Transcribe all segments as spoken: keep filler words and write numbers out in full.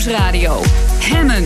Nieuwsradio. Hemmen.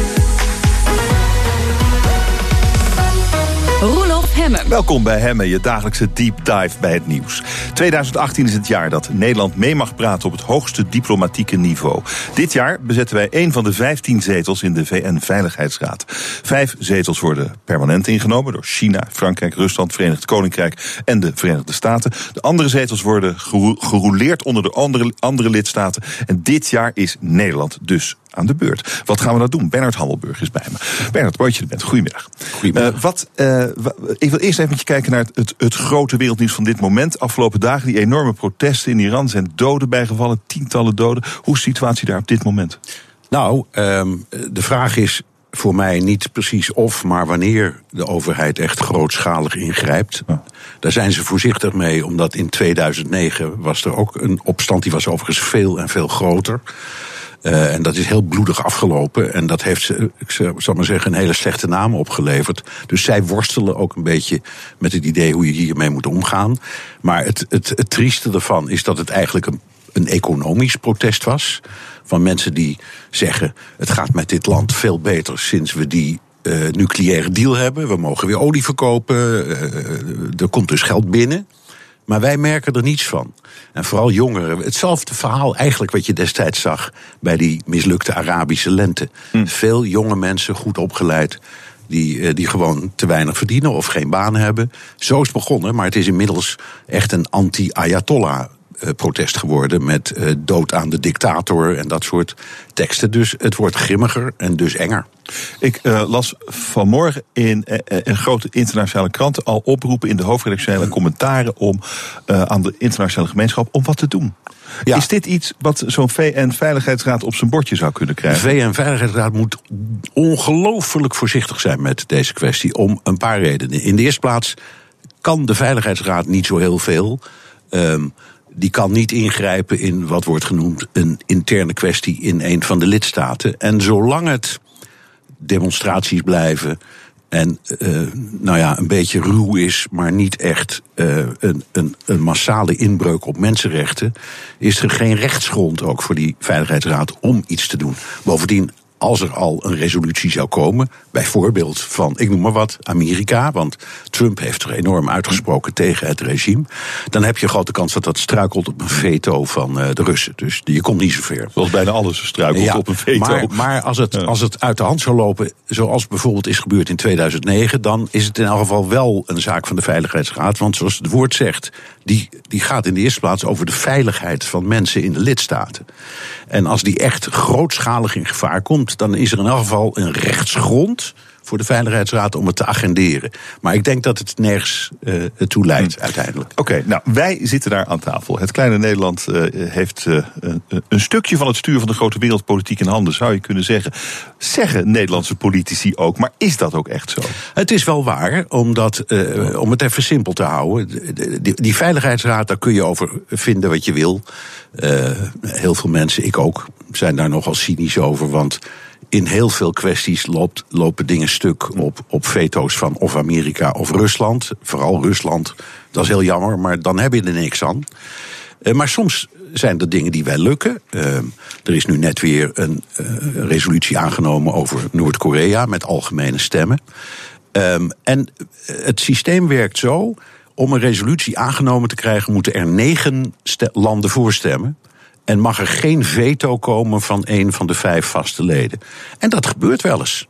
Roelof Hemmen. Welkom bij Hemmen, je dagelijkse deep dive bij het nieuws. tweeduizend achttien is het jaar dat Nederland mee mag praten op het hoogste diplomatieke niveau. Dit jaar bezetten wij één van de vijftien zetels in de V N-veiligheidsraad. Vijf zetels worden permanent ingenomen door China, Frankrijk, Rusland, Verenigd Koninkrijk en de Verenigde Staten. De andere zetels worden gerouleerd onder de andere, andere lidstaten. En dit jaar is Nederland dus aan de beurt. Wat gaan we nou doen? Bernard Hammelburg is bij me. Bernard, mooi dat je er bent. Goedemiddag. Goedemiddag. Uh, wat, uh, ik wil eerst even met je kijken naar het, het, het grote wereldnieuws van dit moment. Afgelopen dagen die enorme protesten in Iran. Zijn doden bijgevallen, tientallen doden. Hoe is de situatie daar op dit moment? Nou, um, de vraag is voor mij niet precies of, maar wanneer de overheid echt grootschalig ingrijpt. Ja. Daar zijn ze voorzichtig mee, omdat in tweeduizend negen was er ook een opstand. Die was overigens veel en veel groter. Uh, en dat is heel bloedig afgelopen. En dat heeft ze, ik zal maar zeggen, een hele slechte naam opgeleverd. Dus zij worstelen ook een beetje met het idee hoe je hiermee moet omgaan. Maar het, het, het trieste ervan is dat het eigenlijk een, een economisch protest was. Van mensen die zeggen, het gaat met dit land veel beter sinds we die uh, nucleaire deal hebben. We mogen weer olie verkopen. Uh, er komt dus geld binnen. Maar wij merken er niets van. En vooral jongeren. Hetzelfde verhaal eigenlijk wat je destijds zag bij die mislukte Arabische lente. Hm. Veel jonge mensen, goed opgeleid, die, die gewoon te weinig verdienen of geen baan hebben. Zo is het begonnen, maar het is inmiddels echt een anti-Ayatollah protest geworden met uh, dood aan de dictator en dat soort teksten. Dus het wordt grimmiger en dus enger. Ik uh, las vanmorgen in uh, een grote internationale kranten al oproepen in de hoofdredactionele commentaren om uh, aan de internationale gemeenschap om wat te doen. Ja. Is dit iets wat zo'n V N-veiligheidsraad op zijn bordje zou kunnen krijgen? De V N-veiligheidsraad moet ongelooflijk voorzichtig zijn met deze kwestie om een paar redenen. In de eerste plaats kan de Veiligheidsraad niet zo heel veel. Um, Die kan niet ingrijpen in wat wordt genoemd een interne kwestie in een van de lidstaten. En zolang het demonstraties blijven en uh, nou ja, een beetje ruw is, maar niet echt uh, een, een, een massale inbreuk op mensenrechten, is er geen rechtsgrond ook voor die Veiligheidsraad om iets te doen. Bovendien, als er al een resolutie zou komen, bijvoorbeeld van, ik noem maar wat, Amerika, want Trump heeft er enorm uitgesproken tegen het regime, dan heb je een grote kans dat dat struikelt op een veto van uh, de Russen. Dus je komt niet zo ver. Zoals bijna alles struikelt ja, op een veto. Maar, maar als, het, ja. als het uit de hand zou lopen, zoals bijvoorbeeld is gebeurd in tweeduizend negen, dan is het in elk geval wel een zaak van de Veiligheidsraad. Want zoals het woord zegt, die, die gaat in de eerste plaats over de veiligheid van mensen in de lidstaten. En als die echt grootschalig in gevaar komt, dan is er in elk geval een rechtsgrond voor de Veiligheidsraad om het te agenderen. Maar ik denk dat het nergens uh, toe leidt, hmm. uiteindelijk. Oké, okay, nou, wij zitten daar aan tafel. Het kleine Nederland uh, heeft uh, een, een stukje van het stuur van de grote wereldpolitiek in handen, zou je kunnen zeggen. Zeggen Nederlandse politici ook, maar is dat ook echt zo? Het is wel waar, omdat, uh, om het even simpel te houden, die, die Veiligheidsraad, daar kun je over vinden wat je wil. Uh, heel veel mensen, ik ook, zijn daar nogal cynisch over, want in heel veel kwesties loopt, lopen dingen stuk op, op veto's van of Amerika of Rusland. Vooral Rusland, dat is heel jammer, maar dan heb je er niks aan. Uh, maar soms zijn er dingen die wel lukken. Uh, er is nu net weer een uh, resolutie aangenomen over Noord-Korea met algemene stemmen. Um, en het systeem werkt zo, om een resolutie aangenomen te krijgen moeten er negen st- landen voorstemmen. En mag er geen veto komen van een van de vijf vaste leden. En dat gebeurt wel eens.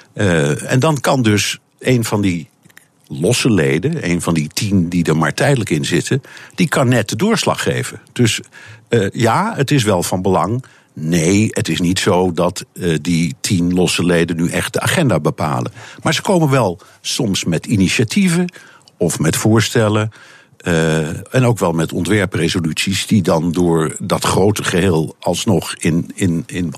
Uh, en dan kan dus een van die losse leden, een van die tien die er maar tijdelijk in zitten, die kan net de doorslag geven. Dus uh, ja, het is wel van belang. Nee, het is niet zo dat uh, die tien losse leden nu echt de agenda bepalen. Maar ze komen wel soms met initiatieven of met voorstellen. Uh, en ook wel met ontwerpresoluties die dan door dat grote geheel alsnog in, in, in,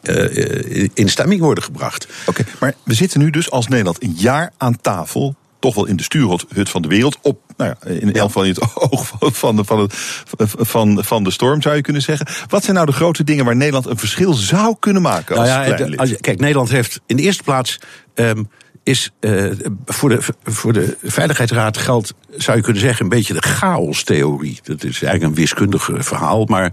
uh, in stemming worden gebracht. Oké, okay, maar we zitten nu dus als Nederland een jaar aan tafel, toch wel in de stuurhut van de wereld, op, nou ja, in elk geval in het oog van de, van, het, van, van de storm, zou je kunnen zeggen. Wat zijn nou de grote dingen waar Nederland een verschil zou kunnen maken als nou ja, klein lid? Als, kijk, Nederland heeft in de eerste plaats Um, is uh, voor, de, voor de Veiligheidsraad geldt, zou je kunnen zeggen, een beetje de chaostheorie. Dat is eigenlijk een wiskundig verhaal, maar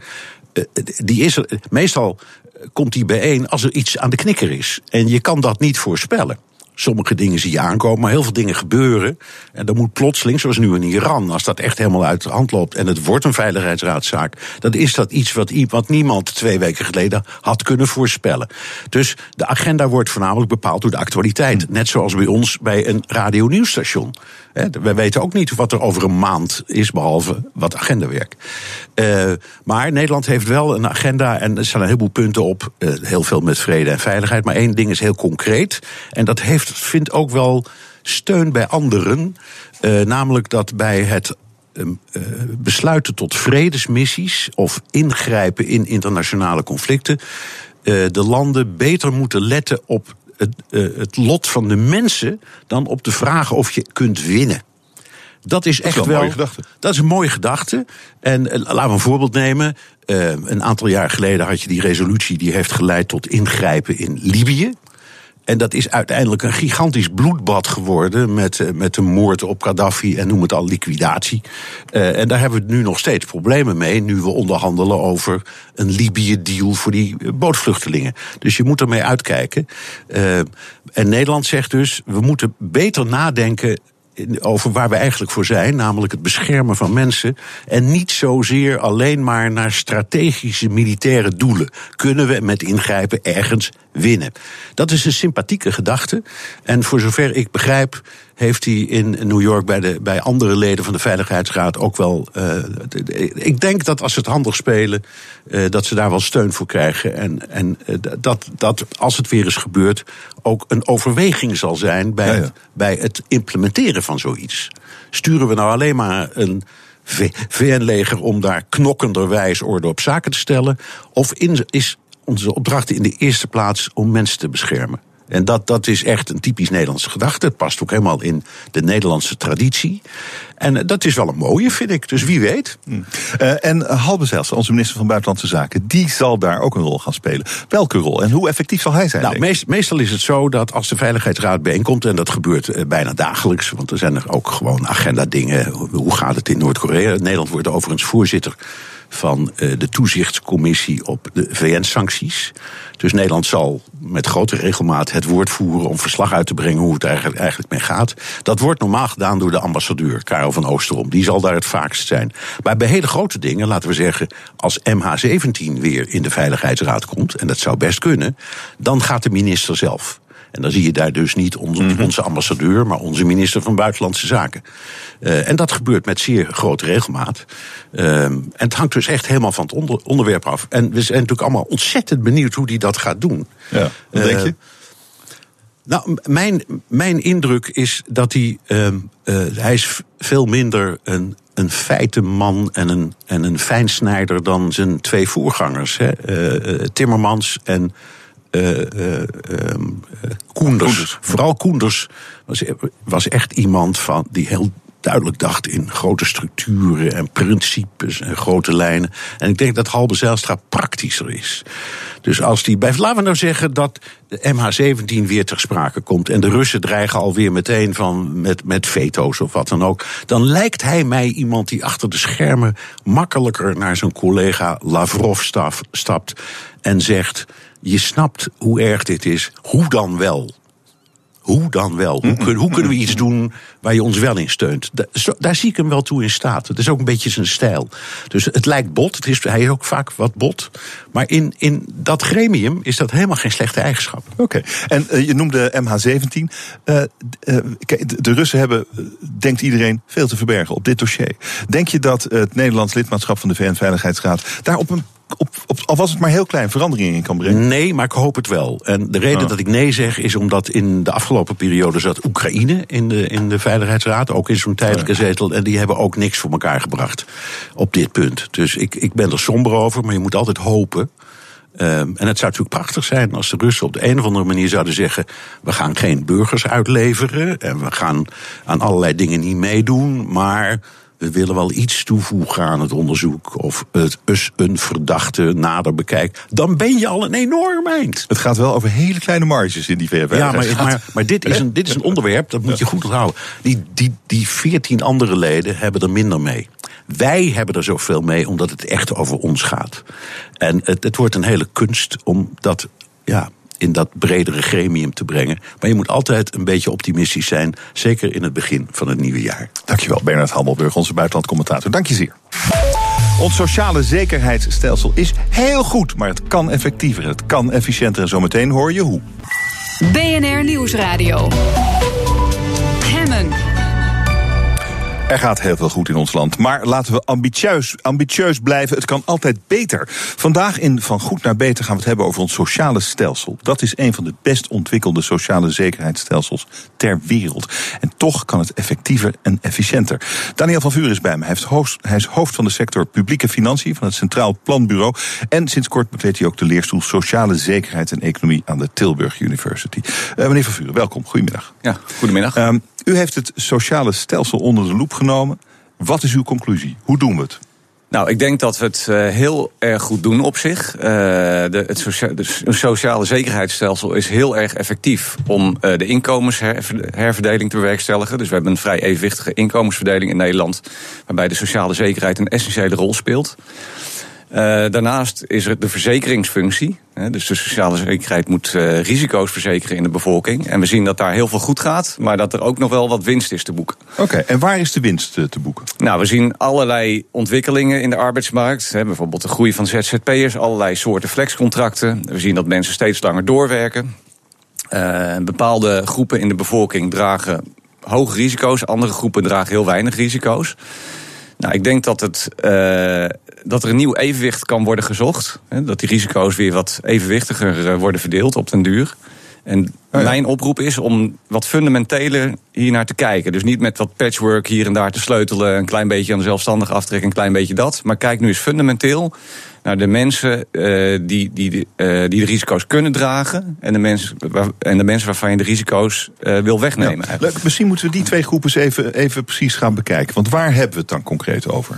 uh, die is er, meestal komt die bijeen als er iets aan de knikker is. En je kan dat niet voorspellen. Sommige dingen zie je aankomen, maar heel veel dingen gebeuren. En dan moet plotseling, zoals nu in Iran, als dat echt helemaal uit de hand loopt en het wordt een veiligheidsraadzaak, dan is dat iets wat, wat niemand twee weken geleden had kunnen voorspellen. Dus de agenda wordt voornamelijk bepaald door de actualiteit. Net zoals bij ons bij een radio-nieuwsstation. Wij weten ook niet wat er over een maand is, behalve wat agendawerk. Uh, maar Nederland heeft wel een agenda en er staan een heleboel punten op. Uh, heel veel met vrede en veiligheid. Maar één ding is heel concreet. En dat heeft, vindt ook wel steun bij anderen. Uh, namelijk dat bij het uh, uh, besluiten tot vredesmissies of ingrijpen in internationale conflicten, uh, de landen beter moeten letten op Het, uh, het lot van de mensen dan op de vraag of je kunt winnen. Dat is echt dat is wel wel. Een mooie gedachte. Dat is een mooie gedachte. En uh, laten we een voorbeeld nemen. Uh, een aantal jaar geleden had je die resolutie die heeft geleid tot ingrijpen in Libië. En dat is uiteindelijk een gigantisch bloedbad geworden met, uh, met de moord op Gaddafi en noem het al liquidatie. Uh, en daar hebben we nu nog steeds problemen mee, nu we onderhandelen over een Libië-deal voor die uh, bootvluchtelingen. Dus je moet ermee uitkijken. Uh, en Nederland zegt dus, we moeten beter nadenken over waar we eigenlijk voor zijn, namelijk het beschermen van mensen, en niet zozeer alleen maar naar strategische militaire doelen. Kunnen we met ingrijpen ergens winnen? Dat is een sympathieke gedachte. En voor zover ik begrijp, heeft hij in New York bij, de, bij andere leden van de Veiligheidsraad ook wel. Uh, ik denk dat als ze het handig spelen, uh, dat ze daar wel steun voor krijgen. En, en uh, dat, dat als het weer eens gebeurt, ook een overweging zal zijn bij, ja, ja. Het, bij het implementeren van zoiets. Sturen we nou alleen maar een V N-leger om daar knokkenderwijs orde op zaken te stellen? Of in, is onze opdracht in de eerste plaats om mensen te beschermen? En dat, dat is echt een typisch Nederlandse gedachte. Het past ook helemaal in de Nederlandse traditie. En dat is wel een mooie, vind ik. Dus wie weet. Mm. Uh, en Halbe Zijlstra, onze minister van Buitenlandse Zaken, die zal daar ook een rol gaan spelen. Welke rol en hoe effectief zal hij zijn? Nou, meest, meestal is het zo dat als de Veiligheidsraad bijeenkomt, en dat gebeurt uh, bijna dagelijks, want er zijn er ook gewoon agenda-dingen. Hoe gaat het in Noord-Korea? Nederland wordt overigens voorzitter van uh, de toezichtscommissie op de V N-sancties. Dus Nederland zal met grote regelmaat het woord voeren om verslag uit te brengen hoe het eigenlijk, eigenlijk mee gaat. Dat wordt normaal gedaan door de ambassadeur, Karel van Oosterom. Die zal daar het vaakst zijn. Maar bij hele grote dingen, laten we zeggen, als M H zeventien weer in de Veiligheidsraad komt, en dat zou best kunnen, dan gaat de minister zelf. En dan zie je daar dus niet onze, mm-hmm. onze ambassadeur, maar onze minister van Buitenlandse Zaken. Uh, en dat gebeurt met zeer grote regelmaat. Uh, en het hangt dus echt helemaal van het onder, onderwerp af. En we zijn natuurlijk allemaal ontzettend benieuwd hoe hij dat gaat doen. Ja, wat uh, denk je? Nou, mijn, mijn indruk is dat hij, uh, uh, hij is veel minder een, een feitenman en een, en een fijnsnijder dan zijn twee voorgangers. Hè? Uh, uh, Timmermans en Uh, uh, uh, Koenders. Koenders. Vooral Koenders was, was echt iemand van die heel duidelijk dacht in grote structuren en principes en grote lijnen. En ik denk dat Halbe Zijlstra praktischer is. Dus als die bij, laten we nou zeggen dat de M H zeventien weer ter sprake komt en de Russen dreigen alweer meteen van met, met veto's of wat dan ook, dan lijkt hij mij iemand die achter de schermen makkelijker naar zijn collega Lavrov staf, stapt en zegt: je snapt hoe erg dit is, hoe dan wel? Hoe dan wel? Hoe, kun, hoe kunnen we iets doen waar je ons wel in steunt? Da, zo, daar zie ik hem wel toe in staat. Het is ook een beetje zijn stijl. Dus het lijkt bot, het is, hij is ook vaak wat bot. Maar in, in dat gremium is dat helemaal geen slechte eigenschap. Oké, okay. En uh, je noemde M H zeventien. Uh, uh, kijk, de, de Russen hebben, uh, denkt iedereen, veel te verbergen op dit dossier. Denk je dat uh, het Nederlands lidmaatschap van de V N-veiligheidsraad daar op een Op, op, al was het maar heel klein, veranderingen in kan brengen? Nee, maar ik hoop het wel. En de reden oh. dat ik nee zeg is omdat in de afgelopen periode zat Oekraïne in de, in de Veiligheidsraad, ook in zo'n tijdelijke zetel, en die hebben ook niks voor elkaar gebracht op dit punt. Dus ik, ik ben er somber over, maar je moet altijd hopen. Um, en het zou natuurlijk prachtig zijn als de Russen op de een of andere manier zouden zeggen: we gaan geen burgers uitleveren en we gaan aan allerlei dingen niet meedoen, maar we willen wel iets toevoegen aan het onderzoek of het eens een verdachte nader bekijkt. Dan ben je al een enorm eind. Het gaat wel over hele kleine marges in die V N. Ja, maar, maar, maar dit, is een, dit is een onderwerp, dat moet je goed onthouden. Die, die, die veertien andere leden hebben er minder mee. Wij hebben er zoveel mee omdat het echt over ons gaat. En het, het wordt een hele kunst om dat ja, in dat bredere gremium te brengen. Maar je moet altijd een beetje optimistisch zijn, zeker in het begin van het nieuwe jaar. Dankjewel, Bernard Hammelburg, onze buitenlandcommentator. Dank je zeer. Ons sociale zekerheidsstelsel is heel goed, maar het kan effectiever, het kan efficiënter. En zometeen hoor je hoe. B N R Nieuwsradio. Hemmen. Er gaat heel veel goed in ons land, maar laten we ambitieus, ambitieus blijven. Het kan altijd beter. Vandaag in Van Goed naar Beter gaan we het hebben over ons sociale stelsel. Dat is een van de best ontwikkelde sociale zekerheidsstelsels ter wereld. En toch kan het effectiever en efficiënter. Daniel van Vuur is bij me. Hij, heeft hoofd, hij is hoofd van de sector publieke financiën van het Centraal Planbureau. En sinds kort bekleedt hij ook de leerstoel Sociale Zekerheid en Economie aan de Tilburg University. Uh, meneer van Vuur, welkom. Goedemiddag. Ja, goedemiddag. Uh, U heeft het sociale stelsel onder de loep genomen. Wat is uw conclusie? Hoe doen we het? Nou, ik denk dat we het uh, heel erg goed doen op zich. Uh, de, het socia- de sociale zekerheidsstelsel is heel erg effectief om uh, de inkomensherverdeling te bewerkstelligen. Dus we hebben een vrij evenwichtige inkomensverdeling in Nederland, waarbij de sociale zekerheid een essentiële rol speelt. Uh, daarnaast is er de verzekeringsfunctie. Hè, dus de sociale zekerheid moet uh, risico's verzekeren in de bevolking. En we zien dat daar heel veel goed gaat, maar dat er ook nog wel wat winst is te boeken. Oké, okay, en waar is de winst uh, te boeken? Nou, we zien allerlei ontwikkelingen in de arbeidsmarkt. Hè, bijvoorbeeld de groei van Z Z P'ers, allerlei soorten flexcontracten. We zien dat mensen steeds langer doorwerken. Uh, bepaalde groepen in de bevolking dragen hoge risico's, andere groepen dragen heel weinig risico's. Nou, ik denk dat, het, uh, dat er een nieuw evenwicht kan worden gezocht. Hè, dat die risico's weer wat evenwichtiger uh, worden verdeeld op den duur. En oh ja. Mijn oproep is om wat fundamenteler hier naar te kijken. Dus niet met wat patchwork hier en daar te sleutelen, een klein beetje aan de zelfstandige aftrek, een klein beetje dat. Maar kijk nu eens fundamenteel naar de mensen uh, die, die, uh, die de risico's kunnen dragen en de mensen, waar, en de mensen waarvan je de risico's uh, wil wegnemen. Ja, leuk, misschien moeten we die twee groepen eens even, even precies gaan bekijken. Want waar hebben we het dan concreet over?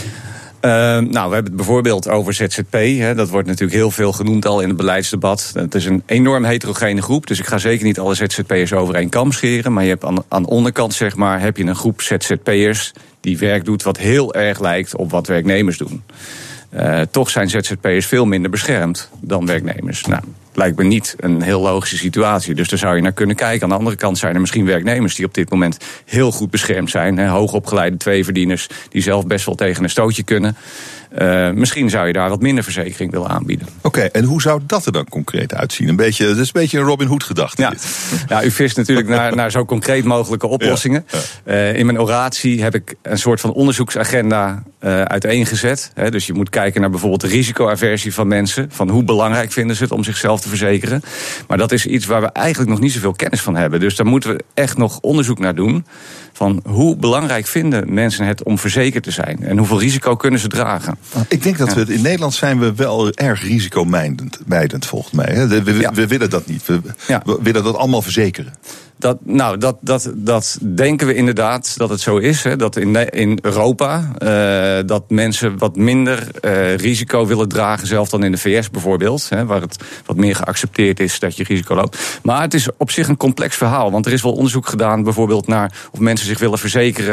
Uh, nou, we hebben het bijvoorbeeld over Z Z P. Hè. Dat wordt natuurlijk heel veel genoemd al in het beleidsdebat. Het is een enorm heterogene groep, dus ik ga zeker niet alle Z Z P'ers over één kam scheren. Maar je hebt aan, aan de onderkant, zeg maar, heb je een groep Z Z P'ers die werk doet wat heel erg lijkt op wat werknemers doen. Uh, toch zijn Z Z P'ers veel minder beschermd dan werknemers. Nou, lijkt me niet een heel logische situatie. Dus daar zou je naar kunnen kijken. Aan de andere kant zijn er misschien werknemers die op dit moment heel goed beschermd zijn. Hè, hoogopgeleide tweeverdieners die zelf best wel tegen een stootje kunnen. Uh, misschien zou je daar wat minder verzekering willen aanbieden. Oké, okay, en hoe zou dat er dan concreet uitzien? Een beetje, dat is een beetje een Robin Hood gedachte. Ja, ja, u vist natuurlijk naar, naar zo concreet mogelijke oplossingen. Ja, ja. Uh, in mijn oratie heb ik een soort van onderzoeksagenda uh, uiteengezet. Hè, dus je moet kijken naar bijvoorbeeld de risicoaversie van mensen. Van hoe belangrijk vinden ze het om zichzelf te verzekeren. Maar dat is iets waar we eigenlijk nog niet zoveel kennis van hebben. Dus daar moeten we echt nog onderzoek naar doen. Van hoe belangrijk vinden mensen het om verzekerd te zijn? En hoeveel risico kunnen ze dragen? Ik denk dat we in Nederland zijn we wel erg risicomijdend, volgens mij. Hè? We, we, ja. we willen dat niet. We, ja. we willen dat allemaal verzekeren. Dat, nou, dat, dat, dat denken we inderdaad dat het zo is. Hè, dat in, in Europa uh, dat mensen wat minder uh, risico willen dragen, zelf dan in de V S bijvoorbeeld. Hè, waar het wat meer geaccepteerd is dat je risico loopt. Maar het is op zich een complex verhaal. Want er is wel onderzoek gedaan bijvoorbeeld naar of mensen zich willen verzekeren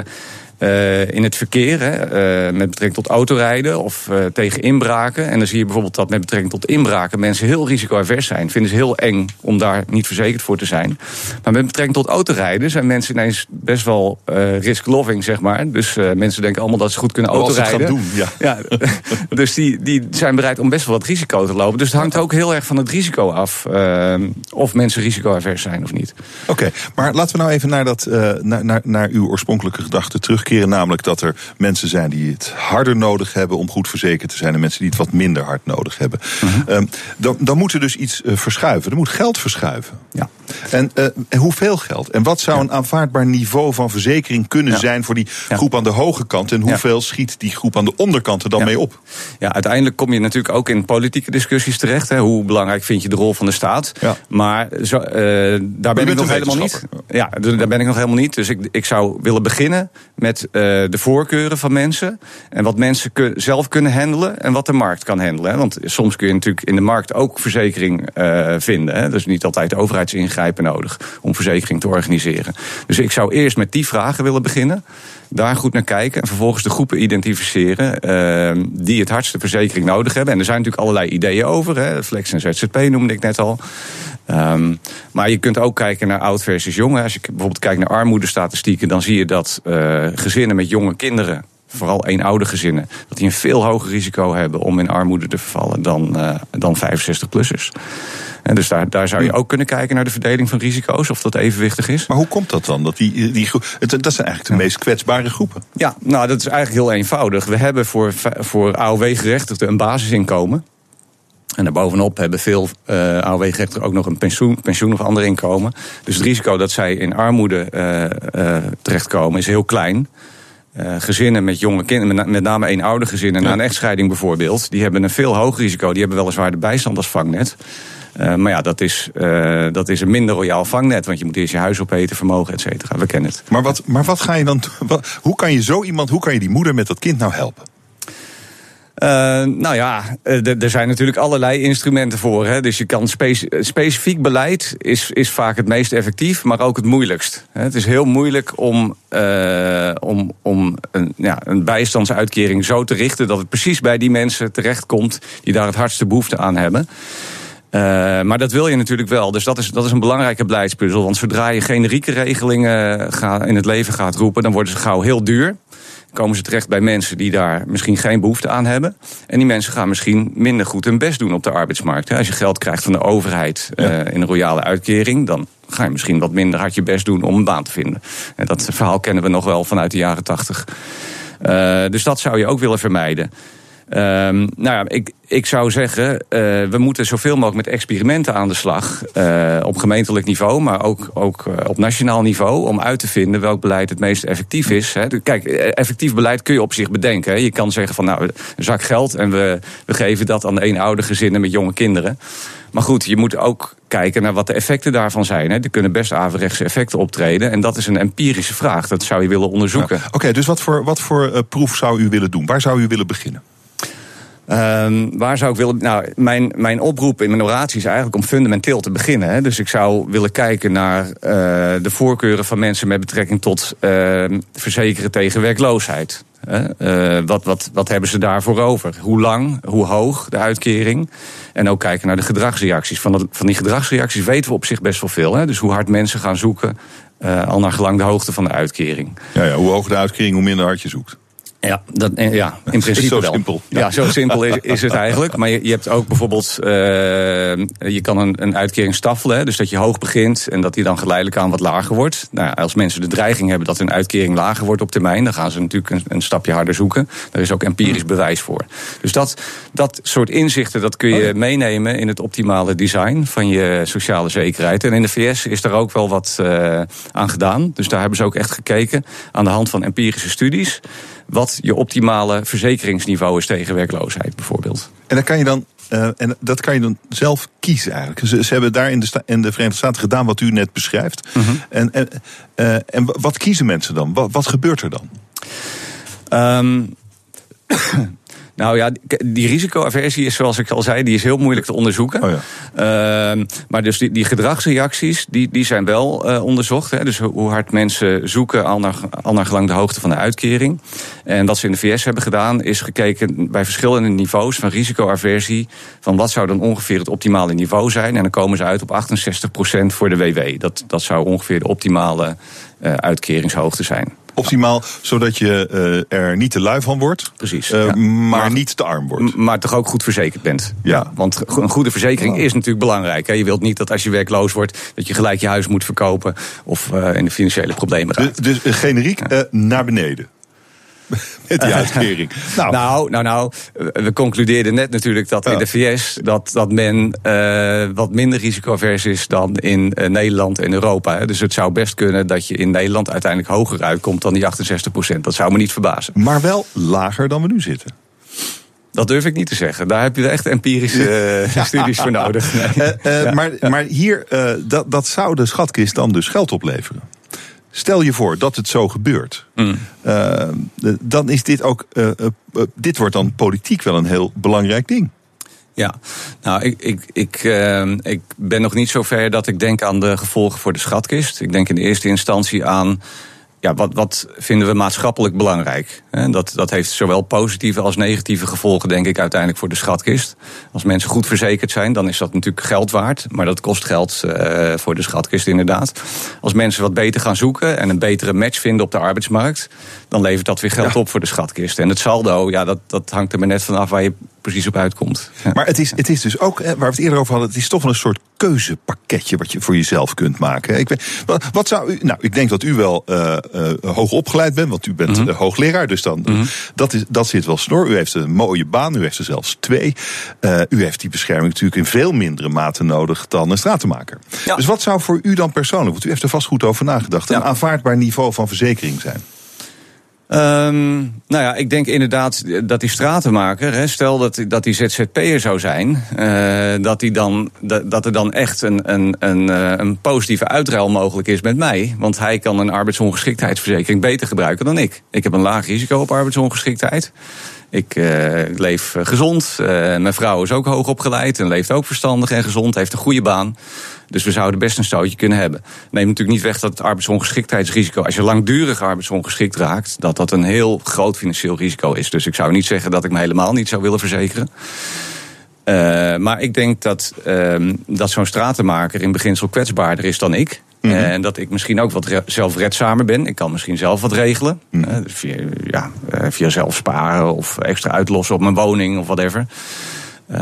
Uh, in het verkeer, hè, uh, met betrekking tot autorijden of uh, tegen inbraken. En dan zie je bijvoorbeeld dat met betrekking tot inbraken mensen heel risicoavers zijn. Vinden ze heel eng om daar niet verzekerd voor te zijn. Maar met betrekking tot autorijden zijn mensen ineens best wel uh, risk-loving, zeg maar. Dus uh, mensen denken allemaal dat ze goed kunnen autorijden. Doen, ja. Ja, dus die, die zijn bereid om best wel wat risico te lopen. Dus het hangt ook heel erg van het risico af uh, of mensen risicoavers zijn of niet. Oké, okay, maar laten we nou even naar, dat, uh, naar, naar, naar uw oorspronkelijke gedachte terug. Namelijk dat er mensen zijn die het harder nodig hebben om goed verzekerd te zijn en mensen die het wat minder hard nodig hebben. Uh-huh. Um, dan, dan moet er dus iets uh, verschuiven. Er moet geld verschuiven. Ja. En, uh, en hoeveel geld? En wat zou ja. een aanvaardbaar niveau van verzekering kunnen ja. zijn voor die ja. groep aan de hoge kant? En hoeveel ja. schiet die groep aan de onderkant er dan ja. mee op? Ja, uiteindelijk kom je natuurlijk ook in politieke discussies terecht. Hè. Hoe belangrijk vind je de rol van de staat? Ja. Maar zo, uh, daar ben ik nog helemaal niet. Ja, daar ben ik nog helemaal niet. Dus ik, ik zou willen beginnen met uh, de voorkeuren van mensen. En wat mensen kun, zelf kunnen handelen en wat de markt kan handelen. Hè. Want soms kun je natuurlijk in de markt ook verzekering uh, vinden. Hè. Dus niet altijd overheidsingrijpen nodig om verzekering te organiseren. Dus ik zou eerst met die vragen willen beginnen. Daar goed naar kijken en vervolgens de groepen identificeren uh, die het hardste verzekering nodig hebben. En er zijn natuurlijk allerlei ideeën over. Hè. Flex en Z Z P noemde ik net al. Um, maar je kunt ook kijken naar oud versus jong. Als je bijvoorbeeld kijkt naar armoedestatistieken, dan zie je dat uh, gezinnen met jonge kinderen, vooral eenoudergezinnen, dat die een veel hoger risico hebben om in armoede te vervallen dan, uh, dan vijfenzestig-plussers. En dus daar, daar zou je ook kunnen kijken naar de verdeling van risico's, of dat evenwichtig is. Maar hoe komt dat dan? Dat, die, die, dat zijn eigenlijk de ja. meest kwetsbare groepen. Ja, nou dat is eigenlijk heel eenvoudig. We hebben voor, voor A O W-gerechtigden een basisinkomen. En daarbovenop hebben veel uh, A O W-gerechtigden ook nog een pensioen, pensioen of ander inkomen. Dus het risico dat zij in armoede uh, uh, terechtkomen is heel klein. Uh, gezinnen met jonge kinderen, met name eenoudergezinnen, ja. na een echtscheiding bijvoorbeeld, die hebben een veel hoger risico. Die hebben weliswaar de bijstand als vangnet. Uh, maar ja, dat is, uh, dat is een minder royaal vangnet. Want je moet eerst je huis opeten, vermogen, et cetera. We kennen het. Maar wat, maar wat ga je dan... Wat, hoe kan je zo iemand, hoe kan je die moeder met dat kind nou helpen? Uh, nou ja, er zijn natuurlijk allerlei instrumenten voor. Hè. Dus je kan speci- specifiek beleid is, is vaak het meest effectief, maar ook het moeilijkst. Het is heel moeilijk om, uh, om, om een, ja, een bijstandsuitkering zo te richten dat het precies bij die mensen terechtkomt die daar het hardste behoefte aan hebben. Uh, maar dat wil je natuurlijk wel. Dus dat is, dat is een belangrijke beleidspuzzel. Want zodra je generieke regelingen ga, in het leven gaat roepen, dan worden ze gauw heel duur. Komen ze terecht bij mensen die daar misschien geen behoefte aan hebben. En die mensen gaan misschien minder goed hun best doen op de arbeidsmarkt. Als je geld krijgt van de overheid uh, in een royale uitkering, dan ga je misschien wat minder hard je best doen om een baan te vinden. En dat verhaal kennen we nog wel vanuit de jaren tachtig. Uh, dus dat zou je ook willen vermijden. Um, nou ja, ik, ik zou zeggen, uh, we moeten zoveel mogelijk met experimenten aan de slag. Uh, op gemeentelijk niveau, maar ook, ook uh, op nationaal niveau. Om uit te vinden welk beleid het meest effectief is. Hè. Kijk, effectief beleid kun je op zich bedenken. Hè. Je kan zeggen van nou, een zak geld en we, we geven dat aan eenoudergezinnen met jonge kinderen. Maar goed, je moet ook kijken naar wat de effecten daarvan zijn. Hè. Er kunnen best averechtse effecten optreden. En dat is een empirische vraag. Dat zou je willen onderzoeken. Ja, Oké, okay, dus wat voor, wat voor uh, proef zou u willen doen? Waar zou u willen beginnen? Um, waar zou ik willen... Nou, mijn, mijn oproep in mijn oratie is eigenlijk om fundamenteel te beginnen. Hè. Dus ik zou willen kijken naar uh, de voorkeuren van mensen met betrekking tot uh, verzekeren tegen werkloosheid. Uh, wat, wat, wat hebben ze daarvoor over? Hoe lang, hoe hoog de uitkering? En ook kijken naar de gedragsreacties. Van, de, van die gedragsreacties weten we op zich best wel veel. Hè. Dus hoe hard mensen gaan zoeken, uh, al naar gelang de hoogte van de uitkering. Ja, ja, hoe hoger de uitkering, hoe minder hard je zoekt. Ja, dat, ja, in principe zo wel. Simpel. Ja, ja, zo simpel is, is het eigenlijk. Maar je, je hebt ook bijvoorbeeld, uh, je kan een, een uitkering staffelen. Hè, dus dat je hoog begint en dat die dan geleidelijk aan wat lager wordt. Nou, als mensen de dreiging hebben dat hun uitkering lager wordt op termijn, dan gaan ze natuurlijk een, een stapje harder zoeken. Daar is ook empirisch bewijs voor. Dus dat, dat soort inzichten, dat kun je meenemen in het optimale design van je sociale zekerheid. En in de V S is daar ook wel wat uh, aan gedaan. Dus daar hebben ze ook echt gekeken aan de hand van empirische studies wat je optimale verzekeringsniveau is tegen werkloosheid bijvoorbeeld. En dan kan je dan, uh, en dat kan je dan zelf kiezen eigenlijk. Ze, ze hebben daar in de, sta, in de Verenigde Staten gedaan wat u net beschrijft. Mm-hmm. En, en, uh, en wat kiezen mensen dan? Wat, wat gebeurt er dan? Um, Nou ja, die risicoaversie is, zoals ik al zei, die is heel moeilijk te onderzoeken. Oh ja. uh, maar dus die, die gedragsreacties, die, die zijn wel uh, onderzocht. Hè. Dus hoe hard mensen zoeken, al naar, al naar gelang de hoogte van de uitkering. En wat ze in de V S hebben gedaan, is gekeken bij verschillende niveaus van risicoaversie, van wat zou dan ongeveer het optimale niveau zijn. En dan komen ze uit op achtenzestig procent voor de W W. Dat, dat zou ongeveer de optimale uh, uitkeringshoogte zijn. Optimaal, zodat je uh, er niet te lui van wordt. Precies. Uh, ja. maar, maar niet te arm wordt. Maar toch ook goed verzekerd bent. Ja. Ja, want een goede verzekering oh. is natuurlijk belangrijk. Hè. Je wilt niet dat als je werkloos wordt, dat je gelijk je huis moet verkopen of uh, in de financiële problemen raakt. Dus, dus generiek ja. uh, naar beneden. Met die uitkering. Nou. nou, nou, nou, we concludeerden net natuurlijk dat ja. in de V S dat, dat men uh, wat minder risicoavers is dan in uh, Nederland en Europa. Hè. Dus het zou best kunnen dat je in Nederland uiteindelijk hoger uitkomt dan die achtenzestig procent. Dat zou me niet verbazen. Maar wel lager dan we nu zitten. Dat durf ik niet te zeggen. Daar heb je echt empirische uh, studies voor nodig. Nee. Uh, uh, ja. maar, maar hier, uh, dat, dat zou de schatkist dan dus geld opleveren. Stel je voor dat het zo gebeurt. Mm. Uh, dan is dit ook. Uh, uh, uh, dit wordt dan politiek wel een heel belangrijk ding. Ja, nou, ik, ik, ik, uh, ik ben nog niet zo ver dat ik denk aan de gevolgen voor de schatkist. Ik denk in de eerste instantie aan. Ja, wat, wat vinden we maatschappelijk belangrijk? Dat, dat heeft zowel positieve als negatieve gevolgen, denk ik, uiteindelijk voor de schatkist. Als mensen goed verzekerd zijn, dan is dat natuurlijk geld waard. Maar dat kost geld uh, voor de schatkist inderdaad. Als mensen wat beter gaan zoeken en een betere match vinden op de arbeidsmarkt, dan levert dat weer geld ja. op voor de schatkist. En het saldo, ja, dat, dat hangt er maar net vanaf waar je precies op uitkomt. Ja. Maar het is, het is dus ook, waar we het eerder over hadden, het is toch wel een soort keuzepakketje wat je voor jezelf kunt maken. Ik weet, wat, wat zou u, nou, ik denk dat u wel uh, uh, hoog opgeleid bent, want u bent mm-hmm. uh, hoogleraar, dus dan, mm-hmm. dat, is, dat zit wel snor. U heeft een mooie baan, u heeft er zelfs twee. Uh, u heeft die bescherming natuurlijk in veel mindere mate nodig dan een stratenmaker. Ja. Dus wat zou voor u dan persoonlijk, want u heeft er vast goed over nagedacht, ja. een aanvaardbaar niveau van verzekering zijn? Um, nou ja, ik denk inderdaad dat die stratenmaker, hè, stel dat, dat die Z Z P'er zou zijn, uh, dat, die dan, dat, dat er dan echt een, een, een, een positieve uitruil mogelijk is met mij. Want hij kan een arbeidsongeschiktheidsverzekering beter gebruiken dan ik. Ik heb een laag risico op arbeidsongeschiktheid. Ik uh, leef gezond. Uh, mijn vrouw is ook hoog opgeleid en leeft ook verstandig en gezond. Heeft een goede baan. Dus we zouden best een stootje kunnen hebben. Neemt natuurlijk niet weg dat het arbeidsongeschiktheidsrisico, als je langdurig arbeidsongeschikt raakt, dat dat een heel groot financieel risico is. Dus ik zou niet zeggen dat ik me helemaal niet zou willen verzekeren. Uh, maar ik denk dat, uh, dat zo'n stratenmaker in beginsel kwetsbaarder is dan ik. Mm-hmm. En dat ik misschien ook wat re- zelfredzamer ben. Ik kan misschien zelf wat regelen. Mm-hmm. Uh, via, ja, uh, via zelf sparen of extra uitlossen op mijn woning of whatever. Uh,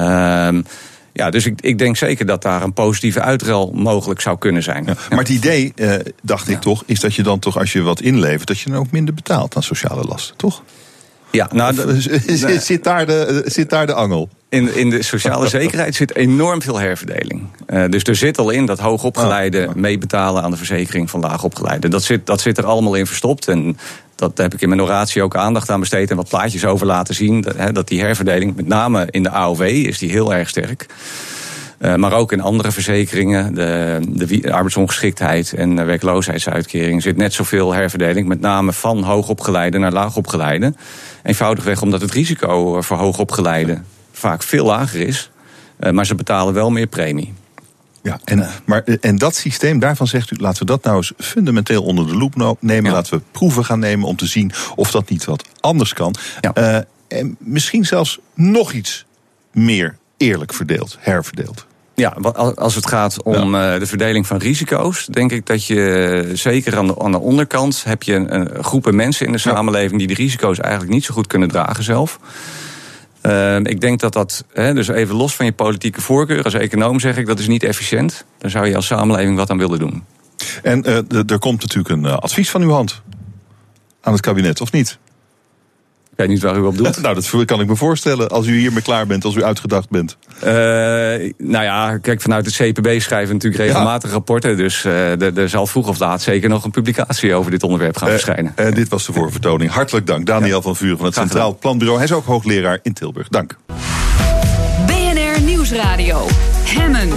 ja, dus ik, ik denk zeker dat daar een positieve uitruil mogelijk zou kunnen zijn. Ja, maar het idee, uh, dacht ik ja. toch, is dat je dan toch als je wat inlevert, dat je dan ook minder betaalt aan sociale lasten, toch? Ja, nou, de, zit, daar de, zit daar de angel? In, in de sociale zekerheid zit enorm veel herverdeling. Uh, dus er zit al in dat hoogopgeleiden oh. meebetalen aan de verzekering van laagopgeleiden. Dat zit, dat zit er allemaal in verstopt. En dat heb ik in mijn oratie ook aandacht aan besteed en wat plaatjes over laten zien. Dat, he, dat die herverdeling, met name in de A O W, is die heel erg sterk. Uh, maar ook in andere verzekeringen, de, de arbeidsongeschiktheid en de werkloosheidsuitkering, zit net zoveel herverdeling, met name van hoogopgeleiden naar laagopgeleiden. Eenvoudigweg omdat het risico voor hoogopgeleiden vaak veel lager is, uh, maar ze betalen wel meer premie. Ja, en, maar, en dat systeem, daarvan zegt u, laten we dat nou eens fundamenteel onder de loep nemen. Ja. Laten we proeven gaan nemen om te zien of dat niet wat anders kan. Ja. Uh, en misschien zelfs nog iets meer eerlijk verdeeld, herverdeeld. Ja, als het gaat om ja. de verdeling van risico's, denk ik dat je zeker aan de, aan de onderkant heb je een, een groepen mensen in de samenleving die de risico's eigenlijk niet zo goed kunnen dragen zelf. Uh, ik denk dat dat, hè, dus even los van je politieke voorkeur, als econoom zeg ik, dat is niet efficiënt. Daar zou je als samenleving wat aan willen doen. En uh, d- er komt natuurlijk een uh, advies van uw hand aan het kabinet, of niet? Ik weet niet waar u op doet. Nou, dat kan ik me voorstellen als u hiermee klaar bent, als u uitgedacht bent. Uh, nou ja, kijk, vanuit het C P B schrijven we natuurlijk regelmatig ja. rapporten. Dus uh, er zal vroeg of laat zeker nog een publicatie over dit onderwerp gaan uh, verschijnen. Uh, dit was de voorvertoning. Hartelijk dank, Daniel ja. van Vuren van het Graag Centraal gedaan. Planbureau. Hij is ook hoogleraar in Tilburg. Dank. B N R Nieuwsradio. Hemmen.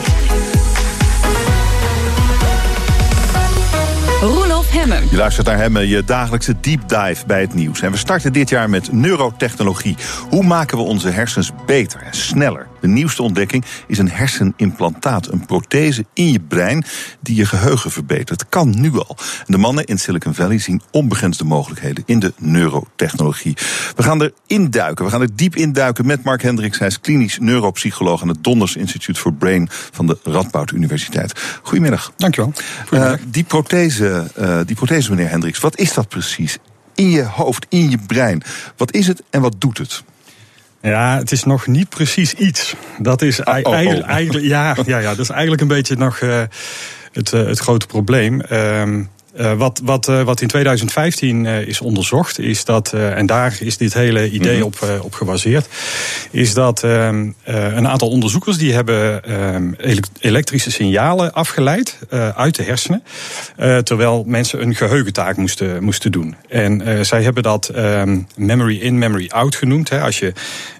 Roelof Hemmen. Je luistert naar Hemmen, je dagelijkse deep dive bij het nieuws. En we starten dit jaar met neurotechnologie. Hoe maken we onze hersens beter en sneller? De nieuwste ontdekking is een hersenimplantaat, een prothese in je brein die je geheugen verbetert. Het kan nu al. De mannen in Silicon Valley zien onbegrensde mogelijkheden in de neurotechnologie. We gaan er induiken, we gaan er diep induiken met Mark Hendricks. Hij is klinisch neuropsycholoog aan het Donders Institute for Brain van de Radboud Universiteit. Goedemiddag. Dankjewel. Uh, die prothese, uh, die prothese, meneer Hendricks, wat is dat precies? In je hoofd, in je brein. Wat is het en wat doet het? Ja, het is nog niet precies iets. Dat is oh, oh, eigenlijk, oh. eigenlijk ja, ja, ja, dat is eigenlijk een beetje nog uh, het, uh, het grote probleem. Um, Uh, wat, wat, uh, wat in tweeduizend vijftien uh, is onderzocht, is dat, uh, en daar is dit hele idee mm-hmm. op, uh, op gebaseerd, is dat uh, uh, een aantal onderzoekers die hebben uh, elektrische signalen afgeleid uh, uit de hersenen, uh, terwijl mensen een geheugentaak moesten, moesten doen. En uh, zij hebben dat um, memory in, memory out genoemd. Hè. Als je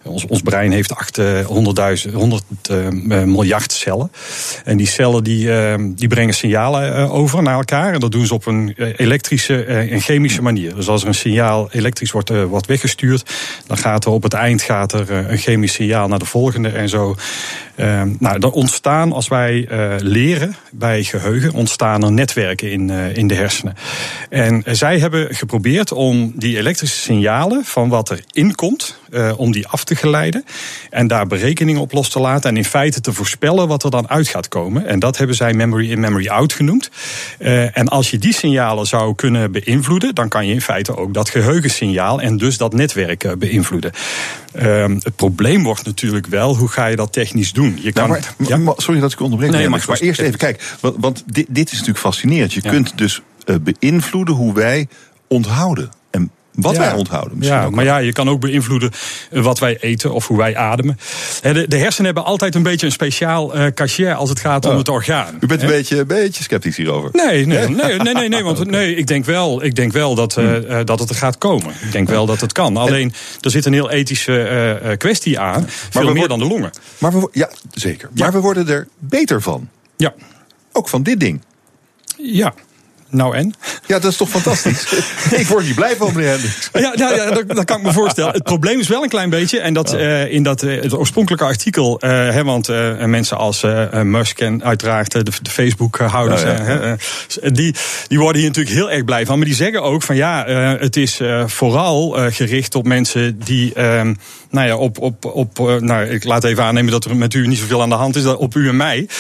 Ons, ons brein heeft honderdduizend, honderd uh, miljard cellen. En die cellen die, uh, die brengen signalen uh, over naar elkaar. En dat doen ze op een uh, elektrische uh, en chemische manier. Dus als er een signaal elektrisch wordt, uh, wordt weggestuurd, dan gaat er op het eind gaat er, uh, een chemisch signaal naar de volgende en zo. Uh, nou, er ontstaan, als wij uh, leren bij geheugen, ontstaan er netwerken in, uh, in de hersenen. En uh, zij hebben geprobeerd om die elektrische signalen van wat er inkomt, uh, om die af te geleiden en daar berekeningen op los te laten en in feite te voorspellen wat er dan uit gaat komen. En dat hebben zij memory in, memory out genoemd. Uh, en als je die signalen zou kunnen beïnvloeden, dan kan je in feite ook dat geheugensignaal en dus dat netwerk uh, beïnvloeden. Uh, het probleem wordt natuurlijk wel, hoe ga je dat technisch doen? Je kan, nou, maar, ja? Sorry dat ik onderbreek. Nee, maar, maar eerst even kijken, want, want dit, dit is natuurlijk fascinerend. Je ja. kunt dus uh, beïnvloeden hoe wij onthouden. En wat ja. wij onthouden. Ja, ook maar ja, je kan ook beïnvloeden wat wij eten of hoe wij ademen. De, de hersenen hebben altijd een beetje een speciaal uh, cachet als het gaat oh. om het orgaan. U bent een beetje, beetje sceptisch hierover. Nee, nee, nee, nee, nee, nee want nee, ik denk wel, ik denk wel dat, uh, uh, dat het er gaat komen. Ik denk wel dat het kan. Alleen, er zit een heel ethische uh, kwestie aan. Veel meer worden, dan de longen. Maar we, ja, zeker. Maar ja. we worden er beter van. Ja. Ook van dit ding. Ja. Nou en? Ja, dat is toch fantastisch? Ik word hier blij van, meneer Hendricks. Ja, nou, ja dat, dat kan ik me voorstellen. Het probleem is wel een klein beetje, en dat uh, in dat, uh, het oorspronkelijke artikel, uh, hè, want uh, mensen als uh, Musk en uiteraard uh, de, de Facebook-houders, oh, ja, ja. Uh, die, die worden hier natuurlijk heel erg blij van. Maar die zeggen ook van ja, uh, het is uh, vooral uh, gericht op mensen die, um, nou ja, op, op, op uh, nou, ik laat even aannemen dat er met u niet zoveel aan de hand is, op u en mij.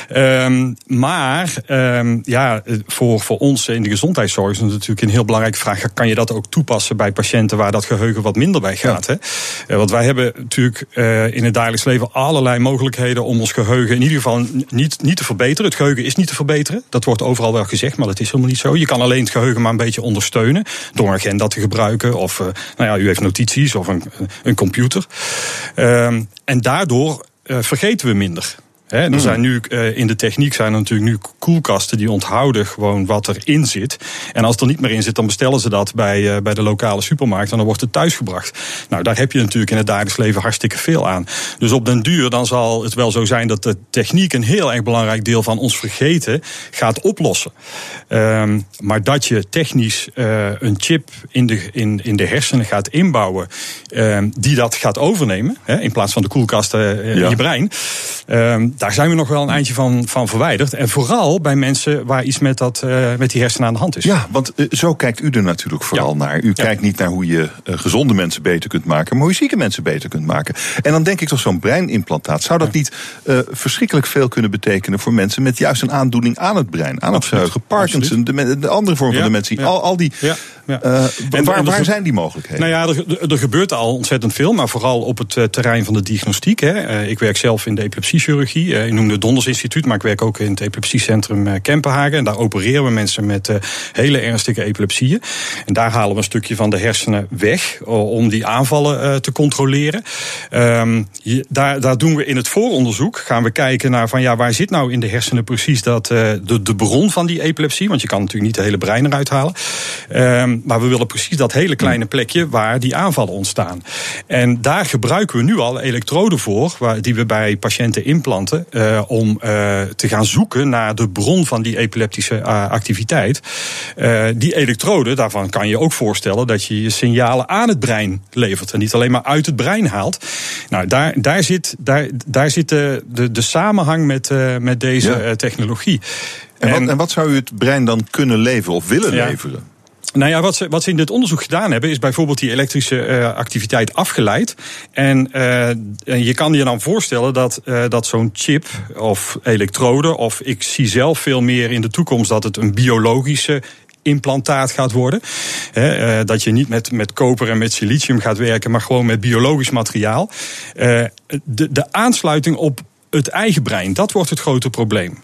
Um, maar, um, ja, voor, voor ons in de gezondheidszorg is het natuurlijk een heel belangrijke vraag. Kan je dat ook toepassen bij patiënten waar dat geheugen wat minder bij gaat? Ja. Hè? Want wij hebben natuurlijk uh, in het dagelijks leven allerlei mogelijkheden om ons geheugen in ieder geval niet, niet te verbeteren. Het geheugen is niet te verbeteren. Dat wordt overal wel gezegd, maar dat is helemaal niet zo. Je kan alleen het geheugen maar een beetje ondersteunen door een agenda te gebruiken of uh, nou ja, u heeft notities of een, een computer. Um, en daardoor uh, vergeten we minder. He, er zijn nu, uh, in de techniek zijn er natuurlijk nu koelkasten die onthouden gewoon wat erin zit. En als het er niet meer in zit, dan bestellen ze dat bij, uh, bij de lokale supermarkt en dan wordt het thuisgebracht. Nou, daar heb je natuurlijk in het dagelijks leven hartstikke veel aan. Dus op den duur dan zal het wel zo zijn dat de techniek een heel erg belangrijk deel van ons vergeten gaat oplossen. Um, maar dat je technisch uh, een chip in de, in, in de hersenen gaat inbouwen um, die dat gaat overnemen, he, in plaats van de koelkasten uh, ja. in je brein. Um, Daar zijn we nog wel een eindje van, van verwijderd. En vooral bij mensen waar iets met, dat, uh, met die hersenen aan de hand is. Ja, want uh, zo kijkt u er natuurlijk vooral ja. naar. U ja. kijkt niet naar hoe je uh, gezonde mensen beter kunt maken, maar hoe je zieke mensen beter kunt maken. En dan denk ik toch zo'n breinimplantaat. Zou dat ja. niet uh, verschrikkelijk veel kunnen betekenen voor mensen met juist een aandoening aan het brein? Aan het geheugen, Parkinson, de, de andere vorm ja. van dementie. Ja. Al, al die... Ja. Ja. Uh, en waar, waar zijn die mogelijkheden? Nou ja, er, er gebeurt al ontzettend veel, maar vooral op het uh, terrein van de diagnostiek. Hè. Uh, ik werk zelf in de epilepsiechirurgie. Uh, ik noemde het Donders Instituut, maar ik werk ook in het epilepsiecentrum uh, Kempenhagen. En daar opereren we mensen met uh, hele ernstige epilepsieën. En daar halen we een stukje van de hersenen weg uh, om die aanvallen uh, te controleren. Um, je, daar, daar doen we in het vooronderzoek, gaan we kijken naar van ja, waar zit nou in de hersenen precies dat, uh, de, de bron van die epilepsie? Want je kan natuurlijk niet de hele brein eruit halen. Um, Maar we willen precies dat hele kleine plekje waar die aanvallen ontstaan. En daar gebruiken we nu al elektroden voor, waar, die we bij patiënten implanten, uh, om uh, te gaan zoeken naar de bron van die epileptische uh, activiteit. Uh, die elektroden, daarvan kan je ook voorstellen dat je je signalen aan het brein levert en niet alleen maar uit het brein haalt. Nou, daar, daar zit, daar, daar zit de, de, de samenhang met, uh, met deze ja. uh, technologie. En wat, en wat zou u het brein dan kunnen leveren of willen ja. leveren? Nou ja, wat ze, wat ze in dit onderzoek gedaan hebben, is bijvoorbeeld die elektrische uh, activiteit afgeleid. En uh, je kan je dan voorstellen dat, uh, dat zo'n chip of elektrode, of ik zie zelf veel meer in de toekomst dat het een biologische implantaat gaat worden. He, uh, dat je niet met, met koper en met silicium gaat werken, maar gewoon met biologisch materiaal. Uh, de, de aansluiting op het eigen brein, dat wordt het grote probleem.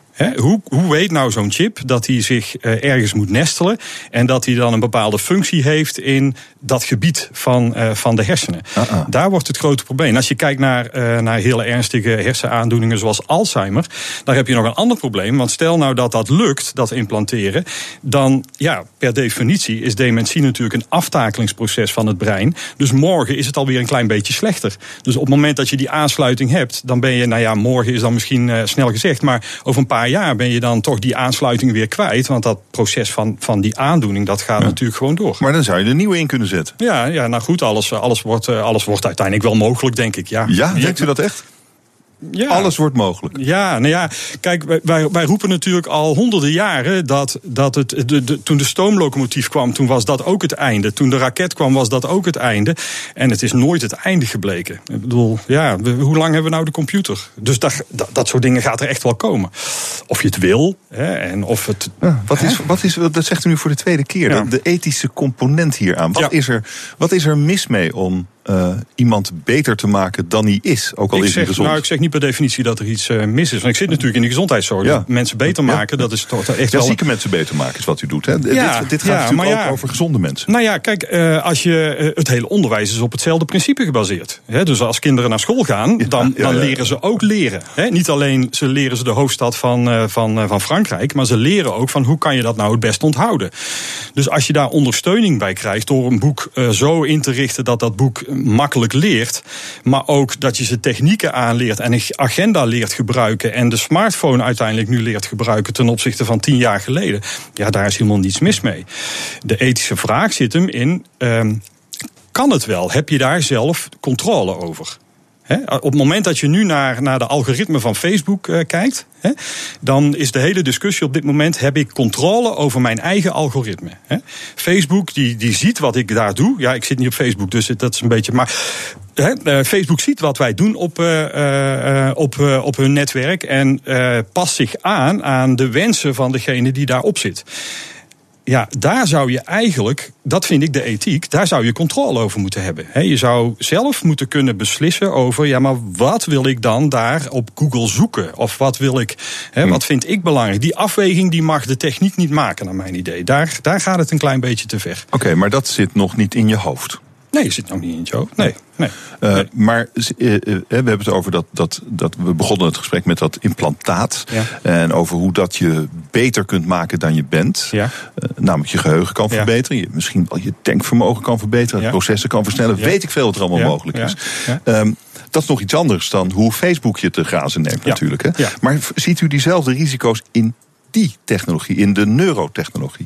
He, hoe, hoe weet nou zo'n chip dat hij zich uh, ergens moet nestelen en dat hij dan een bepaalde functie heeft in dat gebied van, uh, van de hersenen? Uh-uh. Daar wordt het grote probleem. Als je kijkt naar, uh, naar hele ernstige hersenaandoeningen zoals Alzheimer, daar heb je nog een ander probleem. Want stel nou dat dat lukt, dat implanteren, dan ja, per definitie is dementie natuurlijk een aftakelingsproces van het brein. Dus morgen is het alweer een klein beetje slechter. Dus op het moment dat je die aansluiting hebt, dan ben je, nou ja, morgen is dan misschien uh, snel gezegd, maar over een paar jaar ben je dan toch die aansluiting weer kwijt. Want dat proces van, van die aandoening, dat gaat ja. natuurlijk gewoon door. Maar dan zou je er nieuwe in kunnen zetten. Ja, ja nou goed, alles, alles, wordt, alles wordt uiteindelijk wel mogelijk, denk ik. Ja, ja denkt u dat echt? Ja. Alles wordt mogelijk. Ja, nou ja, kijk, wij, wij roepen natuurlijk al honderden jaren dat, dat het, de, de, toen de stoomlocomotief kwam, toen was dat ook het einde. Toen de raket kwam, was dat ook het einde. En het is nooit het einde gebleken. Ik bedoel, ja, we, hoe lang hebben we nou de computer? Dus dat, dat, dat soort dingen gaat er echt wel komen. Of je het wil, hè, en of het... Ja, wat, is, wat is, dat zegt u nu voor de tweede keer, ja. de, de ethische component hieraan. Wat, ja. is er, wat is er mis mee om... Uh, iemand beter te maken dan hij is, ook al ik is hij zeg, gezond. Nou, ik zeg niet per definitie dat er iets uh, mis is. Want ik zit natuurlijk in de gezondheidszorg. Ja. Mensen beter maken, ja. dat is toch echt ja, wel... zieke mensen beter maken is wat u doet. Hè? Ja, dit, dit gaat ja, natuurlijk ook ja, over gezonde mensen. Nou ja, kijk, uh, als je, uh, het hele onderwijs is op hetzelfde principe gebaseerd. Hè? Dus als kinderen naar school gaan, ja, dan, ja, dan ja. leren ze ook leren. Hè? Niet alleen ze leren ze de hoofdstad van, uh, van, uh, van Frankrijk, maar ze leren ook van hoe kan je dat nou het best onthouden. Dus als je daar ondersteuning bij krijgt door een boek uh, zo in te richten dat dat boek makkelijk leert, maar ook dat je ze technieken aanleert en een agenda leert gebruiken en de smartphone uiteindelijk nu leert gebruiken ten opzichte van tien jaar geleden. Ja, daar is helemaal niets mis mee. De ethische vraag zit hem in, um, kan het wel? Heb je daar zelf controle over? He, op het moment dat je nu naar, naar de algoritme van Facebook uh, kijkt, he, dan is de hele discussie op dit moment, heb ik controle over mijn eigen algoritme? He? Facebook die, die ziet wat ik daar doe. Ja, ik zit niet op Facebook, dus dat is een beetje... Maar he, uh, Facebook ziet wat wij doen op, uh, uh, op, uh, op hun netwerk en uh, past zich aan aan de wensen van degene die daarop zit. Ja, daar zou je eigenlijk, dat vind ik de ethiek, daar zou je controle over moeten hebben. He, je zou zelf moeten kunnen beslissen over, ja, maar wat wil ik dan daar op Google zoeken? Of wat wil ik, he, wat vind ik belangrijk? Die afweging die mag de techniek niet maken, naar mijn idee. Daar, daar gaat het een klein beetje te ver. Oké, okay, maar dat zit nog niet in je hoofd. Nee, je zit nog niet in je hoofd. Nee, nee. Uh, nee. Maar uh, we hebben het over dat, dat, dat... We begonnen het gesprek met dat implantaat. Ja. En over hoe dat je beter kunt maken dan je bent. Ja. Uh, namelijk je geheugen kan ja. verbeteren. Je, misschien wel je denkvermogen kan verbeteren. Ja. Processen kan versnellen. Ja. Weet ik veel wat er allemaal ja. mogelijk is. Ja. Ja. Um, dat is nog iets anders dan hoe Facebook je te grazen neemt ja. natuurlijk. Hè? Ja. Maar ziet u diezelfde risico's in die technologie, in de neurotechnologie?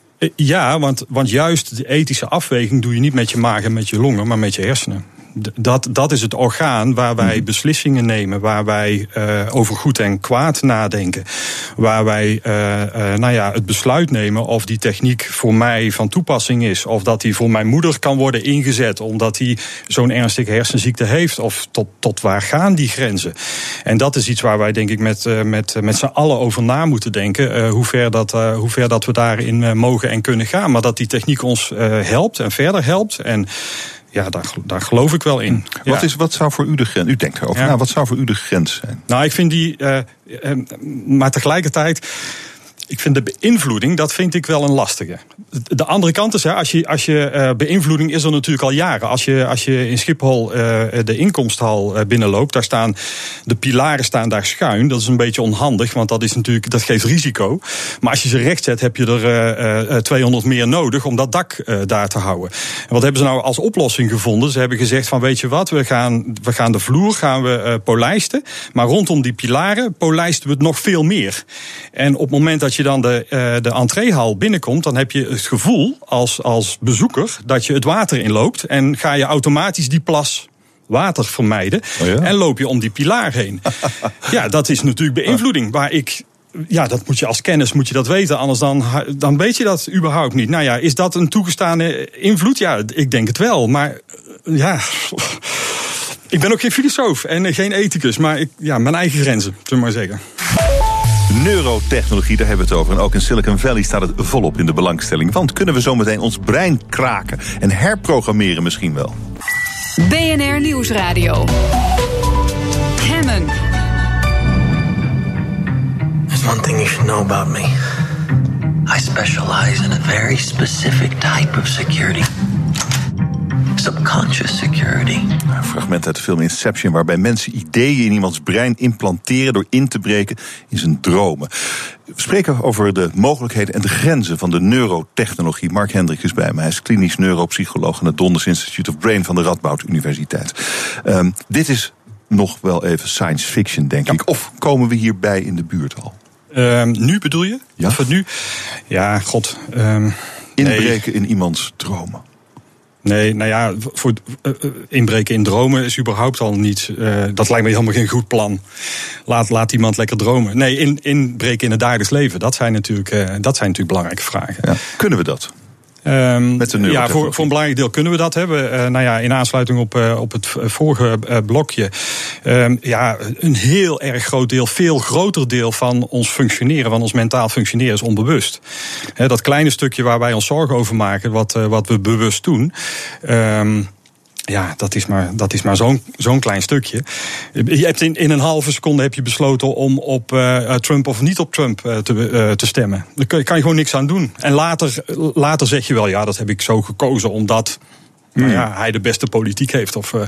Ja, want, want juist de ethische afweging doe je niet met je maag en met je longen, maar met je hersenen. Dat, dat is het orgaan waar wij beslissingen nemen, waar wij uh, over goed en kwaad nadenken. Waar wij uh, uh, nou ja, het besluit nemen of die techniek voor mij van toepassing is. Of dat die voor mijn moeder kan worden ingezet omdat die zo'n ernstige hersenziekte heeft. Of tot, tot waar gaan die grenzen? En dat is iets waar wij denk ik met, uh, met, met z'n allen over na moeten denken. Uh, hoe, ver dat, uh, hoe ver dat we daarin uh, mogen en kunnen gaan. Maar dat die techniek ons uh, helpt en verder helpt. En ja, daar, daar geloof ik wel in. Ja. Wat, is, wat zou voor u de grens? U denkt erover. Ja. Nou, wat zou voor u de grens zijn? Nou, ik vind die. Uh, uh, maar tegelijkertijd. Ik vind de beïnvloeding, dat vind ik wel een lastige. De andere kant is, als je, als je uh, beïnvloeding is er natuurlijk al jaren. Als je, als je in Schiphol uh, de inkomsthal uh, binnenloopt, daar staan de pilaren staan daar schuin. Dat is een beetje onhandig, want dat is natuurlijk, dat geeft risico. Maar als je ze recht zet, heb je er uh, tweehonderd meer nodig om dat dak uh, daar te houden. En wat hebben ze nou als oplossing gevonden? Ze hebben gezegd van, weet je wat, we gaan, we gaan de vloer gaan we uh, polijsten, maar rondom die pilaren polijsten we het nog veel meer. En op het moment dat je dan de, uh, de entreehal binnenkomt, dan heb je het gevoel als, als bezoeker dat je het water inloopt en ga je automatisch die plas water vermijden. Oh ja? En loop je om die pilaar heen. Ja, dat is natuurlijk beïnvloeding. Waar ik, ja, dat moet je als kennis moet je dat weten, anders dan, dan weet je dat überhaupt niet. Nou ja, is dat een toegestane invloed? Ja, ik denk het wel. Maar ja, ik ben ook geen filosoof en geen ethicus, maar ik, ja, mijn eigen grenzen, zullen we maar zeggen. Neurotechnologie, daar hebben we het over. En ook in Silicon Valley staat het volop in de belangstelling. Want kunnen we zometeen ons brein kraken en herprogrammeren misschien wel? B N R Nieuwsradio. Hemmen. Het something you should know about me. I specialize in a very specific type of security. Subconscious security. Een fragment uit de film Inception, waarbij mensen ideeën in iemands brein implanteren door in te breken in zijn dromen. We spreken over de mogelijkheden en de grenzen van de neurotechnologie. Mark Hendrik is bij me. Hij is klinisch neuropsycholoog aan het Donders Institute of Brain van de Radboud Universiteit. Um, dit is nog wel even science fiction, denk ja. ik. Of komen we hierbij in de buurt al? Um, nu bedoel je? Ja. Of het nu? Ja, god. Um, Inbreken nee. in iemands dromen. Nee, nou ja, voor uh, inbreken in dromen is überhaupt al niet. Uh, dat lijkt me helemaal geen goed plan. Laat, laat iemand lekker dromen. Nee, in, inbreken in het dagelijks leven, dat zijn natuurlijk, uh, dat zijn natuurlijk belangrijke vragen. Ja. Kunnen we dat? Um, ja, voor, voor een belangrijk deel kunnen we dat hebben. Uh, nou ja, in aansluiting op, uh, op het vorige uh, blokje. Um, ja, een heel erg groot deel, veel groter deel van ons functioneren, van ons mentaal functioneren is onbewust. He, dat kleine stukje waar wij ons zorgen over maken, wat, uh, wat we bewust doen. Um, Ja, dat is maar, dat is maar zo'n, zo'n klein stukje. Je hebt in, in een halve seconde heb je besloten om op uh, Trump of niet op Trump uh, te, uh, te stemmen. Daar kan je, kan je gewoon niks aan doen. En later, later zeg je wel, ja, dat heb ik zo gekozen omdat nou ja, hij de beste politiek heeft. Of uh,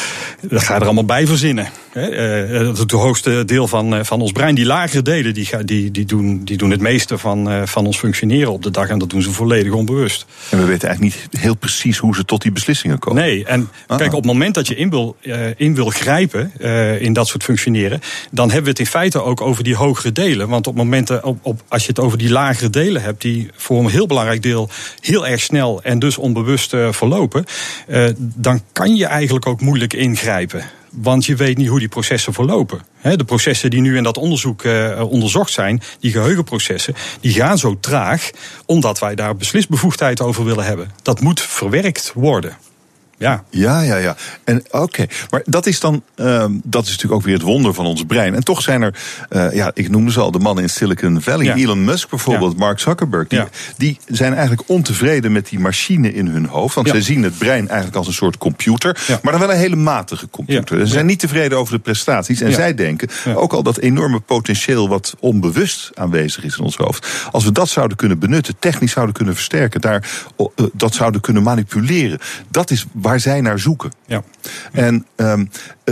dat ga je er allemaal bij verzinnen. Hè? Uh, het hoogste deel van, uh, van ons brein, die lagere delen, die, die, die, doen, die doen het meeste van, uh, van ons functioneren op de dag. En dat doen ze volledig onbewust. En we weten eigenlijk niet heel precies hoe ze tot die beslissingen komen. Nee, en ah. kijk, op het moment dat je in wil, uh, in wil grijpen uh, in dat soort functioneren, dan hebben we het in feite ook over die hogere delen. Want op momenten, op, op, als je het over die lagere delen hebt, die voor een heel belangrijk deel heel erg snel en dus onbewust uh, verlopen, Uh, dan kan je eigenlijk ook moeilijk ingrijpen. Want je weet niet hoe die processen verlopen. He, de processen die nu in dat onderzoek uh, onderzocht zijn, die geheugenprocessen, die gaan zo traag omdat wij daar beslisbevoegdheid over willen hebben. Dat moet verwerkt worden. Ja, ja, ja. ja. En oké, okay. Maar dat is dan, uh, dat is natuurlijk ook weer het wonder van ons brein. En toch zijn er, uh, ja, ik noemde ze al, de mannen in Silicon Valley, ja. Elon Musk bijvoorbeeld, ja. Mark Zuckerberg, die, ja. die zijn eigenlijk ontevreden met die machine in hun hoofd. Want ja. zij zien het brein eigenlijk als een soort computer, ja. maar dan wel een hele matige computer. Ja. Ze zijn niet tevreden over de prestaties en ja. zij denken ja. ook al dat enorme potentieel wat onbewust aanwezig is in ons hoofd. Als we dat zouden kunnen benutten, technisch zouden kunnen versterken, daar, uh, dat zouden kunnen manipuleren, dat is waar zij naar zoeken. Ja. En um,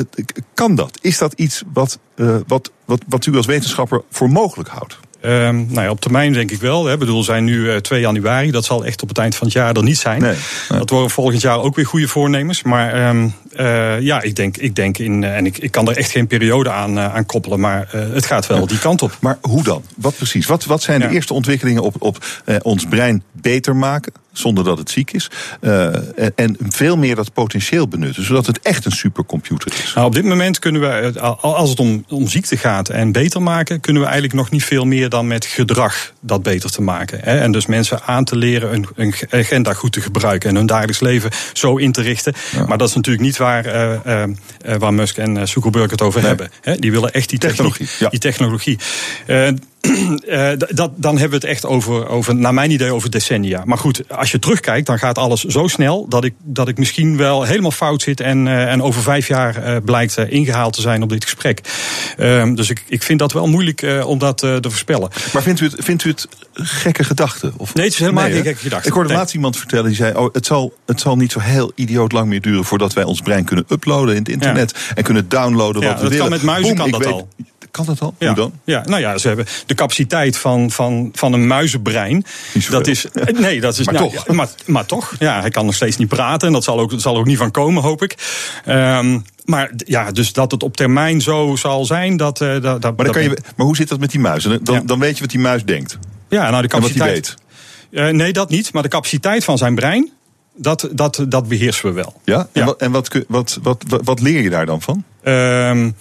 kan dat? Is dat iets wat, uh, wat, wat, wat u als wetenschapper voor mogelijk houdt? Um, nou ja, op termijn denk ik wel. Hè. Ik bedoel, we zijn nu uh, twee januari. Dat zal echt op het eind van het jaar er niet zijn. Nee, nee. Dat worden volgend jaar ook weer goede voornemens. Maar um, uh, ja, ik denk, ik denk in, uh, en ik, ik kan er echt geen periode aan, uh, aan koppelen. Maar uh, het gaat wel ja. die kant op. Maar hoe dan? Wat precies? Wat, wat zijn ja. de eerste ontwikkelingen op, op uh, ons brein beter maken, zonder dat het ziek is? Uh, en, en veel meer dat potentieel benutten, zodat het echt een supercomputer is. Nou, op dit moment kunnen we, als het om, om ziekte gaat en beter maken, kunnen we eigenlijk nog niet veel meer dan met gedrag dat beter te maken. Hè? En dus mensen aan te leren een, een agenda goed te gebruiken en hun dagelijks leven zo in te richten. Ja. Maar dat is natuurlijk niet waar, uh, uh, waar Musk en Zuckerberg het over nee. hebben. Hè? Die willen echt die technologie. Ja. Die technologie. Uh, Uh, dat, dan hebben we het echt over, over, naar mijn idee, over decennia. Maar goed, als je terugkijkt, dan gaat alles zo snel dat ik, dat ik misschien wel helemaal fout zit en, uh, en over vijf jaar uh, blijkt uh, ingehaald te zijn op dit gesprek. Uh, dus ik, ik vind dat wel moeilijk uh, om dat uh, te voorspellen. Maar vindt u het, vindt u het gekke gedachten? Of? Nee, het is helemaal nee, geen gekke gedachten. Ik hoorde nee. laatst iemand vertellen, die zei, oh, het zal, het zal niet zo heel idioot lang meer duren voordat wij ons brein kunnen uploaden in het internet ja. en kunnen downloaden wat ja, we dat willen. Kan met muizen Boom, kan dat weet, al. Kan dat al? Ja. Hoe dan? Ja, nou ja, ze hebben de capaciteit van, van, van een muizenbrein. Dat is, nee, dat is maar, nou, toch. Ja, maar, maar toch. Ja, hij kan nog steeds niet praten en dat zal ook, dat zal ook niet van komen, hoop ik. Um, maar ja, dus dat het op termijn zo zal zijn, dat. Uh, dat, dat maar, dan kan je, maar hoe zit dat met die muis? Dan, ja. dan weet je wat die muis denkt. Ja, nou de capaciteit. En wat die weet. Uh, nee, dat niet. Maar de capaciteit van zijn brein, dat, dat, dat beheersen we wel. Ja? En, ja. Wat, en wat, wat, wat, wat, wat leer je daar dan van? Um,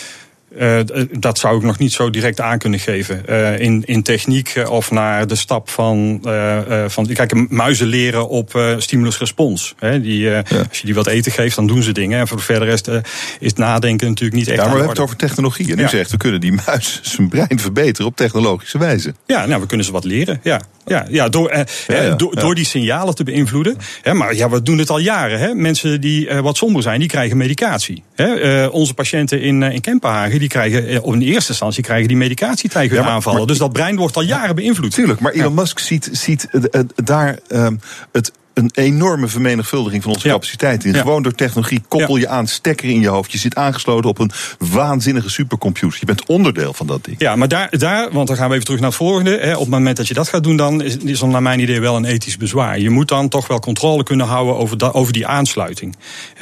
Uh, dat zou ik nog niet zo direct aan kunnen geven. Uh, in, in techniek uh, of naar de stap van, uh, uh, van kijk, muizen leren op uh, stimulus-respons. Hè, die, uh, ja. Als je die wat eten geeft, dan doen ze dingen. En voor de verdere rest uh, is nadenken natuurlijk niet echt. Ja, maar aan we hebben het over technologie. En u ja. zegt, we kunnen die muis zijn brein verbeteren op technologische wijze. Ja, nou, we kunnen ze wat leren, ja. Ja, ja, door, eh, ja, ja, door, ja. door die signalen te beïnvloeden. Hè, maar ja, we doen het al jaren. Hè. Mensen die uh, wat somber zijn, die krijgen medicatie. Hè. Uh, onze patiënten in, uh, in Kempenhagen, die krijgen, uh, in eerste instantie krijgen die medicatie tegen hun ja, maar, aanvallen. Maar, dus dat brein wordt al jaren beïnvloed. Tuurlijk, maar Elon ja. Musk ziet, ziet uh, uh, daar uh, het... een enorme vermenigvuldiging van onze ja. capaciteit in. Ja. Gewoon door technologie koppel je ja. aan, stekker in je hoofd. Je zit aangesloten op een waanzinnige supercomputer. Je bent onderdeel van dat ding. Ja, maar daar, daar want dan gaan we even terug naar het volgende. Hè, op het moment dat je dat gaat doen, dan is, is er naar mijn idee wel een ethisch bezwaar. Je moet dan toch wel controle kunnen houden over, da, over die aansluiting.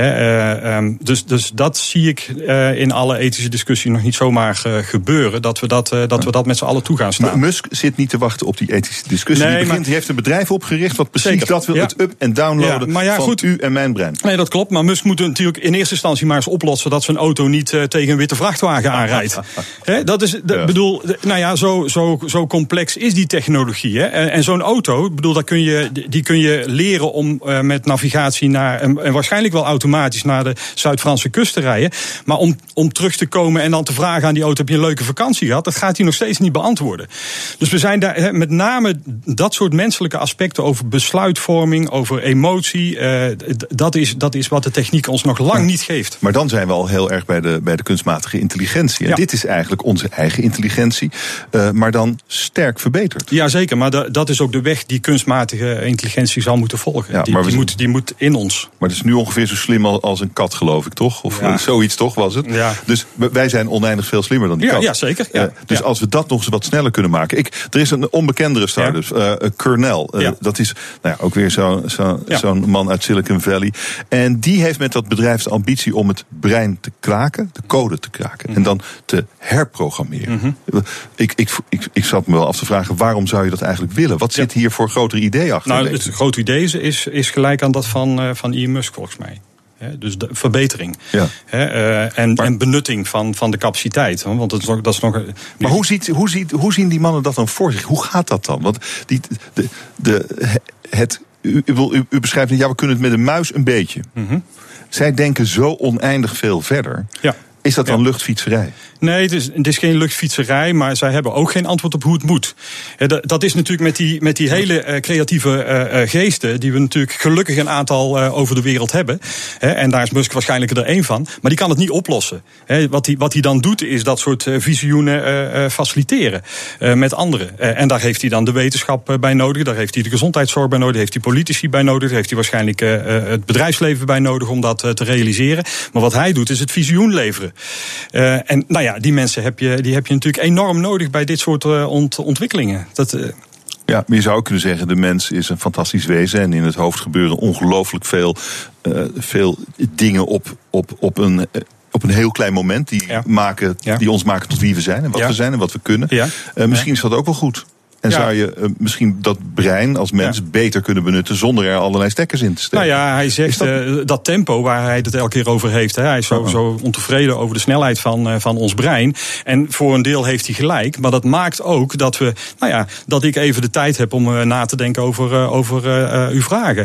Hè, uh, um, dus, dus dat zie ik uh, in alle ethische discussie nog niet zomaar uh, gebeuren. Dat we dat, uh, dat, we dat met z'n allen toe gaan staan. Maar Musk zit niet te wachten op die ethische discussie. Nee, die begint, maar, hij heeft een bedrijf opgericht wat precies zeker. dat wil. Ja. Het up- en downloaden ja, ja, van goed. u en mijn brein. Nee, dat klopt. Maar Musk moet natuurlijk in eerste instantie maar eens oplossen dat zijn auto niet uh, tegen een witte vrachtwagen aanrijdt. He, dat is, de, ja. bedoel, de, nou ja, zo, zo, zo complex is die technologie. Hè. En, en zo'n auto, bedoel, dat kun je, die kun je leren om uh, met navigatie naar, en, en waarschijnlijk wel automatisch naar de Zuid-Franse kust te rijden. Maar om, om terug te komen en dan te vragen aan die auto, heb je een leuke vakantie gehad? Dat gaat hij nog steeds niet beantwoorden. Dus we zijn daar, he, met name dat soort menselijke aspecten over besluitvorming, over emotie, uh, dat, is, dat is wat de techniek ons nog lang niet geeft. Maar dan zijn we al heel erg bij de, bij de kunstmatige intelligentie. En ja. dit is eigenlijk onze eigen intelligentie, uh, maar dan sterk verbeterd. Jazeker, maar da, dat is ook de weg die kunstmatige intelligentie zal moeten volgen. Ja, die, die, moet, die moet in ons. Maar het is nu ongeveer zo slim als een kat, geloof ik, toch? Of ja. zoiets, toch, was het? Ja. Dus wij zijn oneindig veel slimmer dan die ja, kat. Ja, zeker. Ja. Uh, dus ja. als we dat nog eens wat sneller kunnen maken. Ik, er is een onbekendere start-up, ja. uh, Kernel. Uh, ja. Dat is nou ja, ook weer zo, zo, ja. zo'n man uit Silicon Valley. En die heeft met dat bedrijf de ambitie om het brein te kraken, de code te kraken. Mm-hmm. En dan te herprogrammeren. Mm-hmm. Ik, ik, ik, ik zat me wel af te vragen, waarom zou je dat eigenlijk willen? Wat zit ja. hier voor groter idee achter? Nou, het grote idee is, is, is gelijk aan dat van, uh, van Elon Musk, volgens mij. He, dus de verbetering ja. He, uh, en, maar, en benutting van, van de capaciteit. Want dat is nog, dat is nog, maar hoe, ziet, hoe, ziet, hoe zien die mannen dat dan voor zich? Hoe gaat dat dan? Want die, de, de, het, u, u, u beschrijft, ja, we kunnen het met een muis een beetje. Mm-hmm. Zij denken zo oneindig veel verder. Ja. Is dat dan ja. luchtfietserij? Nee, het is, het is geen luchtfietserij, maar zij hebben ook geen antwoord op hoe het moet. Dat is natuurlijk met die, met die hele uh, creatieve uh, geesten, die we natuurlijk gelukkig een aantal uh, over de wereld hebben. En daar is Musk waarschijnlijk er één van. Maar die kan het niet oplossen. Wat hij, wat hij dan doet, is dat soort visioenen uh, faciliteren uh, met anderen. Uh, en daar heeft hij dan de wetenschap bij nodig, daar heeft hij de gezondheidszorg bij nodig, daar heeft hij politici bij nodig, daar heeft hij waarschijnlijk uh, het bedrijfsleven bij nodig om dat uh, te realiseren. Maar wat hij doet, is het visioen leveren. Uh, en nou ja, die mensen heb je, die heb je natuurlijk enorm nodig bij dit soort uh, ont, ontwikkelingen. Dat, uh... Ja, maar je zou ook kunnen zeggen, de mens is een fantastisch wezen en in het hoofd gebeuren ongelooflijk veel, uh, veel dingen op, op, op een... Uh, op een heel klein moment, die, ja. maken, ja. die ons maken tot wie we zijn en wat ja. we zijn en wat we kunnen. Ja. Uh, misschien ja. is dat ook wel goed. En ja. zou je uh, misschien dat brein als mens ja. beter kunnen benutten zonder er allerlei stekkers in te steken? Nou ja, hij zegt dat... Uh, dat tempo waar hij het elke keer over heeft. Hè, hij is zo, oh. zo ontevreden over de snelheid van, uh, van ons brein. En voor een deel heeft hij gelijk. Maar dat maakt ook dat we, nou ja, dat ik even de tijd heb om uh, na te denken over, uh, over uh, uw vragen.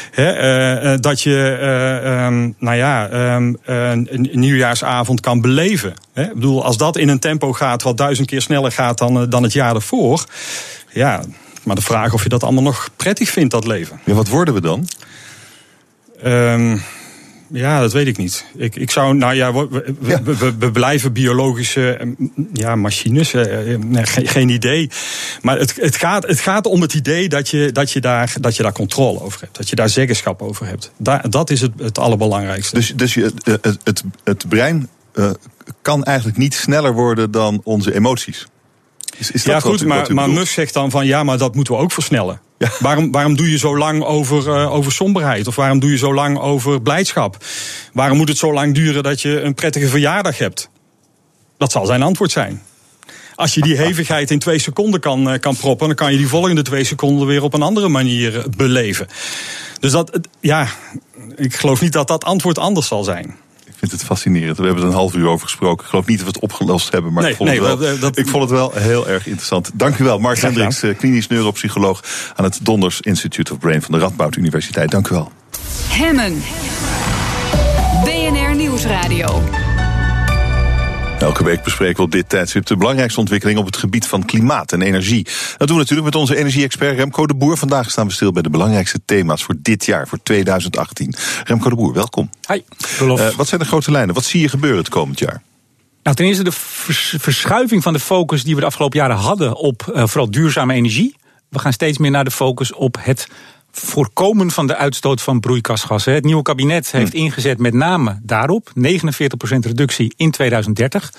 Hè, uh, dat je, uh, um, nou ja, um, uh, een nieuwjaarsavond kan beleven. Hè? Ik bedoel, als dat in een tempo gaat wat duizend keer sneller gaat dan, uh, dan het jaar ervoor. Ja, maar de vraag of je dat allemaal nog prettig vindt, dat leven. Ja, wat worden we dan? Um, ja, dat weet ik niet. Ik, ik zou, nou ja, we, we, ja. we, we, we blijven biologische ja, machines. Uh, nee, geen, geen idee. Maar het, het, gaat, het gaat om het idee dat je, dat, je daar, dat je daar controle over hebt. Dat je daar zeggenschap over hebt. Daar, dat is het, het allerbelangrijkste. Dus, dus je, het, het, het brein uh, kan eigenlijk niet sneller worden dan onze emoties? Is, is dat ja, goed, u, maar, maar Musk zegt dan van ja, maar dat moeten we ook versnellen. Ja. Waarom, waarom doe je zo lang over, uh, over somberheid? Of waarom doe je zo lang over blijdschap? Waarom moet het zo lang duren dat je een prettige verjaardag hebt? Dat zal zijn antwoord zijn. Als je die hevigheid in twee seconden kan, uh, kan proppen, dan kan je die volgende twee seconden weer op een andere manier uh, beleven. Dus dat, ja, ik geloof niet dat dat antwoord anders zal zijn. Ik vind het fascinerend. We hebben er een half uur over gesproken. Ik geloof niet dat we het opgelost hebben, maar nee, ik, vond nee, het wel, dat... ik vond het wel heel erg interessant. Dank u wel, Mark Hendricks, klinisch neuropsycholoog aan het Donders Institute of Brain van de Radboud Universiteit. Dank u wel. Hemmen. B N R Nieuwsradio. Elke week bespreken we op dit tijdstip de belangrijkste ontwikkelingen op het gebied van klimaat en energie. Dat doen we natuurlijk met onze energie-expert Remco de Boer. Vandaag staan we stil bij de belangrijkste thema's voor dit jaar, voor tweeduizend achttien. Remco de Boer, welkom. Hi, Rolof. Uh, wat zijn de grote lijnen? Wat zie je gebeuren het komend jaar? Nou, ten eerste de vers- verschuiving van de focus die we de afgelopen jaren hadden op uh, vooral duurzame energie. We gaan steeds meer naar de focus op het voorkomen van de uitstoot van broeikasgassen. Het nieuwe kabinet heeft ingezet met name daarop. negenenveertig procent reductie in tweeduizend dertig.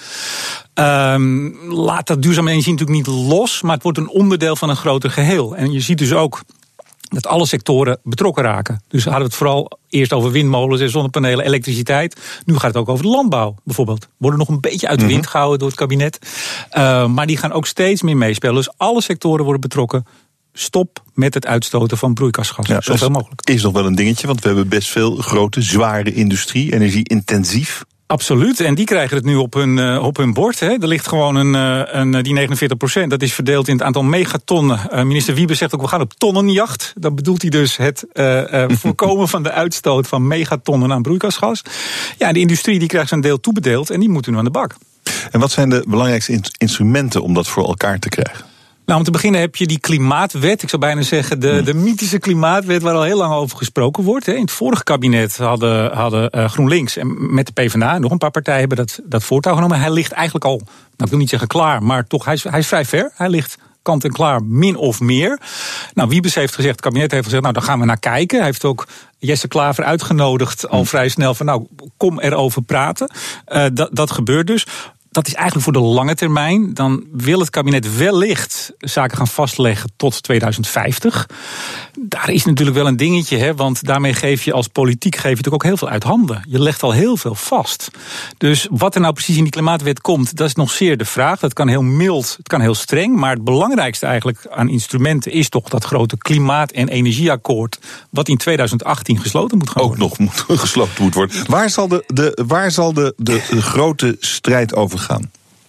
Um, laat dat duurzame energie natuurlijk niet los, maar het wordt een onderdeel van een groter geheel. En je ziet dus ook dat alle sectoren betrokken raken. Dus hadden we het vooral eerst over windmolens en zonnepanelen, elektriciteit. Nu gaat het ook over de landbouw bijvoorbeeld. Worden nog een beetje uit de wind gehouden door het kabinet. Uh, maar die gaan ook steeds meer meespelen. Dus alle sectoren worden betrokken. Stop met het uitstoten van broeikasgassen, ja, zoveel mogelijk. Is nog wel een dingetje, want we hebben best veel grote, zware industrie, energie-intensief. Absoluut, en die krijgen het nu op hun, uh, op hun bord. Hè. Er ligt gewoon een, een, die negenenveertig procent, dat is verdeeld in het aantal megatonnen. Uh, minister Wiebes zegt ook, we gaan op tonnenjacht. Dan bedoelt hij dus het uh, uh, voorkomen van de uitstoot van megatonnen aan broeikasgas. Ja, de industrie die krijgt zijn deel toebedeeld en die moeten nu aan de bak. En wat zijn de belangrijkste in- instrumenten om dat voor elkaar te krijgen? Nou, om te beginnen heb je die klimaatwet. Ik zou bijna zeggen de, de mythische klimaatwet waar al heel lang over gesproken wordt. In het vorige kabinet hadden, hadden uh, GroenLinks en met de PvdA en nog een paar partijen hebben dat, dat voortouw genomen. Hij ligt eigenlijk al, nou ik wil niet zeggen klaar, maar toch, hij is, hij is vrij ver. Hij ligt kant en klaar, min of meer. Nou, Wiebes heeft gezegd, het kabinet heeft gezegd, nou, daar gaan we naar kijken. Hij heeft ook Jesse Klaver uitgenodigd al vrij snel van, nou, kom erover praten. Uh, dat, dat gebeurt dus. Dat is eigenlijk voor de lange termijn. Dan wil het kabinet wellicht zaken gaan vastleggen tot tweeduizend vijftig. Daar is natuurlijk wel een dingetje, hè, want daarmee geef je als politiek geef je natuurlijk ook heel veel uit handen. Je legt al heel veel vast. Dus wat er nou precies in die klimaatwet komt, dat is nog zeer de vraag. Dat kan heel mild, het kan heel streng, maar het belangrijkste eigenlijk aan instrumenten is toch dat grote klimaat- en energieakkoord wat in tweeduizend achttien gesloten moet gaan ook worden. Ook nog moet, gesloten moet worden. Waar zal de, de, waar zal de, de, de grote strijd over gaan?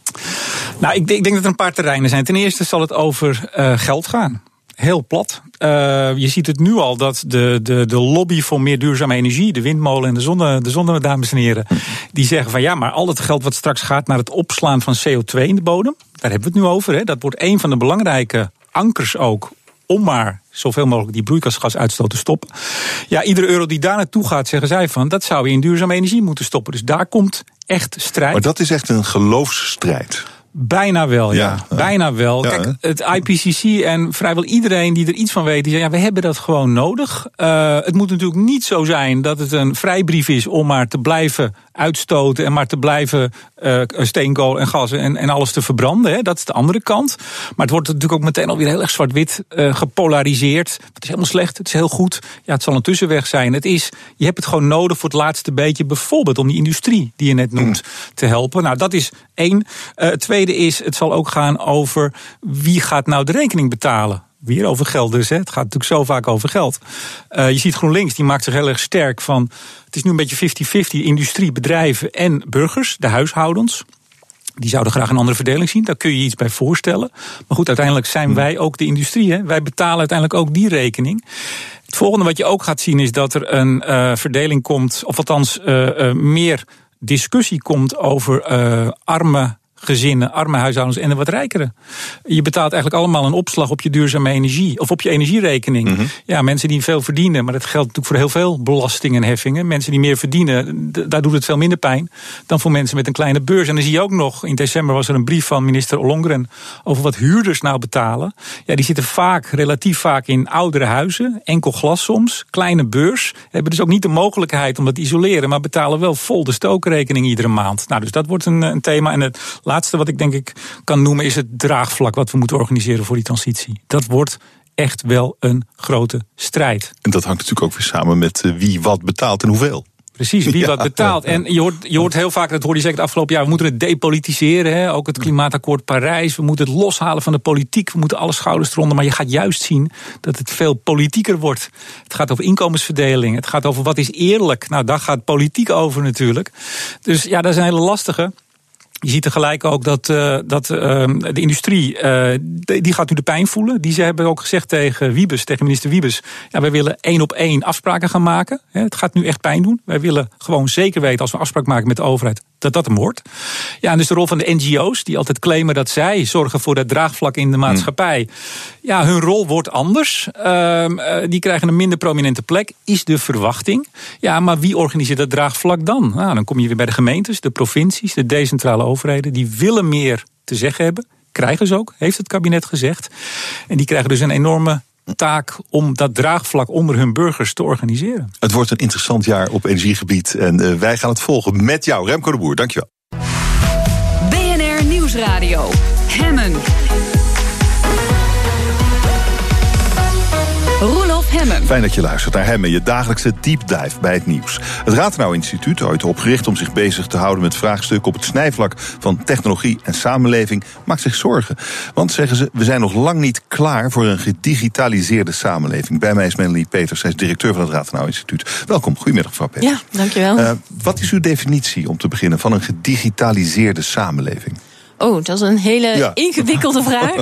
Nou, ik denk, ik denk dat er een paar terreinen zijn. Ten eerste zal het over uh, geld gaan. Heel plat. Uh, je ziet het nu al dat de, de, de lobby voor meer duurzame energie, de windmolen en de zonne, de zonne, dames en heren, die zeggen van ja, maar al het geld wat straks gaat naar het opslaan van C O twee in de bodem, daar hebben we het nu over. Hè. Dat wordt een van de belangrijke ankers ook om maar zoveel mogelijk die broeikasgasuitstoot te stoppen. Ja, iedere euro die daar naartoe gaat, zeggen zij van, dat zou je in duurzame energie moeten stoppen. Dus daar komt echt strijd. Maar dat is echt een geloofsstrijd. Bijna wel, ja. ja, ja. Bijna wel. Ja, kijk, het I P C C en vrijwel iedereen die er iets van weet, die zegt, ja, we hebben dat gewoon nodig. Uh, het moet natuurlijk niet zo zijn dat het een vrijbrief is om maar te blijven uitstoten en maar te blijven uh, steenkool en gas en, en alles te verbranden. Hè. Dat is de andere kant. Maar het wordt natuurlijk ook meteen alweer heel erg zwart-wit uh, gepolariseerd. Het is helemaal slecht, het is heel goed. Ja, het zal een tussenweg zijn. Het is, je hebt het gewoon nodig voor het laatste beetje, bijvoorbeeld om die industrie die je net noemt mm. te helpen. Nou, dat is één. Uh, tweede is, het zal ook gaan over wie gaat nou de rekening betalen. Weer over geld dus, hè. Het gaat natuurlijk zo vaak over geld. Uh, je ziet GroenLinks, die maakt zich heel erg sterk van, het is nu een beetje vijftig vijftig, industrie, bedrijven en burgers, de huishoudens. Die zouden graag een andere verdeling zien, daar kun je je iets bij voorstellen. Maar goed, uiteindelijk zijn wij ook de industrie, hè. Wij betalen uiteindelijk ook die rekening. Het volgende wat je ook gaat zien is dat er een uh, verdeling komt, of althans uh, uh, meer discussie komt over uh, arme gezinnen, arme huishoudens en de wat rijkere. Je betaalt eigenlijk allemaal een opslag op je duurzame energie of op je energierekening. Mm-hmm. Ja, mensen die veel verdienen, maar dat geldt natuurlijk voor heel veel belastingen en heffingen. Mensen die meer verdienen, d- daar doet het veel minder pijn dan voor mensen met een kleine beurs. En dan zie je ook nog, in december was er een brief van minister Ollongren over wat huurders nou betalen. Ja, die zitten vaak, relatief vaak in oudere huizen, enkel glas soms, kleine beurs, hebben dus ook niet de mogelijkheid om dat te isoleren, maar betalen wel vol de stookrekening iedere maand. Nou, dus dat wordt een, een thema. En het laatste wat ik denk ik kan noemen is het draagvlak wat we moeten organiseren voor die transitie. Dat wordt echt wel een grote strijd. En dat hangt natuurlijk ook weer samen met wie wat betaalt en hoeveel. Precies, wie ja, wat betaalt. Ja, ja. En je hoort, je hoort heel vaak, dat hoorde je zeker het afgelopen jaar, we moeten het depolitiseren. Hè? Ook het klimaatakkoord Parijs. We moeten het loshalen van de politiek. We moeten alle schouders eronder. Maar je gaat juist zien dat het veel politieker wordt. Het gaat over inkomensverdeling. Het gaat over wat is eerlijk. Nou, daar gaat politiek over natuurlijk. Dus ja, dat is een hele lastige. Je ziet tegelijk ook dat, uh, dat uh, de industrie, uh, die gaat nu de pijn voelen. Die ze hebben ook gezegd tegen Wiebes, tegen minister Wiebes, ja, wij willen één op één afspraken gaan maken. Het gaat nu echt pijn doen. Wij willen gewoon zeker weten, als we afspraak maken met de overheid, dat dat hem wordt. Ja, en dus de rol van de N G O's, die altijd claimen dat zij zorgen voor dat draagvlak in de maatschappij. Hmm. Ja, hun rol wordt anders. Uh, uh, die krijgen een minder prominente plek, is de verwachting. Ja, maar wie organiseert dat draagvlak dan? Nou, dan kom je weer bij de gemeentes, de provincies, de decentrale overheden. Die willen meer te zeggen hebben. Krijgen ze ook, heeft het kabinet gezegd. En die krijgen dus een enorme taak om dat draagvlak onder hun burgers te organiseren. Het wordt een interessant jaar op energiegebied en uh, wij gaan het volgen met jou, Remco de Boer. Dankjewel. B N R Nieuwsradio. Hemmen. Roelof Hemmen. Fijn dat je luistert naar Hemmen, je dagelijkse deep dive bij het nieuws. Het Rathenau Instituut, ooit opgericht om zich bezig te houden met vraagstukken op het snijvlak van technologie en samenleving, maakt zich zorgen. Want, zeggen ze, we zijn nog lang niet klaar voor een gedigitaliseerde samenleving. Bij mij is Melanie Peters, zij is directeur van het Rathenau Instituut. Welkom, goedemiddag mevrouw Peters. Ja, dankjewel. Uh, wat is uw definitie, om te beginnen, van een gedigitaliseerde samenleving? Oh, dat is een hele ja. ingewikkelde vraag.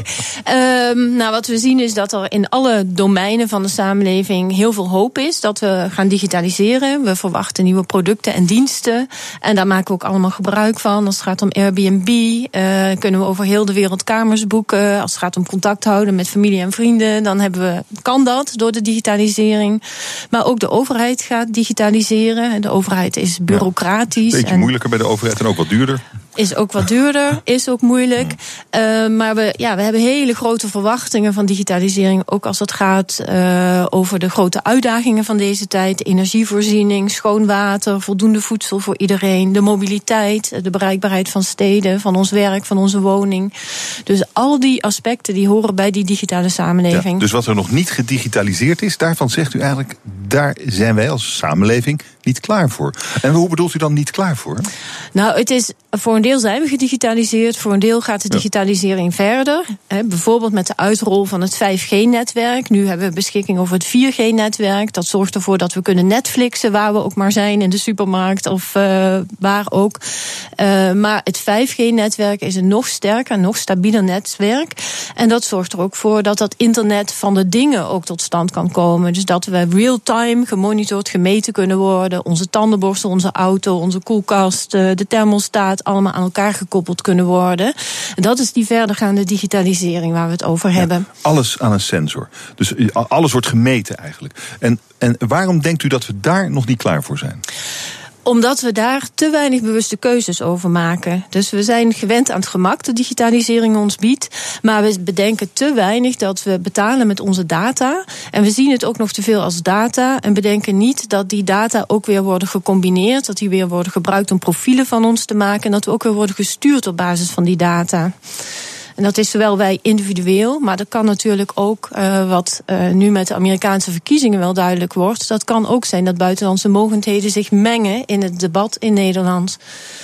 um, nou, wat we zien is dat er in alle domeinen van de samenleving heel veel hoop is dat we gaan digitaliseren. We verwachten nieuwe producten en diensten. En daar maken we ook allemaal gebruik van. Als het gaat om Airbnb, uh, kunnen we over heel de wereld kamers boeken. Als het gaat om contact houden met familie en vrienden, dan hebben we, kan dat door de digitalisering. Maar ook de overheid gaat digitaliseren. De overheid is bureaucratisch. Ja, beetje en moeilijker bij de overheid en ook wat duurder. Is ook wat duurder, is ook moeilijk. Uh, maar we, ja, we hebben hele grote verwachtingen van digitalisering. Ook als het gaat uh, over de grote uitdagingen van deze tijd. Energievoorziening, schoon water, voldoende voedsel voor iedereen. De mobiliteit, de bereikbaarheid van steden, van ons werk, van onze woning. Dus al die aspecten die horen bij die digitale samenleving. Ja, dus wat er nog niet gedigitaliseerd is, daarvan zegt u eigenlijk, daar zijn wij als samenleving niet klaar voor. En hoe bedoelt u dan niet klaar voor? Nou, het is, voor een deel zijn we gedigitaliseerd, voor een deel gaat de digitalisering ja. verder. He, bijvoorbeeld met de uitrol van het vijf G netwerk. Nu hebben we beschikking over het vier G netwerk. Dat zorgt ervoor dat we kunnen Netflixen waar we ook maar zijn, in de supermarkt of uh, waar ook. Uh, maar het vijf G netwerk is een nog sterker, nog stabieler netwerk. En dat zorgt er ook voor dat dat internet van de dingen ook tot stand kan komen. Dus dat we real-time gemonitord, gemeten kunnen worden. Onze tandenborstel, onze auto, onze koelkast, de thermostaat, allemaal aan elkaar gekoppeld kunnen worden. Dat is die verdergaande digitalisering waar we het over ja, hebben. Alles aan een sensor. Dus alles wordt gemeten eigenlijk. En, en waarom denkt u dat we daar nog niet klaar voor zijn? Omdat we daar te weinig bewuste keuzes over maken. Dus we zijn gewend aan het gemak dat digitalisering ons biedt. Maar we bedenken te weinig dat we betalen met onze data. En we zien het ook nog te veel als data. En bedenken niet dat die data ook weer worden gecombineerd. Dat die weer worden gebruikt om profielen van ons te maken. En dat we ook weer worden gestuurd op basis van die data. En dat is zowel wij individueel, maar dat kan natuurlijk ook, uh, wat uh, nu met de Amerikaanse verkiezingen wel duidelijk wordt. Dat kan ook zijn dat buitenlandse mogendheden zich mengen in het debat in Nederland.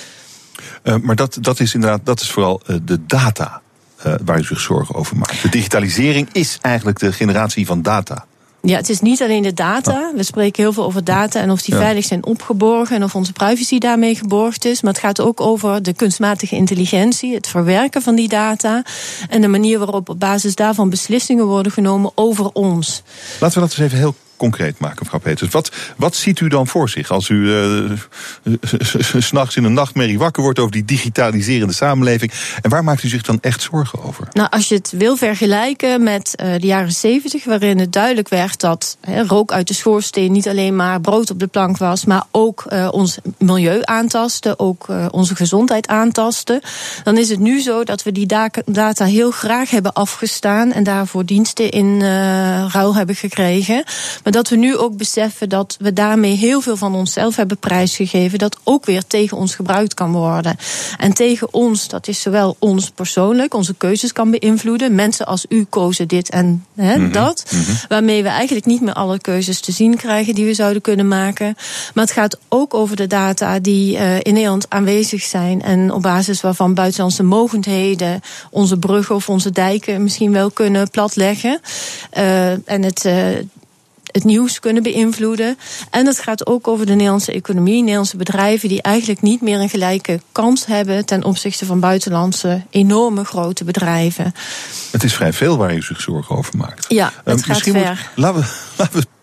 Uh, maar dat, dat is inderdaad, dat is vooral uh, de data uh, waar u zich zorgen over maakt. De digitalisering is eigenlijk de generatie van data. Ja, het is niet alleen de data. We spreken heel veel over data en of die ja. veilig zijn opgeborgen en of onze privacy daarmee geborgd is. Maar het gaat ook over de kunstmatige intelligentie, het verwerken van die data en de manier waarop op basis daarvan beslissingen worden genomen over ons. Laten we dat eens even heel concreet maken, mevrouw Peters. Wat, wat ziet u dan voor zich als u uh, s'nachts in een nachtmerrie wakker wordt over die digitaliserende samenleving? En waar maakt u zich dan echt zorgen over? Nou, als je het wil vergelijken met uh, de jaren zeventig, waarin het duidelijk werd dat he, rook uit de schoorsteen niet alleen maar brood op de plank was, maar ook uh, ons milieu aantastte, ook uh, onze gezondheid aantastte, dan is het nu zo dat we die data heel graag hebben afgestaan en daarvoor diensten in uh, ruil hebben gekregen. Maar dat we nu ook beseffen dat we daarmee heel veel van onszelf hebben prijsgegeven, dat ook weer tegen ons gebruikt kan worden. En tegen ons, dat is zowel ons persoonlijk, onze keuzes kan beïnvloeden. Mensen als u kozen dit en he, mm-hmm. dat. Mm-hmm. Waarmee we eigenlijk niet meer alle keuzes te zien krijgen die we zouden kunnen maken. Maar het gaat ook over de data die uh, in Nederland aanwezig zijn en op basis waarvan buitenlandse mogendheden onze bruggen of onze dijken misschien wel kunnen platleggen. Uh, en het Uh, het nieuws kunnen beïnvloeden. En het gaat ook over de Nederlandse economie, Nederlandse bedrijven die eigenlijk niet meer een gelijke kans hebben ten opzichte van buitenlandse enorme grote bedrijven. Het is vrij veel waar u zich zorgen over maakt. Ja, het uh, gaat ver. Moet, laten, we, laten we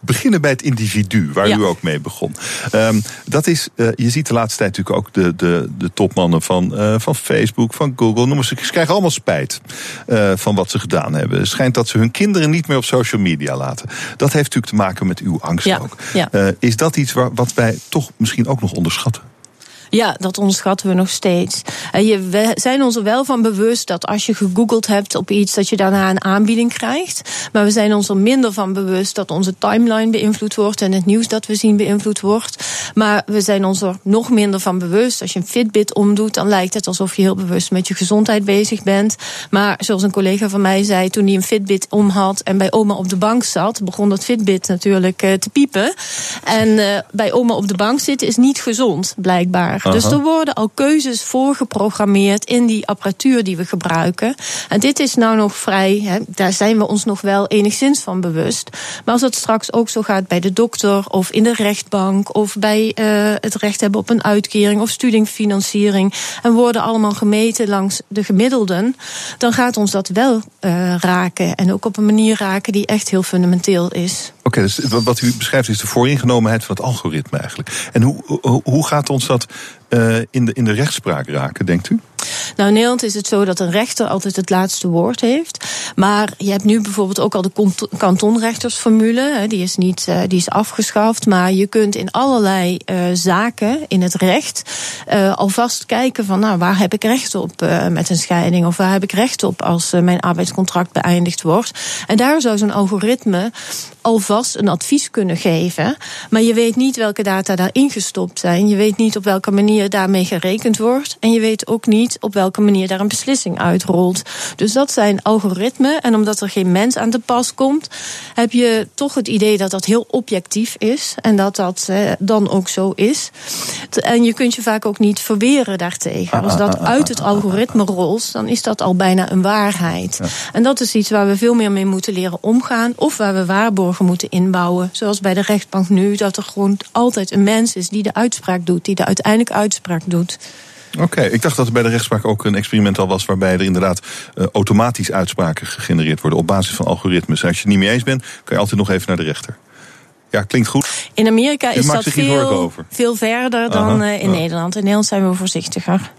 beginnen bij het individu, waar ja. u ook mee begon. Um, dat is, uh, je ziet de laatste tijd natuurlijk ook de, de, de topmannen van, uh, van Facebook, van Google, noem eens, ze krijgen allemaal spijt uh, van wat ze gedaan hebben. Het schijnt dat ze hun kinderen niet meer op social media laten. Dat heeft natuurlijk te maken met uw angst ja. ook. Ja. Uh, is dat iets waar, wat wij toch misschien ook nog onderschatten? Ja, dat onderschatten we nog steeds. Je, we zijn ons er wel van bewust dat als je gegoogeld hebt op iets, dat je daarna een aanbieding krijgt. Maar we zijn ons er minder van bewust dat onze timeline beïnvloed wordt en het nieuws dat we zien beïnvloed wordt. Maar we zijn ons er nog minder van bewust. Als je een Fitbit omdoet, dan lijkt het alsof je heel bewust met je gezondheid bezig bent. Maar zoals een collega van mij zei, toen hij een Fitbit om had en bij oma op de bank zat, begon dat Fitbit natuurlijk uh, te piepen. En uh, bij oma op de bank zitten is niet gezond, blijkbaar. Aha. Dus er worden al keuzes voorgeprogrammeerd in die apparatuur die we gebruiken. En dit is nou nog vrij, hè, daar zijn we ons nog wel enigszins van bewust. Maar als het straks ook zo gaat bij de dokter of in de rechtbank of bij uh, het recht hebben op een uitkering of studiefinanciering en worden allemaal gemeten langs de gemiddelden, dan gaat ons dat wel uh, raken. En ook op een manier raken die echt heel fundamenteel is. Oké, okay, dus wat u beschrijft is de vooringenomenheid van het algoritme eigenlijk. En hoe, hoe, hoe gaat ons dat uh, in, de, in de rechtspraak raken, denkt u? Nou, in Nederland is het zo dat een rechter altijd het laatste woord heeft. Maar je hebt nu bijvoorbeeld ook al de kantonrechtersformule. Die is, niet, uh, die is afgeschaft. Maar je kunt in allerlei uh, zaken in het recht uh, alvast kijken van, nou, waar heb ik recht op uh, met een scheiding? Of waar heb ik recht op als uh, mijn arbeidscontract beëindigd wordt? En daar zou zo'n algoritme alvast een advies kunnen geven. Maar je weet niet welke data daarin gestopt zijn. Je weet niet op welke manier daarmee gerekend wordt. En je weet ook niet op welke manier daar een beslissing uitrolt. Dus dat zijn algoritmen. En omdat er geen mens aan te pas komt, heb je toch het idee dat dat heel objectief is. En dat dat eh, dan ook zo is. En je kunt je vaak ook niet verweren daartegen. Als dat uit het algoritme rolt, dan is dat al bijna een waarheid. En dat is iets waar we veel meer mee moeten leren omgaan. Of waar we waarborgen moeten inbouwen. Zoals bij de rechtbank nu, dat er gewoon altijd een mens is die de uitspraak doet. Die de uiteindelijke uitspraak doet. Oké, okay, ik dacht dat er bij de rechtspraak ook een experiment al was waarbij er inderdaad uh, automatisch uitspraken gegenereerd worden op basis van algoritmes. En als je het niet mee eens bent, kan je altijd nog even naar de rechter. Ja, klinkt goed. In Amerika is dat veel, veel verder dan uh, in ja. Nederland. In Nederland zijn we voorzichtiger.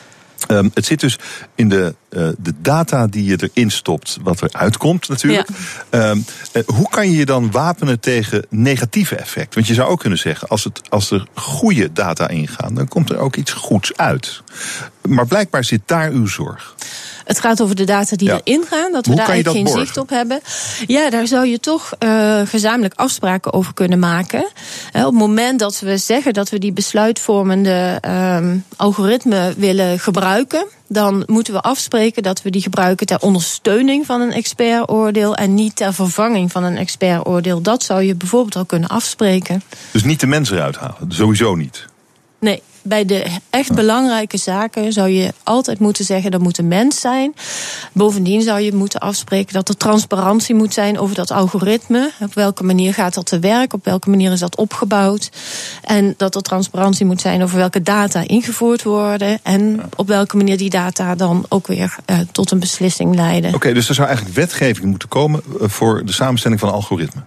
Um, het zit dus in de, uh, de data die je erin stopt, wat er uitkomt natuurlijk. Ja. Um, uh, hoe kan je je dan wapenen tegen negatieve effecten? Want je zou ook kunnen zeggen, als, het, als er goede data ingaan, dan komt er ook iets goeds uit. Maar blijkbaar zit daar uw zorg. Het gaat over de data die ja. erin gaan, dat we Hoe daar eigenlijk geen borgen? zicht op hebben. Ja, daar zou je toch uh, gezamenlijk afspraken over kunnen maken. Uh, op het moment dat we zeggen dat we die besluitvormende um, algoritme willen gebruiken, dan moeten we afspreken dat we die gebruiken ter ondersteuning van een expertoordeel en niet ter vervanging van een expertoordeel. Dat zou je bijvoorbeeld al kunnen afspreken. Dus niet de mensen eruit halen, sowieso niet? Nee. Bij de echt belangrijke zaken zou je altijd moeten zeggen, dat moet een mens zijn. Bovendien zou je moeten afspreken dat er transparantie moet zijn over dat algoritme. Op welke manier gaat dat te werk? Op welke manier is dat opgebouwd? En dat er transparantie moet zijn over welke data ingevoerd worden. En op welke manier die data dan ook weer uh, tot een beslissing leiden. Oké, okay, dus er zou eigenlijk wetgeving moeten komen voor de samenstelling van algoritmen.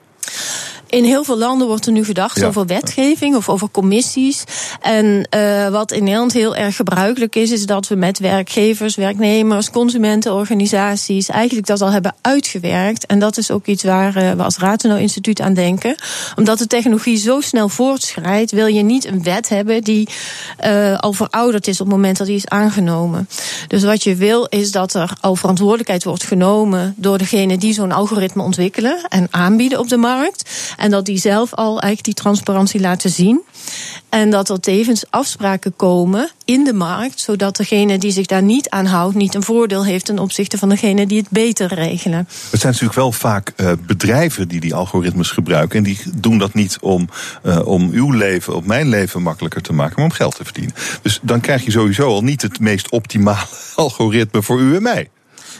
In heel veel landen wordt er nu gedacht ja. over wetgeving of over commissies. En uh, wat in Nederland heel erg gebruikelijk is, is dat we met werkgevers, werknemers, consumentenorganisaties eigenlijk dat al hebben uitgewerkt. En dat is ook iets waar uh, we als Rathenau Instituut aan denken. Omdat de technologie zo snel voortschrijdt, wil je niet een wet hebben die uh, al verouderd is op het moment dat die is aangenomen. Dus wat je wil is dat er al verantwoordelijkheid wordt genomen door degene die zo'n algoritme ontwikkelen en aanbieden op de markt. En dat die zelf al eigenlijk die transparantie laten zien. En dat er tevens afspraken komen in de markt, zodat degene die zich daar niet aan houdt niet een voordeel heeft ten opzichte van degene die het beter regelen. Het zijn natuurlijk wel vaak uh, bedrijven die die algoritmes gebruiken. En die doen dat niet om, uh, om uw leven, op mijn leven makkelijker te maken, maar om geld te verdienen. Dus dan krijg je sowieso al niet het meest optimale algoritme voor u en mij.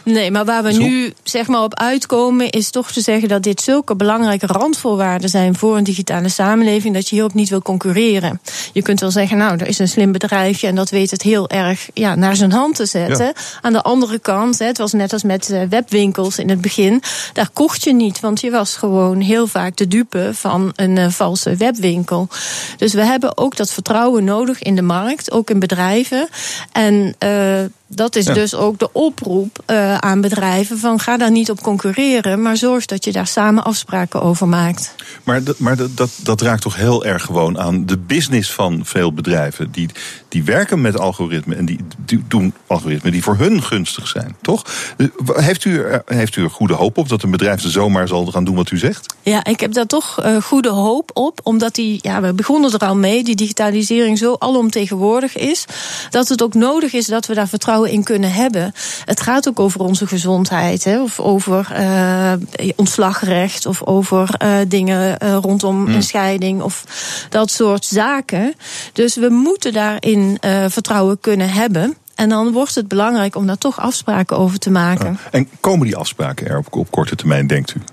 Nee, maar waar we Zo. nu zeg maar op uitkomen is toch te zeggen dat dit zulke belangrijke randvoorwaarden zijn voor een digitale samenleving, dat je hierop niet wil concurreren. Je kunt wel zeggen, nou, er is een slim bedrijfje en dat weet het heel erg ja, naar zijn hand te zetten. Ja. Aan de andere kant, het was net als met webwinkels in het begin, daar kocht je niet, want je was gewoon heel vaak de dupe van een uh, valse webwinkel. Dus we hebben ook dat vertrouwen nodig in de markt, ook in bedrijven. En uh, dat is ja. dus ook de oproep uh, aan bedrijven van ga daar niet op concurreren, maar zorg dat je daar samen afspraken over maakt. Maar, dat, maar dat, dat, dat raakt toch heel erg gewoon aan de business van veel bedrijven. Die, die werken met algoritmen en die, die doen algoritmen die voor hun gunstig zijn, toch? Heeft u, heeft u er goede hoop op dat een bedrijf er zomaar zal gaan doen wat u zegt? Ja, ik heb daar toch uh, goede hoop op, omdat die, ja, we begonnen er al mee, die digitalisering zo alomtegenwoordig is, dat het ook nodig is dat we daar vertrouwen in kunnen hebben. Het gaat ook over onze gezondheid, hè, of over uh, ontslagrecht, of over uh, dingen uh, rondom mm. een scheiding, of dat soort zaken. Dus we moeten daarin uh, vertrouwen kunnen hebben. En dan wordt het belangrijk om daar toch afspraken over te maken. Ja. En komen die afspraken er op, op korte termijn, denkt u?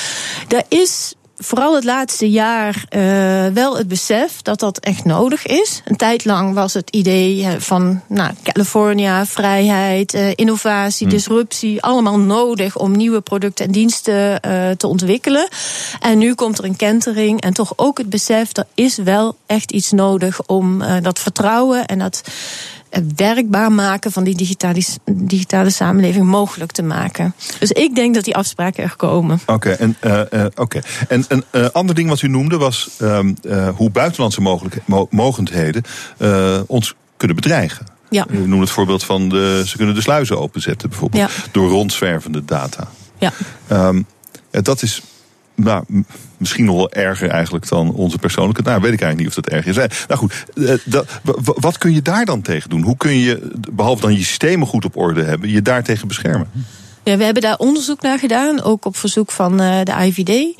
Er is vooral het laatste jaar uh, wel het besef dat dat echt nodig is. Een tijd lang was het idee van nou, California, vrijheid, uh, innovatie, hmm. disruptie, allemaal nodig om nieuwe producten en diensten uh, te ontwikkelen. En nu komt er een kentering en toch ook het besef, er is wel echt iets nodig om uh, dat vertrouwen en dat het werkbaar maken van die digitale, digitale samenleving mogelijk te maken. Dus ik denk dat die afspraken er komen. Oké, okay, en, uh, uh, okay. en een uh, ander ding wat u noemde was um, uh, hoe buitenlandse mogelijk, mo- mogendheden uh, ons kunnen bedreigen. Ja. U noemde het voorbeeld van de, ze kunnen de sluizen openzetten bijvoorbeeld, ja. door rondzwervende data. Ja. Um, ja, dat is nou, misschien nog wel erger eigenlijk dan onze persoonlijke. Nou, weet ik eigenlijk niet of dat erg is. Nou goed, dat, wat kun je daar dan tegen doen? Hoe kun je, behalve dan je systemen goed op orde hebben, je daartegen beschermen? Ja, we hebben daar onderzoek naar gedaan, ook op verzoek van uh, de I V D. Uh,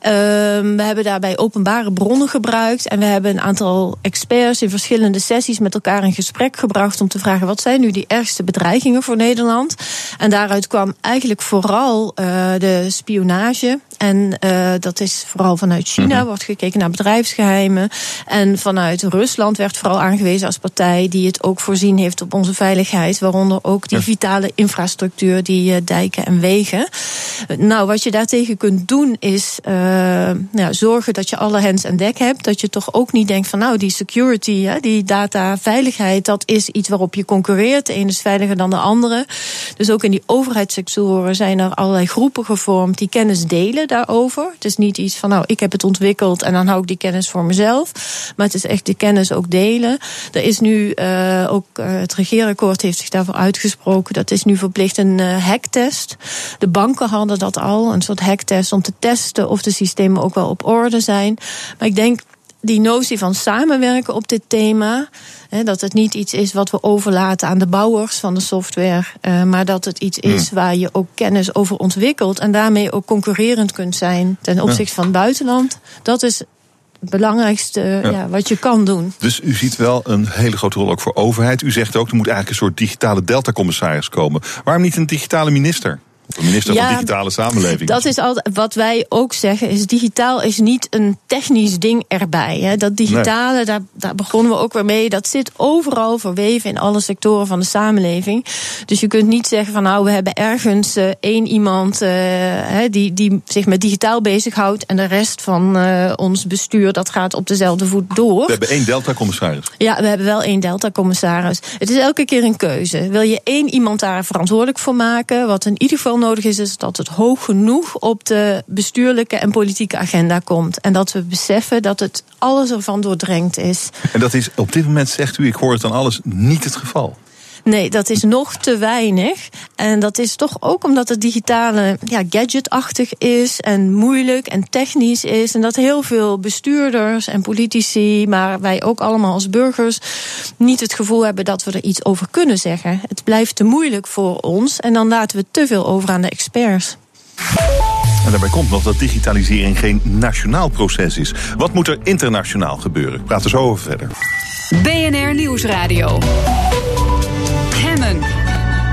we hebben daarbij openbare bronnen gebruikt en we hebben een aantal experts in verschillende sessies met elkaar in gesprek gebracht om te vragen wat zijn nu die ergste bedreigingen voor Nederland. En daaruit kwam eigenlijk vooral uh, de spionage. En uh, dat is vooral vanuit China, mm-hmm. wordt gekeken naar bedrijfsgeheimen. En vanuit Rusland werd vooral aangewezen als partij die het ook voorzien heeft op onze veiligheid, waaronder ook die vitale infrastructuur, die uh, dijken en wegen. Nou, wat je daartegen kunt doen is uh, nou, zorgen dat je alle hands aan dek hebt. Dat je toch ook niet denkt van nou, die security, hè, die dataveiligheid, dat is iets waarop je concurreert. De ene is veiliger dan de andere. Dus ook in die overheidssectoren zijn er allerlei groepen gevormd die kennis delen daarover. Het is niet iets van nou, ik heb het ontwikkeld en dan hou ik die kennis voor mezelf. Maar het is echt de kennis ook delen. Er is nu uh, ook uh, het regeerakkoord heeft zich daarvoor uitgesproken. Dat is nu verplicht een uh, hacktest. De banken hadden dat al, een soort hacktest om te testen of de systemen ook wel op orde zijn. Maar ik denk die notie van samenwerken op dit thema, hè, dat het niet iets is wat we overlaten aan de bouwers van de software, uh, maar dat het iets is hmm. waar je ook kennis over ontwikkelt en daarmee ook concurrerend kunt zijn ten opzichte ja. van het buitenland. Dat is het belangrijkste ja. Ja, wat je kan doen. Dus u ziet wel een hele grote rol ook voor overheid. U zegt ook, er moet eigenlijk een soort digitale delta-commissaris komen. Waarom niet een digitale minister? De minister ja, van Digitale Samenleving. Dat is altijd wat wij ook zeggen, is digitaal is niet een technisch ding erbij. Hè. Dat digitale, nee. daar, daar begonnen we ook weer mee, dat zit overal verweven in alle sectoren van de samenleving. Dus je kunt niet zeggen van nou, we hebben ergens uh, één iemand uh, die, die zich met digitaal bezighoudt en de rest van uh, ons bestuur, dat gaat op dezelfde voet door. We hebben één Delta-commissaris. Ja, we hebben wel één Delta-commissaris. Het is elke keer een keuze. Wil je één iemand daar verantwoordelijk voor maken, wat in ieder geval nodig is, is dat het hoog genoeg op de bestuurlijke en politieke agenda komt. En dat we beseffen dat het alles ervan doordrenkt is. En dat is op dit moment, zegt u, ik hoor het dan alles, niet het geval. Nee, dat is nog te weinig. En dat is toch ook omdat het digitale ja, gadgetachtig is en moeilijk en technisch is. En dat heel veel bestuurders en politici, maar wij ook allemaal als burgers, niet het gevoel hebben dat we er iets over kunnen zeggen. Het blijft te moeilijk voor ons en dan laten we te veel over aan de experts. En daarbij komt nog dat digitalisering geen nationaal proces is. Wat moet er internationaal gebeuren? Ik praat er zo over verder. B N R Nieuwsradio.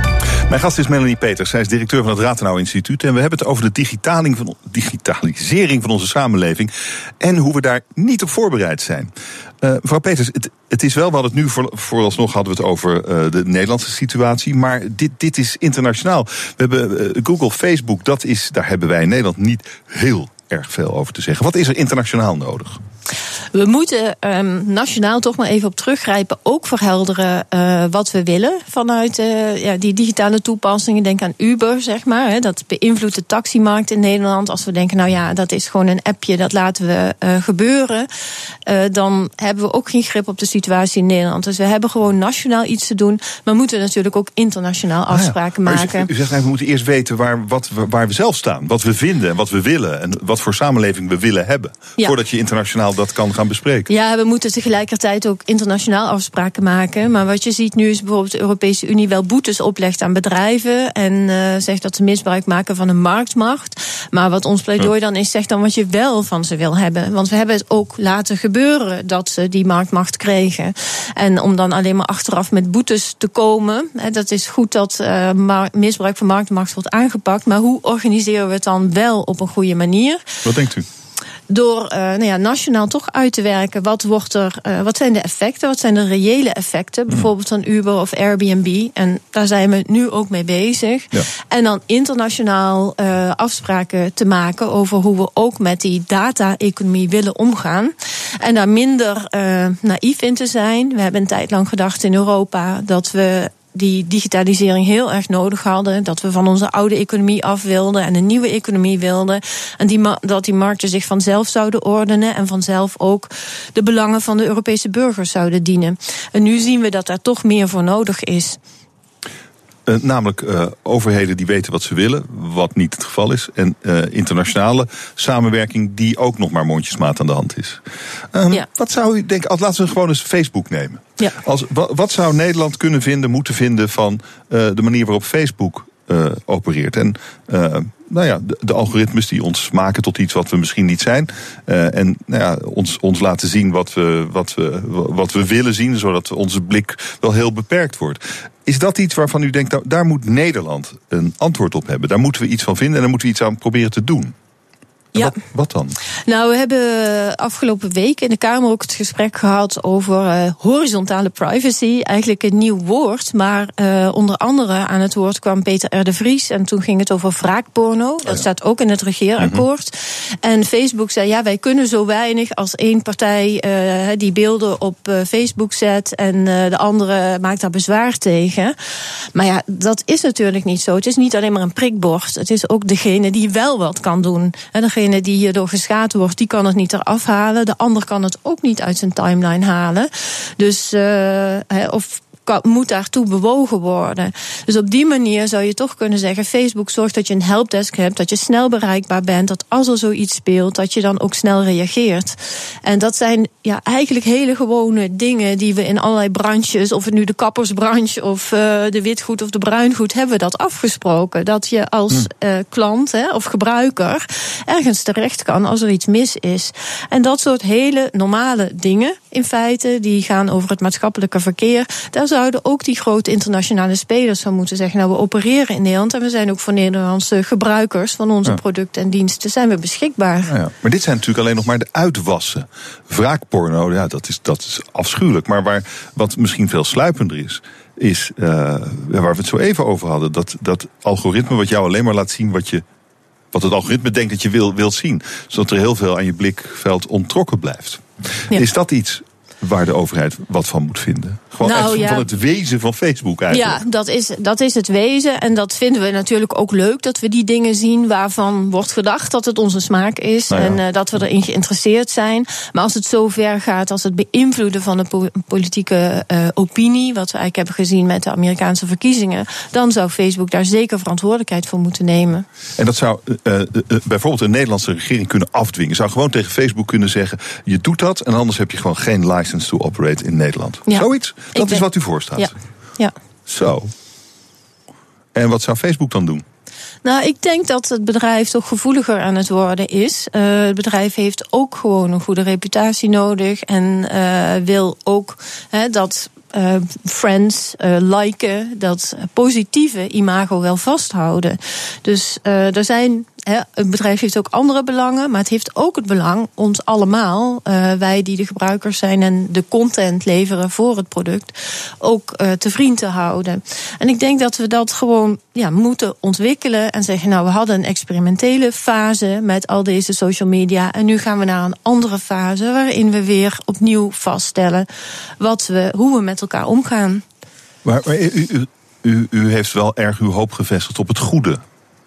Mijn gast is Melanie Peters. Zij is directeur van het Rathenau Instituut. En we hebben het over de digitaling van, digitalisering van onze samenleving. En hoe we daar niet op voorbereid zijn. Uh, mevrouw Peters, het, het is wel, we hadden het nu voor, vooralsnog hadden we het over uh, de Nederlandse situatie. Maar dit, dit is internationaal. We hebben uh, Google, Facebook, dat is, daar hebben wij in Nederland niet heel erg veel over te zeggen. Wat is er internationaal nodig? We moeten um, nationaal toch maar even op teruggrijpen. Ook verhelderen uh, wat we willen vanuit uh, ja, die digitale toepassingen. Denk aan Uber, zeg maar. Hè, dat beïnvloedt de taximarkt in Nederland. Als we denken, nou ja, dat is gewoon een appje, dat laten we uh, gebeuren. Uh, dan hebben we ook geen grip op de situatie in Nederland. Dus we hebben gewoon nationaal iets te doen. Maar we moeten natuurlijk ook internationaal afspraken ah, ja. maken. U, u zegt, we moeten eerst weten waar, wat, waar we zelf staan. Wat we vinden en wat we willen. En wat voor samenleving we willen hebben. Ja. Voordat je internationaal dat kan gaan bespreken. Ja, we moeten tegelijkertijd ook internationaal afspraken maken. Maar wat je ziet nu is bijvoorbeeld de Europese Unie wel boetes oplegt aan bedrijven. En uh, zegt dat ze misbruik maken van een marktmacht. Maar wat ons pleidooi dan is, zegt dan wat je wel van ze wil hebben. Want we hebben het ook laten gebeuren dat ze die marktmacht kregen. En om dan alleen maar achteraf met boetes te komen. Hè, dat is goed dat uh, mar- misbruik van marktmacht wordt aangepakt. Maar hoe organiseren we het dan wel op een goede manier? Wat denkt u? Door uh, nou ja, nationaal toch uit te werken, wat, wordt er, uh, wat zijn de effecten, wat zijn de reële effecten, bijvoorbeeld van Uber of Airbnb. En daar zijn we nu ook mee bezig. Ja. En dan internationaal uh, afspraken te maken over hoe we ook met die data-economie willen omgaan. En daar minder uh, naïef in te zijn. We hebben een tijd lang gedacht in Europa dat we die digitalisering heel erg nodig hadden. Dat we van onze oude economie af wilden en een nieuwe economie wilden. En die, dat die markten zich vanzelf zouden ordenen en vanzelf ook de belangen van de Europese burgers zouden dienen. En nu zien we dat daar toch meer voor nodig is. Uh, namelijk uh, overheden die weten wat ze willen, wat niet het geval is. En uh, internationale samenwerking die ook nog maar mondjesmaat aan de hand is. Um, ja. Wat zou u denken, laten we gewoon eens Facebook nemen. Ja. Als, wat, wat zou Nederland kunnen vinden, moeten vinden van uh, de manier waarop Facebook uh, opereert? En uh, nou ja, de, de algoritmes die ons maken tot iets wat we misschien niet zijn. Uh, en nou ja, ons, ons laten zien wat we, wat, we, wat we willen zien, zodat onze blik wel heel beperkt wordt. Is dat iets waarvan u denkt, nou, daar moet Nederland een antwoord op hebben? Daar moeten we iets van vinden en daar moeten we iets aan proberen te doen. Ja. Wat, wat dan? Nou, we hebben afgelopen week in de Kamer ook het gesprek gehad over uh, horizontale privacy. Eigenlijk een nieuw woord, maar uh, onder andere aan het woord kwam Peter R. de Vries. En toen ging het over wraakporno. Dat oh ja. staat ook in het regeerakkoord. Mm-hmm. En Facebook zei, ja, wij kunnen zo weinig als één partij uh, die beelden op uh, Facebook zet en uh, de andere maakt daar bezwaar tegen. Maar ja, dat is natuurlijk niet zo. Het is niet alleen maar een prikbord. Het is ook degene die wel wat kan doen. En degene die hierdoor geschaad wordt, die kan het niet eraf halen. De ander kan het ook niet uit zijn timeline halen. Dus, uh, of kan, moet daartoe bewogen worden. Dus op die manier zou je toch kunnen zeggen, Facebook zorgt dat je een helpdesk hebt, dat je snel bereikbaar bent, dat als er zoiets speelt, dat je dan ook snel reageert. En dat zijn ja eigenlijk hele gewone dingen die we in allerlei branches, of het nu de kappersbranche of uh, de witgoed of de bruingoed, hebben we dat afgesproken. Dat je als uh, klant hè, of gebruiker ergens terecht kan als er iets mis is. En dat soort hele normale dingen, in feite, die gaan over het maatschappelijke verkeer, daar zouden ook die grote internationale spelers van moeten zeggen, nou, we opereren in Nederland en we zijn ook voor Nederlandse gebruikers van onze ja. producten en diensten, zijn we beschikbaar. Ja, ja. Maar dit zijn natuurlijk alleen nog maar de uitwassen. Wraakporno, ja, dat is, dat is afschuwelijk. Maar waar, wat misschien veel sluipender is, is uh, waar we het zo even over hadden, dat, dat algoritme wat jou alleen maar laat zien wat je wat het algoritme denkt dat je wil, wilt zien. Zodat er heel veel aan je blikveld onttrokken blijft. Ja. Is dat iets waar de overheid wat van moet vinden? Gewoon nou, echt ja. van het wezen van Facebook eigenlijk. Ja, dat is, dat is het wezen. En dat vinden we natuurlijk ook leuk, dat we die dingen zien waarvan wordt gedacht dat het onze smaak is. Nou ja. En uh, dat we erin geïnteresseerd zijn. Maar als het zo ver gaat als het beïnvloeden van de po- politieke uh, opinie, wat we eigenlijk hebben gezien met de Amerikaanse verkiezingen, dan zou Facebook daar zeker verantwoordelijkheid voor moeten nemen. En dat zou uh, uh, uh, bijvoorbeeld een Nederlandse regering kunnen afdwingen. Zou gewoon tegen Facebook kunnen zeggen, je doet dat en anders heb je gewoon geen license to operate in Nederland. Ja. Zoiets? Dat Ik is wat u voorstaat. Ja. ja. Zo. En wat zou Facebook dan doen? Nou, ik denk dat het bedrijf toch gevoeliger aan het worden is. Uh, het bedrijf heeft ook gewoon een goede reputatie nodig en uh, wil ook he, dat Uh, friends uh, liken, dat positieve imago wel vasthouden. Dus uh, er zijn, hè, het bedrijf heeft ook andere belangen, maar het heeft ook het belang, ons allemaal, uh, wij die de gebruikers zijn en de content leveren voor het product, ook uh, te vriend te houden. En ik denk dat we dat gewoon ja, moeten ontwikkelen en zeggen, nou, we hadden een experimentele fase met al deze social media en nu gaan we naar een andere fase waarin we weer opnieuw vaststellen wat we, hoe we met elkaar omgaan. Maar, maar u, u, u, u heeft wel erg uw hoop gevestigd op het goede.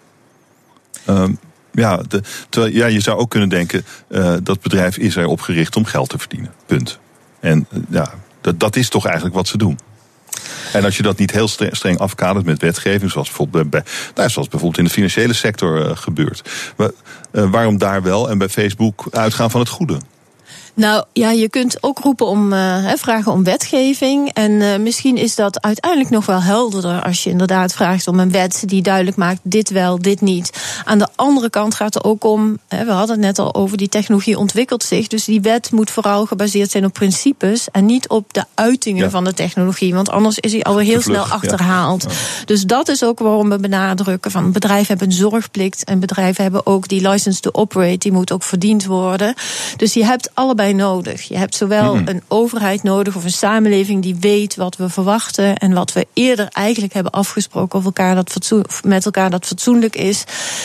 Um, ja, de, terwijl, ja, je zou ook kunnen denken, uh, dat bedrijf is erop gericht om geld te verdienen. Punt. En uh, ja, dat, dat is toch eigenlijk wat ze doen. En als je dat niet heel streng afkadert met wetgeving, zoals bijvoorbeeld, bij, nou, zoals bijvoorbeeld in de financiële sector uh, gebeurt. Maar, uh, waarom daar wel en bij Facebook uitgaan van het goede? Nou ja, je kunt ook roepen om uh, vragen om wetgeving. En uh, misschien is dat uiteindelijk nog wel helderder als je inderdaad vraagt om een wet die duidelijk maakt dit wel, dit niet. Aan de andere kant gaat het ook om, hè, we hadden het net al over, die technologie ontwikkelt zich. Dus die wet moet vooral gebaseerd zijn op principes en niet op de uitingen ja. van de technologie. Want anders is hij alweer heel snel achterhaald. Ja. Ja. Dus dat is ook waarom we benadrukken van bedrijven hebben een zorgplicht en bedrijven hebben ook die license to operate, die moet ook verdiend worden. Dus je hebt allebei nodig. Je hebt zowel mm-hmm. een overheid nodig of een samenleving die weet wat we verwachten en wat we eerder eigenlijk hebben afgesproken of elkaar dat fatsoen, met elkaar dat fatsoenlijk is.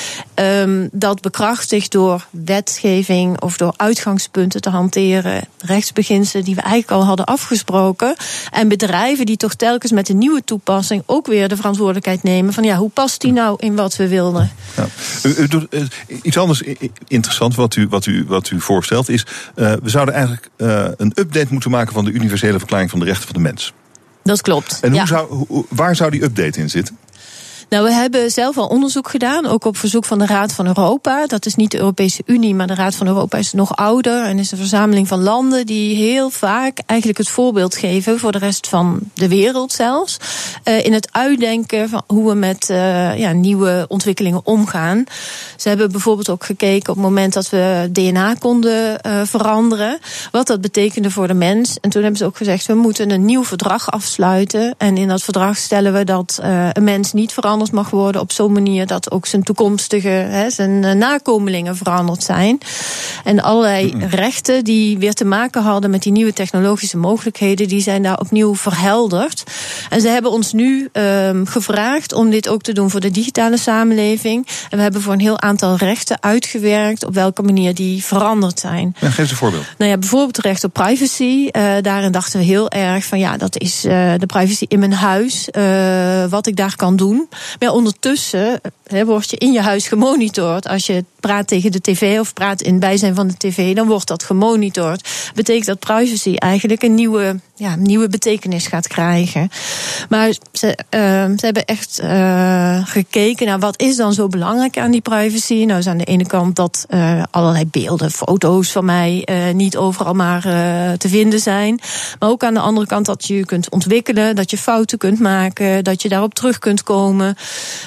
Um, dat bekrachtigt door wetgeving of door uitgangspunten te hanteren, rechtsbeginselen die we eigenlijk al hadden afgesproken. En bedrijven die toch telkens met een nieuwe toepassing ook weer de verantwoordelijkheid nemen van ja, hoe past die nou in wat we wilden? Ja. U, u doet, uh, iets anders interessant wat u, wat u, wat u voorstelt is, uh, we zouden eigenlijk uh, een update moeten maken van de universele verklaring van de rechten van de mens. Dat klopt. En hoe ja. zou, hoe, waar zou die update in zitten? Nou, we hebben zelf al onderzoek gedaan, ook op verzoek van de Raad van Europa. Dat is niet de Europese Unie, maar de Raad van Europa is nog ouder en is een verzameling van landen die heel vaak eigenlijk het voorbeeld geven voor de rest van de wereld zelfs. Uh, in het uitdenken van hoe we met uh, ja, nieuwe ontwikkelingen omgaan. Ze hebben bijvoorbeeld ook gekeken op het moment dat we D N A konden uh, veranderen, wat dat betekende voor de mens. En toen hebben ze ook gezegd, we moeten een nieuw verdrag afsluiten. En in dat verdrag stellen we dat uh, een mens niet verandert mag worden op zo'n manier dat ook zijn toekomstige, hè, zijn nakomelingen veranderd zijn. En allerlei mm-hmm. rechten die weer te maken hadden met die nieuwe technologische mogelijkheden, die zijn daar opnieuw verhelderd. En ze hebben ons nu um, gevraagd om dit ook te doen voor de digitale samenleving. En we hebben voor een heel aantal rechten uitgewerkt op welke manier die veranderd zijn. Ja, geef eens een voorbeeld. Nou ja, bijvoorbeeld het recht op privacy. Uh, daarin dachten we heel erg van ja, dat is uh, de privacy in mijn huis, uh, wat ik daar kan doen. Maar ondertussen he, word je in je huis gemonitord. Als je praat tegen de tv of praat in bijzijn van de tv, dan wordt dat gemonitord. Betekent dat privacy eigenlijk een nieuwe, ja, nieuwe betekenis gaat krijgen. Maar ze, uh, ze hebben echt uh, gekeken naar wat is dan zo belangrijk aan die privacy. Nou is aan de ene kant dat uh, allerlei beelden, foto's van mij uh, niet overal maar uh, te vinden zijn. Maar ook aan de andere kant dat je je kunt ontwikkelen, dat je fouten kunt maken, dat je daarop terug kunt komen.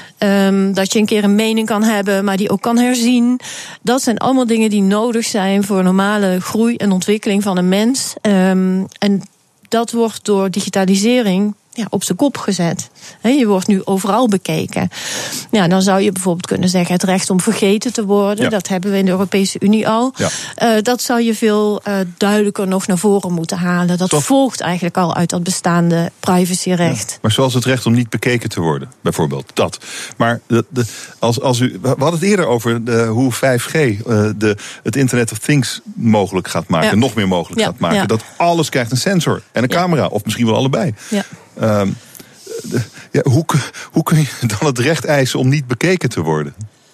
Um, dat je een keer een mening kan hebben, maar die ook kan herzien. Dat zijn allemaal dingen die nodig zijn voor normale groei en ontwikkeling van een mens. Um, en dat wordt door digitalisering ja, op zijn kop gezet. He, je wordt nu overal bekeken. Ja, dan zou je bijvoorbeeld kunnen zeggen het recht om vergeten te worden. Ja. Dat hebben we in de Europese Unie al. Ja. Uh, dat zou je veel uh, duidelijker nog naar voren moeten halen. Dat Toch? volgt eigenlijk al uit dat bestaande privacyrecht. Ja. Maar zoals het recht om niet bekeken te worden, bijvoorbeeld. Dat. Maar de, de, als, als u, we hadden het eerder over de, hoe vijf G uh, de, het Internet of Things mogelijk gaat maken. Ja. Nog meer mogelijk ja. gaat maken. Ja. Dat alles krijgt een sensor en een ja. camera. Of misschien wel allebei. Ja. Um, de, ja, hoe, hoe kun je dan het recht eisen om niet bekeken te worden?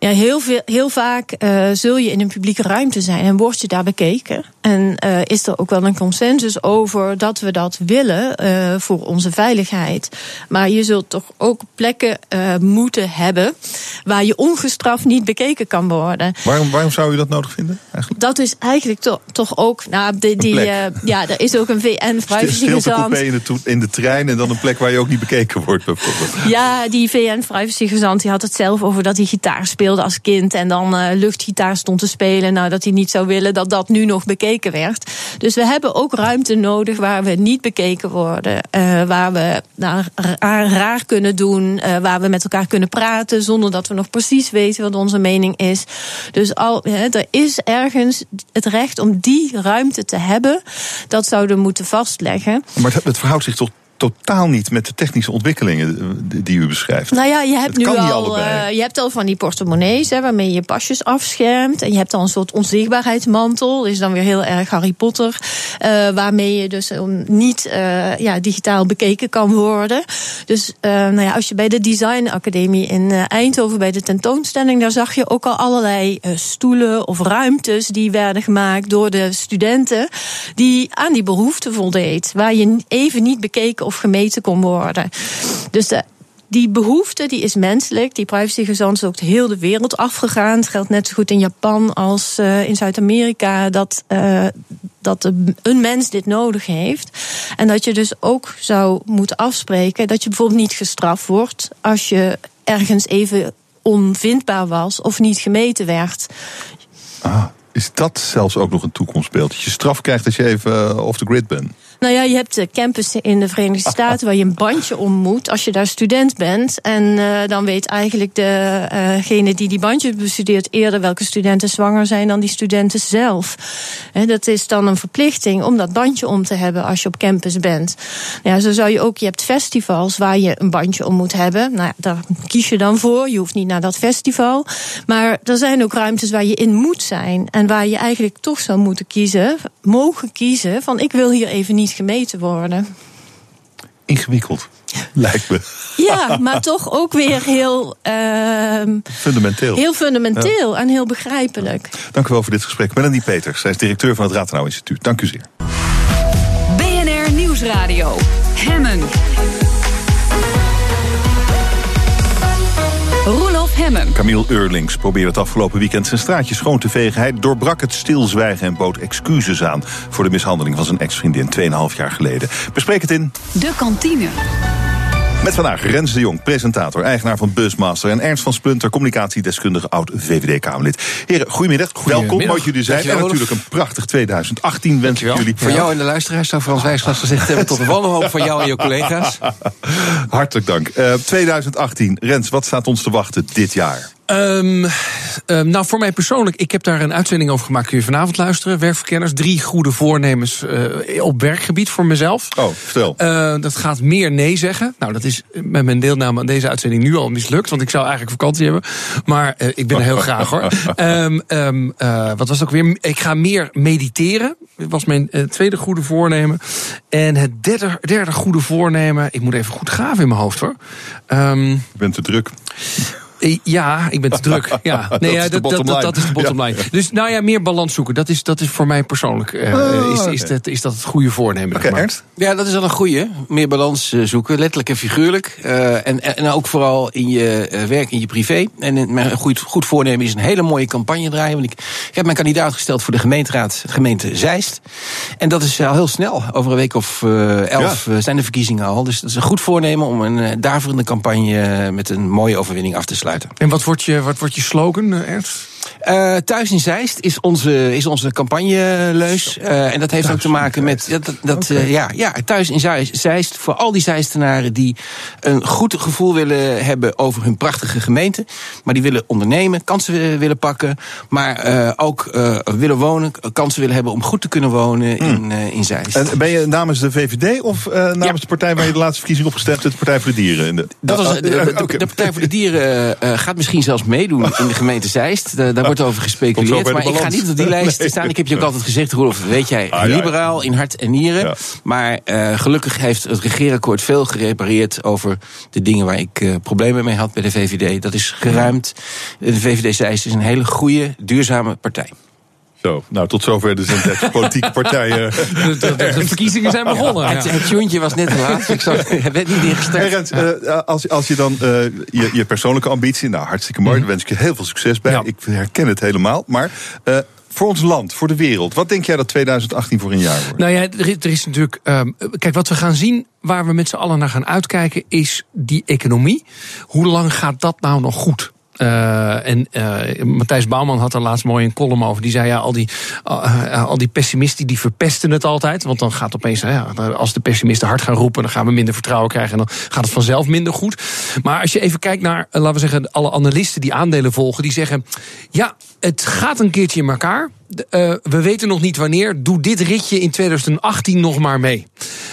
Ja, heel, veel, heel vaak uh, zul je in een publieke ruimte zijn en word je daar bekeken. En uh, is er ook wel een consensus over dat we dat willen uh, voor onze veiligheid. Maar je zult toch ook plekken uh, moeten hebben waar je ongestraft niet bekeken kan worden. Waarom, waarom zou u dat nodig vinden eigenlijk? Dat is eigenlijk to, toch ook... Nou, die, die, uh, ja, er is ook een V N-privacygezant. Stiltecoupé in de, to- in de trein en dan een plek waar je ook niet bekeken wordt bijvoorbeeld. Ja, die V N-privacygezant die had het zelf over dat hij gitaar speelde als kind en dan uh, luchtgitaar stond te spelen. Nou, dat hij niet zou willen dat dat nu nog bekeken werd. Dus we hebben ook ruimte nodig waar we niet bekeken worden. Uh, waar we nou, raar, raar kunnen doen. Uh, waar we met elkaar kunnen praten zonder dat we nog precies weten wat onze mening is. Dus al, he, er is ergens het recht om die ruimte te hebben. Dat zouden we moeten vastleggen. Maar het, het verhoudt zich toch totaal niet met de technische ontwikkelingen die u beschrijft. Nou ja, je hebt het nu kan al, uh, je hebt al van die portemonnees, hè, waarmee je je pasjes afschermt. En je hebt al een soort onzichtbaarheidsmantel. Dat is dan weer heel erg Harry Potter. Uh, waarmee je dus um, niet uh, ja, digitaal bekeken kan worden. Dus uh, nou ja, als je bij de Design Academie in uh, Eindhoven bij de tentoonstelling, daar zag je ook al allerlei uh, stoelen of ruimtes die werden gemaakt door de studenten die aan die behoefte voldeed. Waar je even niet bekeken of gemeten kon worden. Dus de, die behoefte die is menselijk. Die privacygezant is ook de hele wereld afgegaan. Het geldt net zo goed in Japan als uh, in Zuid-Amerika. Dat, uh, dat een mens dit nodig heeft. En dat je dus ook zou moeten afspreken dat je bijvoorbeeld niet gestraft wordt als je ergens even onvindbaar was of niet gemeten werd. Ah, is dat zelfs ook nog een toekomstbeeld? Dat je straf krijgt als je even uh, off the grid bent? Nou ja, je hebt de campussen in de Verenigde Staten waar je een bandje om moet als je daar student bent. En uh, dan weet eigenlijk degene uh die die bandje bestudeert eerder welke studenten zwanger zijn dan die studenten zelf. He, dat is dan een verplichting om dat bandje om te hebben als je op campus bent. Ja, zo zou je ook, je hebt festivals waar je een bandje om moet hebben. Nou ja, daar kies je dan voor. Je hoeft niet naar dat festival. Maar er zijn ook ruimtes waar je in moet zijn. En waar je eigenlijk toch zou moeten kiezen, mogen kiezen van ik wil hier even niet gemeten worden. Ingewikkeld, lijkt me. Ja, maar toch ook weer heel Uh, fundamenteel. Heel fundamenteel ja. En heel begrijpelijk. Dank u wel voor dit gesprek. Melanie Peters, zij is directeur van het Rathenau Instituut. Dank u zeer. B N R Nieuwsradio. Hemmen. Roelof Hemmen. Camille Eurlings probeerde het afgelopen weekend zijn straatje schoon te vegen. Hij doorbrak het stilzwijgen en bood excuses aan voor de mishandeling van zijn ex-vriendin tweeënhalf jaar geleden. Bespreek het in De Kantine. Met vandaag Rens de Jong, presentator, eigenaar van Buzzmaster, en Ernst van Splunter, communicatiedeskundige, oud-V V D-Kamerlid. Heren, goedemiddag. Welkom, mooi dat jullie zijn. En natuurlijk een prachtig tweeduizend achttien wens ik jullie. Voor jou en de luisteraars zou Frans Wijsglas gezegd hebben tot de wanhoop van jou en je collega's. Hartelijk dank. Uh, tweeduizend achttien, Rens, wat staat ons te wachten dit jaar? Um, um, nou, voor mij persoonlijk, ik heb daar een uitzending over gemaakt. Kun je vanavond luisteren. Werkverkenners, drie goede voornemens uh, op werkgebied voor mezelf. Oh, vertel. Uh, dat gaat meer nee zeggen. Nou, dat is met mijn deelname aan deze uitzending nu al mislukt. Want ik zou eigenlijk vakantie hebben. Maar uh, ik ben er heel graag hoor. Um, um, uh, wat was het ook weer? Ik ga meer mediteren. Dat was mijn uh, tweede goede voornemen. En het derde, derde goede voornemen. Ik moet even goed graven in mijn hoofd hoor. Um, je bent te druk. Ja, ik ben te druk. Ja. Nee, dat, ja, is dat, dat, dat, dat is de bottom line. Ja. Dus nou ja, meer balans zoeken. Dat is, dat is voor mij persoonlijk. Uh, oh, is, okay. is, dat, is dat het goede voornemen. Oké, okay, Ernst? Ja, dat is al een goede. Meer balans zoeken, letterlijk en figuurlijk. Uh, en, en ook vooral in je uh, werk, in je privé. En een goed, goed voornemen is een hele mooie campagne draaien. Want ik, ik heb mijn kandidaat gesteld voor de gemeenteraad, gemeente Zeist. En dat is al heel snel. Over een week of uh, elf ja. zijn de verkiezingen al. Dus dat is een goed voornemen om een uh, daverende campagne met een mooie overwinning af te sluiten. En wat wordt je Wat wordt je slogan, Ernst? Uh, thuis in Zeist is onze, is onze campagneleus. Uh, en dat heeft thuis ook te maken met. Dat, dat, okay. uh, ja, ja, thuis in Zeist. Voor al die Zeistenaren die een goed gevoel willen hebben over hun prachtige gemeente. Maar die willen ondernemen, kansen willen pakken. Maar uh, ook uh, willen wonen, kansen willen hebben om goed te kunnen wonen hmm. in, uh, in Zeist. En ben je namens de V V D of uh, namens ja. de partij waar je de laatste verkiezing opgestemd hebt, de Partij voor de Dieren? In de... Dat was, de, de, de, okay. de Partij voor de Dieren uh, gaat misschien zelfs meedoen in de gemeente Zeist. De, daar wordt over gespeculeerd. Maar ik ga niet op die lijst nee. staan. Ik heb je ook altijd gezegd, Roelof, weet jij, ah, liberaal ja. in hart en nieren. Ja. Maar uh, gelukkig heeft het regeerakkoord veel gerepareerd over de dingen waar ik uh, problemen mee had bij de V V D. Dat is geruimd. De V V D zei, het is een hele goede, duurzame partij. Zo, nou tot zover de synthese politieke partijen. De, de, de verkiezingen zijn begonnen. Ja. Het, het jointje was net te laat. Ik zag, het werd niet ingestart. Hey Rens, uh, als, als je dan uh, je, je persoonlijke ambitie, nou hartstikke mooi, daar wens ik je heel veel succes bij. Ja. Ik herken het helemaal. Maar uh, voor ons land, voor de wereld, wat denk jij dat tweeduizend achttien voor een jaar wordt? Nou ja, er is, er is natuurlijk. Um, kijk, wat we gaan zien, waar we met z'n allen naar gaan uitkijken, is die economie. Hoe lang gaat dat nou nog goed? Uh, en uh, Matthijs Bouwman had er laatst mooi een column over. Die zei, ja, al die, uh, al die pessimisten die verpesten het altijd. Want dan gaat opeens, ja, als de pessimisten hard gaan roepen, dan gaan we minder vertrouwen krijgen en dan gaat het vanzelf minder goed. Maar als je even kijkt naar, uh, laten we zeggen, alle analisten die aandelen volgen, die zeggen, ja, het gaat een keertje in elkaar. Uh, we weten nog niet wanneer. Doe dit ritje in tweeduizend achttien nog maar mee.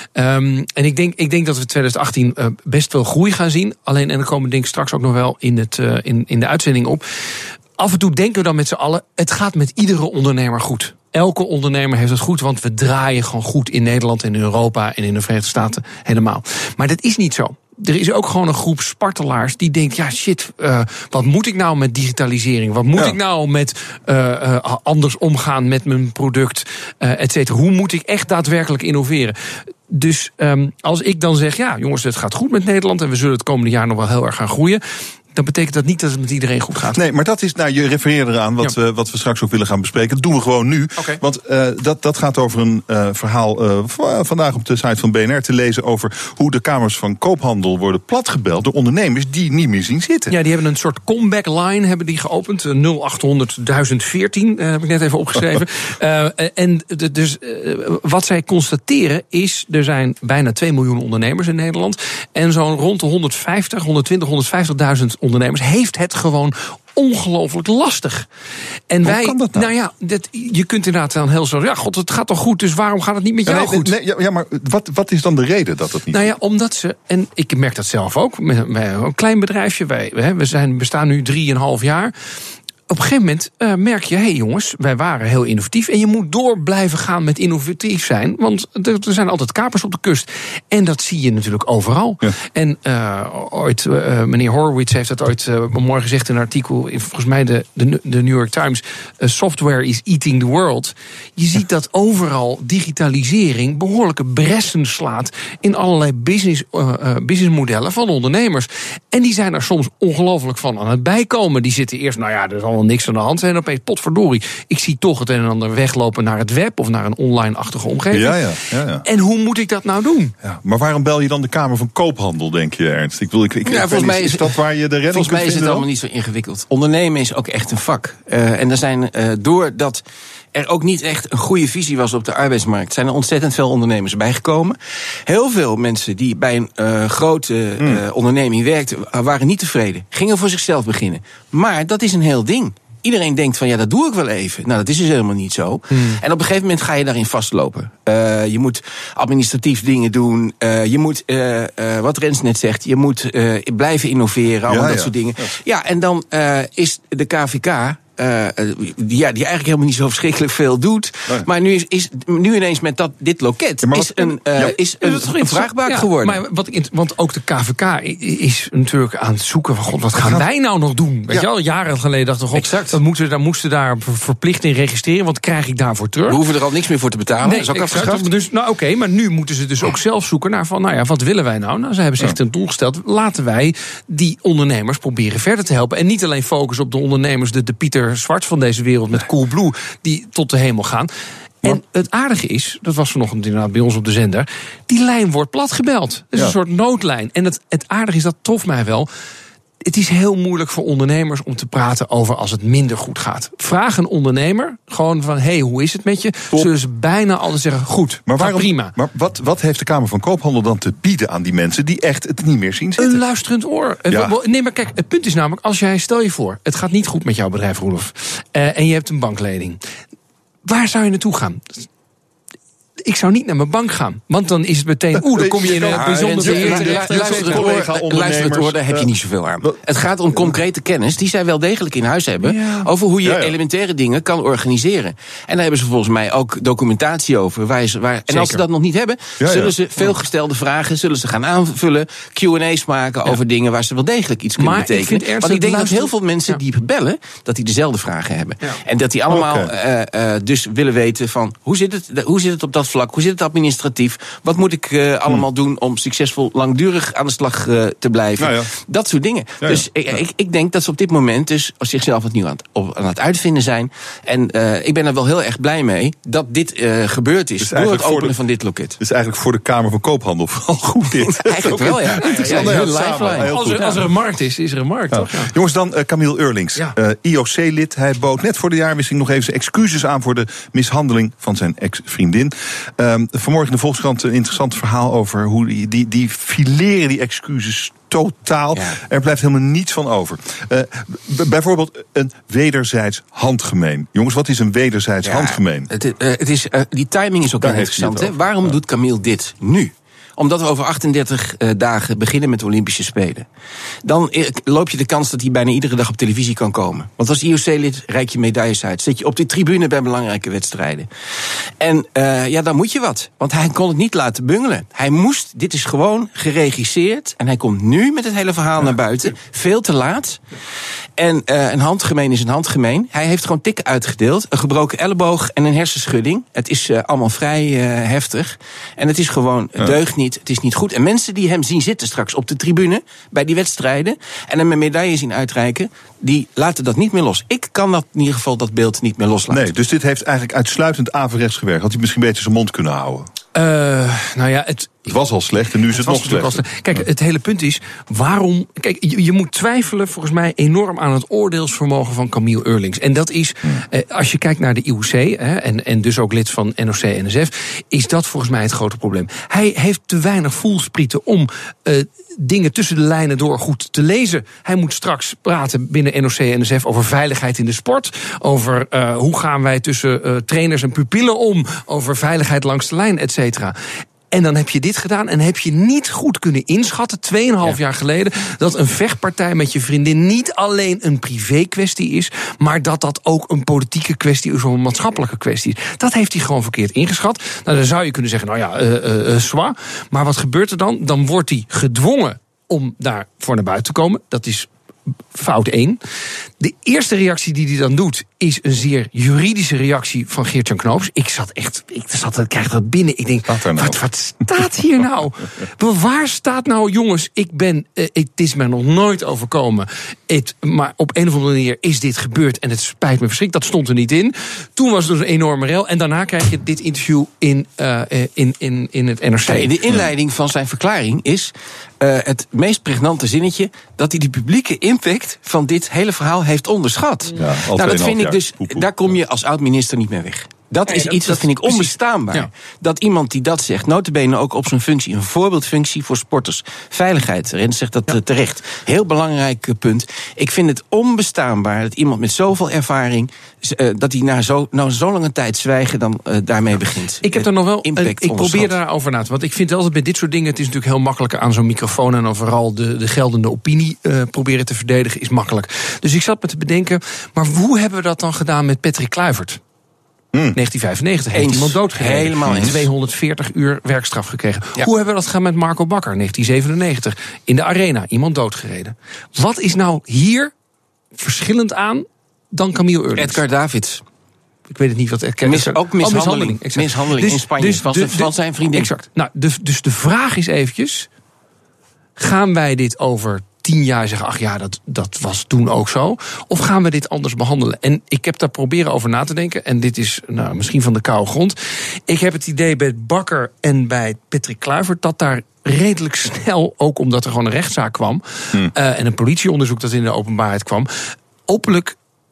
Um, en ik denk, ik denk dat we tweeduizend achttien uh, best wel groei gaan zien. Alleen, en dan komen we denk ik straks ook nog wel in, het, uh, in, in de uitzending op. Af en toe denken we dan met z'n allen, het gaat met iedere ondernemer goed. Elke ondernemer heeft het goed, want we draaien gewoon goed in Nederland en in Europa en in de Verenigde Staten helemaal. Maar dat is niet zo. Er is ook gewoon een groep spartelaars die denkt, ja shit, uh, wat moet ik nou met digitalisering? Wat moet ja. ik nou met uh, uh, anders omgaan met mijn product, uh, et cetera? Hoe moet ik echt daadwerkelijk innoveren? Dus um, als ik dan zeg, ja jongens, het gaat goed met Nederland en we zullen het komende jaar nog wel heel erg gaan groeien, dan betekent dat niet dat het met iedereen goed gaat. Nee, maar dat is, nou, je refereerde eraan wat, ja. we, wat we straks ook willen gaan bespreken. Dat doen we gewoon nu. Okay. Want uh, dat, dat gaat over een uh, verhaal uh, vandaag op de site van B N R te lezen over hoe de kamers van koophandel worden platgebeld door ondernemers die niet meer zien zitten. Ja, die hebben een soort comeback line hebben die geopend. nul achthonderd duizend veertien uh, heb ik net even opgeschreven. uh, en de, dus uh, wat zij constateren is, er zijn bijna twee miljoen ondernemers in Nederland. En zo'n rond de honderdvijftig, honderdtwintig, honderdvijftigduizend ondernemers heeft het gewoon ongelooflijk lastig. En Hoe wij, kan dat nou? nou ja, dat, je kunt inderdaad dan heel zo, ja, god, het gaat toch goed, dus waarom gaat het niet met jou nee, goed? Nee, ja, maar wat, wat is dan de reden dat dat niet? Nou ja, omdat ze, en ik merk dat zelf ook, met een klein bedrijfje, wij, we zijn, bestaan nu drieënhalf jaar. Op een gegeven moment uh, merk je, hé hey jongens, wij waren heel innovatief. En je moet door blijven gaan met innovatief zijn. Want er, er zijn altijd kapers op de kust. En dat zie je natuurlijk overal. Ja. En uh, ooit, uh, meneer Horowitz heeft dat ooit uh, mooi gezegd in een artikel. In, volgens mij de, de, de New York Times. Uh, software is eating the world. Je ziet dat overal digitalisering behoorlijke bressen slaat in allerlei business, uh, uh, businessmodellen van ondernemers. En die zijn er soms ongelooflijk van aan het bijkomen. Die zitten eerst, nou ja, er is al niks aan de hand zijn. Opeens, potverdorie, ik zie toch het een en ander weglopen naar het web of naar een online-achtige omgeving. Ja, ja, ja, ja. En hoe moet ik dat nou doen? Ja, maar waarom bel je dan de Kamer van Koophandel, denk je, Ernst? Ik wil, ik, ik, ja, volgens mij is, is dat waar je de redding Volgens mij is het dan? allemaal niet zo ingewikkeld. Ondernemen is ook echt een vak. Uh, en er zijn, uh, doordat er ook niet echt een goede visie was op de arbeidsmarkt, zijn er ontzettend veel ondernemers bijgekomen. Heel veel mensen die bij een uh, grote uh, mm. onderneming werkten, waren niet tevreden. Gingen voor zichzelf beginnen. Maar dat is een heel ding. Iedereen denkt van, ja, dat doe ik wel even. Nou, dat is dus helemaal niet zo. Hmm. En op een gegeven moment ga je daarin vastlopen. Uh, je moet administratief dingen doen. Uh, je moet, uh, uh, wat Rens net zegt, je moet uh, blijven innoveren. Allemaal ja, dat ja. soort dingen. Ja, ja en dan uh, is de K V K... Uh, die, ja, die eigenlijk helemaal niet zo verschrikkelijk veel doet. Nee. Maar nu is, is nu ineens met dat, dit loket ja, is, een, uh, ja. is een, een vraagbaak ja, geworden. Maar wat, want ook de K V K is natuurlijk aan het zoeken van, god, wat gaan wij nou nog doen? Weet ja. je wel, jaren geleden dachten we, god, exact. Dat moeten, daar moesten daar verplicht in registreren, wat krijg ik daarvoor terug? We hoeven er al niks meer voor te betalen. Nee, dat is ook exact. afgeschaft. Dus, nou oké, okay, maar nu moeten ze dus ook zelf zoeken naar van, nou ja, wat willen wij nou? Nou, ze hebben zich ja. ten doel gesteld, laten wij die ondernemers proberen verder te helpen. En niet alleen focussen op de ondernemers, de, de Pieter Zwart van deze wereld met Coolblue, die tot de hemel gaan. En het aardige is, dat was vanochtend inderdaad bij ons op de zender, die lijn wordt platgebeld. Het is ja. een soort noodlijn. En het, het aardige is, dat trof mij wel, het is heel moeilijk voor ondernemers om te praten over als het minder goed gaat. Vraag een ondernemer gewoon van, hé, hey, hoe is het met je? Top. Zullen ze bijna altijd zeggen, goed, maar waarom, prima. Maar wat, wat heeft de Kamer van Koophandel dan te bieden aan die mensen die echt het niet meer zien zitten? Een luisterend oor. Ja. Nee, maar kijk, het punt is namelijk, als jij, stel je voor, het gaat niet goed met jouw bedrijf, Roelof, uh, en je hebt een banklening. Waar zou je naartoe gaan? Ik zou niet naar mijn bank gaan. Want dan is het meteen... Oeh, dan kom je in een bijzonder terecht. Luister het hoor, daar heb je niet zoveel aan. Het gaat om concrete kennis die zij wel degelijk in huis hebben... Ja. over hoe je ja, ja. elementaire dingen kan organiseren. En daar hebben ze volgens mij ook documentatie over. Waar ze, waar, en als ze dat nog niet hebben... Ja, ja. zullen ze veelgestelde vragen... zullen ze gaan aanvullen, Q and A's maken... ja. over dingen waar ze wel degelijk iets kunnen maar betekenen. Ik Want ik denk dat heel veel mensen ja. die bellen... dat die dezelfde vragen hebben. Ja. En dat die allemaal okay. uh, uh, dus willen weten van... hoe zit het, hoe zit het op dat vlak? Hoe zit het administratief? Wat moet ik uh, allemaal hmm. doen om succesvol langdurig aan de slag uh, te blijven? Ja, ja. Dat soort dingen. Ja, ja. Dus ja. Ik, ik denk dat ze op dit moment dus zichzelf opnieuw aan, op, aan het uitvinden zijn. En uh, ik ben er wel heel erg blij mee dat dit uh, gebeurd is. Dus door het openen de, van dit loket. Dus eigenlijk voor de Kamer van Koophandel vooral goed dit. Eigenlijk wel, ja. ja, ja, ja, ja als, er, als er een markt is, is er een markt. Ja. Toch? Ja. Jongens, dan uh, Camille Eurlings, ja. uh, I O C-lid. Hij bood net voor de jaarwisseling nog even zijn excuses aan voor de mishandeling van zijn ex-vriendin. Um, vanmorgen in de Volkskrant een interessant verhaal over hoe die, die, die fileren die excuses totaal. Ja. Er blijft helemaal niets van over. Uh, b- bijvoorbeeld een wederzijds handgemeen. Jongens, wat is een wederzijds ja, handgemeen? Het, uh, het is, uh, die timing is ook heel interessant. Hè? Waarom ja. doet Camille dit nu? Omdat we over achtendertig uh, dagen beginnen met de Olympische Spelen. Dan uh, loop je de kans dat hij bijna iedere dag op televisie kan komen. Want als I O C-lid reik je medailles uit. Zit je op de tribune bij belangrijke wedstrijden. En uh, ja, dan moet je wat. Want hij kon het niet laten bungelen. Hij moest, dit is gewoon geregisseerd. En hij komt nu met het hele verhaal naar buiten. Veel te laat. En uh, een handgemeen is een handgemeen. Hij heeft gewoon tikken uitgedeeld. Een gebroken elleboog en een hersenschudding. Het is uh, allemaal vrij uh, heftig. En het is gewoon uh, deugd niet. Het is niet goed. En mensen die hem zien zitten straks op de tribune bij die wedstrijden en hem een medaille zien uitreiken, die laten dat niet meer los. Ik kan dat in ieder geval dat beeld niet meer loslaten. Nee, dus dit heeft eigenlijk uitsluitend averechts gewerkt. Had hij misschien beter zijn mond kunnen houden? Uh, nou ja, het, het was al slecht en nu is het, het nog slechter. Slecht. Kijk, het hele punt is, waarom... Kijk, je, je moet twijfelen volgens mij enorm aan het oordeelsvermogen van Camille Eurlings. En dat is, hmm. eh, als je kijkt naar de I O C, hè, en, en dus ook lid van N O C N S F, is dat volgens mij het grote probleem. Hij heeft te weinig voelsprieten om uh, dingen tussen de lijnen door goed te lezen. Hij moet straks praten binnen N O C N S F over veiligheid in de sport, over uh, hoe gaan wij tussen uh, trainers en pupillen om, over veiligheid langs de lijn, et cetera. En dan heb je dit gedaan en heb je niet goed kunnen inschatten, tweeënhalf ja. jaar geleden, dat een vechtpartij met je vriendin niet alleen een privé kwestie is, maar dat dat ook een politieke kwestie is of een maatschappelijke kwestie is. Dat heeft hij gewoon verkeerd ingeschat. Nou, dan zou je kunnen zeggen, nou ja, uh, uh, uh, zwaar. Maar wat gebeurt er dan? Dan wordt hij gedwongen om daar voor naar buiten te komen. Dat is fout één. De eerste reactie die hij dan doet is een zeer juridische reactie van Geert-Jan Knoops. Ik zat echt, ik zat, ik krijg dat binnen. Ik denk, wat, nou? wat, wat staat hier nou? Waar staat nou, jongens, ik ben, uh, het is mij nog nooit overkomen. Het, maar op een of andere manier is dit gebeurd en het spijt me verschrikkelijk. Dat stond er niet in. Toen was het dus een enorme rel. En daarna krijg je dit interview in, uh, in, in, in het N R C. Nee, de inleiding van zijn verklaring is uh, het meest pregnante zinnetje dat hij de publieke impact van dit hele verhaal heeft onderschat. Ja, nou, dat vind ik dus, daar kom je als oud-minister niet meer weg. Dat nee, is dat, iets, dat vind ik onbestaanbaar. Ja. Dat iemand die dat zegt, nota bene ook op zijn functie, een voorbeeldfunctie voor sporters. Veiligheid, Rens zegt dat ja. terecht. Heel belangrijk punt. Ik vind het onbestaanbaar dat iemand met zoveel ervaring, uh, dat hij na zo, na zo lange tijd zwijgen dan uh, daarmee ja. begint. Ik heb er nog wel, uh, ik probeer daarover na te, want ik vind altijd bij dit soort dingen, het is natuurlijk heel makkelijk aan zo'n microfoon en dan vooral de, de geldende opinie uh, proberen te verdedigen is makkelijk. Dus ik zat me te bedenken, maar hoe hebben we dat dan gedaan met Patrick Kluivert? Hmm. negentien vijfennegentig heeft iemand doodgereden. Helemaal eens. tweehonderdveertig uur werkstraf gekregen. Ja. Hoe hebben we dat gedaan met Marco Bakker? negentien zevenennegentig. In de Arena, iemand doodgereden. Wat is nou hier verschillend aan dan Camille Eurlings? Edgar Davids. Ik weet het niet wat Edgar... Mis, ook mishandeling. Oh, mishandeling, exact. mishandeling dus, in Spanje dus van, de, de, van zijn vriendin. Exact. Nou, de, dus de vraag is eventjes, gaan wij dit over tien jaar zeggen, ach ja, dat, dat was toen ook zo. Of gaan we dit anders behandelen? En ik heb daar proberen over na te denken. En dit is nou, misschien van de koude grond. Ik heb het idee bij Bakker en bij Patrick Kluivert dat daar redelijk snel, ook omdat er gewoon een rechtszaak kwam, hmm. uh, en een politieonderzoek dat in de openbaarheid kwam, openlijk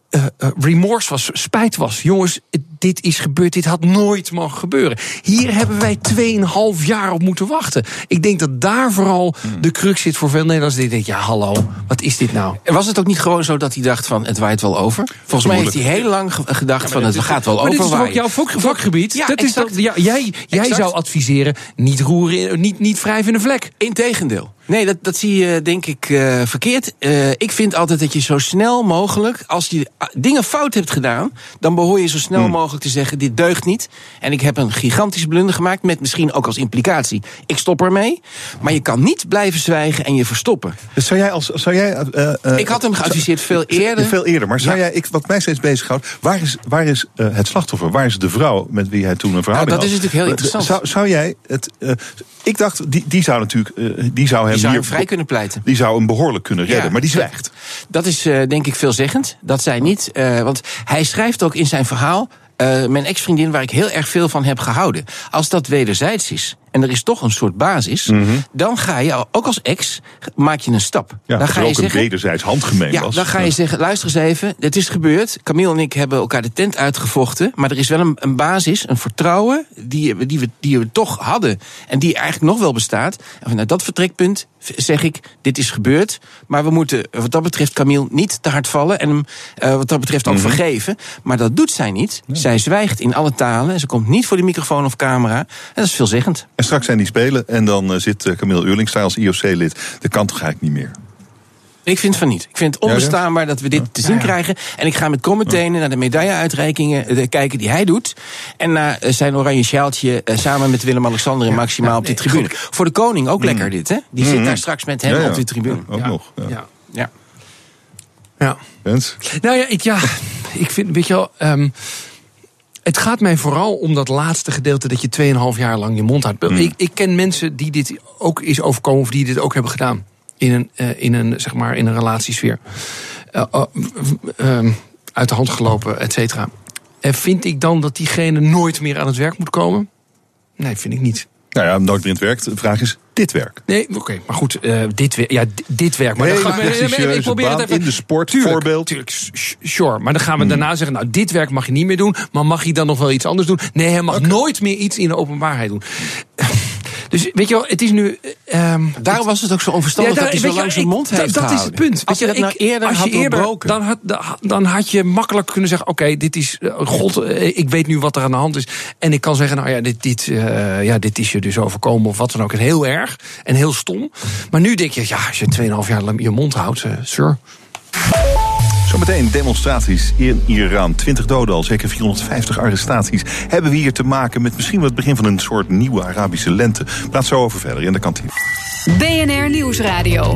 Uh, uh, remorse was, spijt was. Jongens, dit is gebeurd, dit had nooit mogen gebeuren. Hier hebben wij tweeënhalf jaar op moeten wachten. Ik denk dat daar vooral hmm. de crux zit voor veel Nederlanders. Die denken, ja hallo, wat is dit nou? En was het ook niet gewoon zo dat hij dacht van, het waait wel over? Volgens mij heeft hij heel lang gedacht ja, van, het gaat wel over. Maar dit is toch ook jouw vak, vakgebied? Ja, dat is dat, ja, jij jij zou adviseren, niet roeren, niet, niet wrijven in de vlek. Integendeel. Nee, dat, dat zie je denk ik uh, verkeerd. Uh, ik vind altijd dat je zo snel mogelijk, als je dingen fout hebt gedaan, dan behoor je zo snel hmm. mogelijk te zeggen, dit deugt niet. En ik heb een gigantische blunder gemaakt, met misschien ook als implicatie, ik stop ermee. Maar je kan niet blijven zwijgen en je verstoppen. Dus zou jij als... Zou jij, uh, uh, ik had hem geadviseerd veel eerder. Veel eerder, maar zou ja. jij, ik, wat mij steeds bezighoudt, waar is, waar is uh, het slachtoffer? Waar is de vrouw met wie hij toen een verhouding nou, dat had? is natuurlijk heel interessant. Zou, zou jij het... Uh, ik dacht, die, die zou natuurlijk... Uh, die zou hem die zou hier hem vrij kunnen pleiten. Die zou hem behoorlijk kunnen redden, ja, maar die zwijgt. Dat is uh, denk ik veelzeggend. Dat zij niet... Uh, want hij schrijft ook in zijn verhaal, Uh, mijn ex-vriendin, waar ik heel erg veel van heb gehouden. Als dat wederzijds is en er is toch een soort basis, mm-hmm. dan ga je, ook als ex, maak je een stap. Ja, dan ga je ook zeggen, een wederzijds handgemeen ja, was. Dan ga je zeggen, luister eens even, het is gebeurd. Camille en ik hebben elkaar de tent uitgevochten, maar er is wel een, een basis, een vertrouwen die, die, we, die we toch hadden en die eigenlijk nog wel bestaat. En vanuit dat vertrekpunt zeg ik, dit is gebeurd, maar we moeten wat dat betreft Camille niet te hard vallen en hem uh, wat dat betreft ook mm-hmm. vergeven. Maar dat doet zij niet. Nee. Zij zwijgt in alle talen en ze komt niet voor de microfoon of camera. En dat is veelzeggend. En straks zijn die spelen en dan uh, zit uh, Camille Eurlingstein als I O C-lid. Dat kan toch eigenlijk niet meer? Ik vind van niet. Ik vind het onbestaanbaar dat we dit te zien ja, ja. krijgen. En ik ga met kromme tenen ja. naar de medailleuitreikingen uh, kijken die hij doet. En naar uh, zijn oranje sjaaltje uh, samen met Willem-Alexander en Maximaal ja, op de nee, tribune. Goed. Voor de koning ook mm. lekker dit, hè? Die mm. zit daar straks met hem ja, ja. op de tribune. Ook ja. nog. Ja. Ja. ja. ja. Wens? Nou ja, ik, ja, ik vind, weet je wel... Um, het gaat mij vooral om dat laatste gedeelte dat je tweeënhalf jaar lang je mond houdt. Mm. Ik, ik ken mensen die dit ook is overkomen of die dit ook hebben gedaan. In een, uh, in een, zeg maar, in een relatiesfeer. Uh, uh, uh, uh, uit de hand gelopen, et cetera. En vind ik dan dat diegene nooit meer aan het werk moet komen? Nee, vind ik niet. Nou ja, nooit meer in het werk. De vraag is, dit werk. Nee, oké, okay, maar goed, uh, dit, ja, dit werk. Maar nee, dan gaan we, nee, nee, ik probeer het even in de sport, tuurlijk, voorbeeld. Tuurlijk, sure. Maar dan gaan we hmm. daarna zeggen, nou, dit werk mag je niet meer doen. Maar mag hij dan nog wel iets anders doen? Nee, hij mag okay. nooit meer iets in de openbaarheid doen. Dus weet je wel, het is nu... Um, Daarom was het ook zo onverstandig ja, daar, dat hij zo lang zijn mond heeft Dat gehouden. is het punt. Als je dat nou eerder als had je eerder, doorbroken. Dan had, dan had je makkelijk kunnen zeggen, oké, okay, dit is... Uh, God, uh, ik weet nu wat er aan de hand is. En ik kan zeggen, nou ja dit, dit, uh, ja, dit is je dus overkomen of wat dan ook. En heel erg en heel stom. Maar nu denk je, ja, als je tweeënhalf jaar je mond houdt, uh, sure. Zometeen demonstraties in Iran. twintig doden al, zeker vierhonderdvijftig arrestaties. Hebben we hier te maken met misschien wel het begin van een soort nieuwe Arabische lente? Praat zo over verder in de kantine. B N R Nieuwsradio.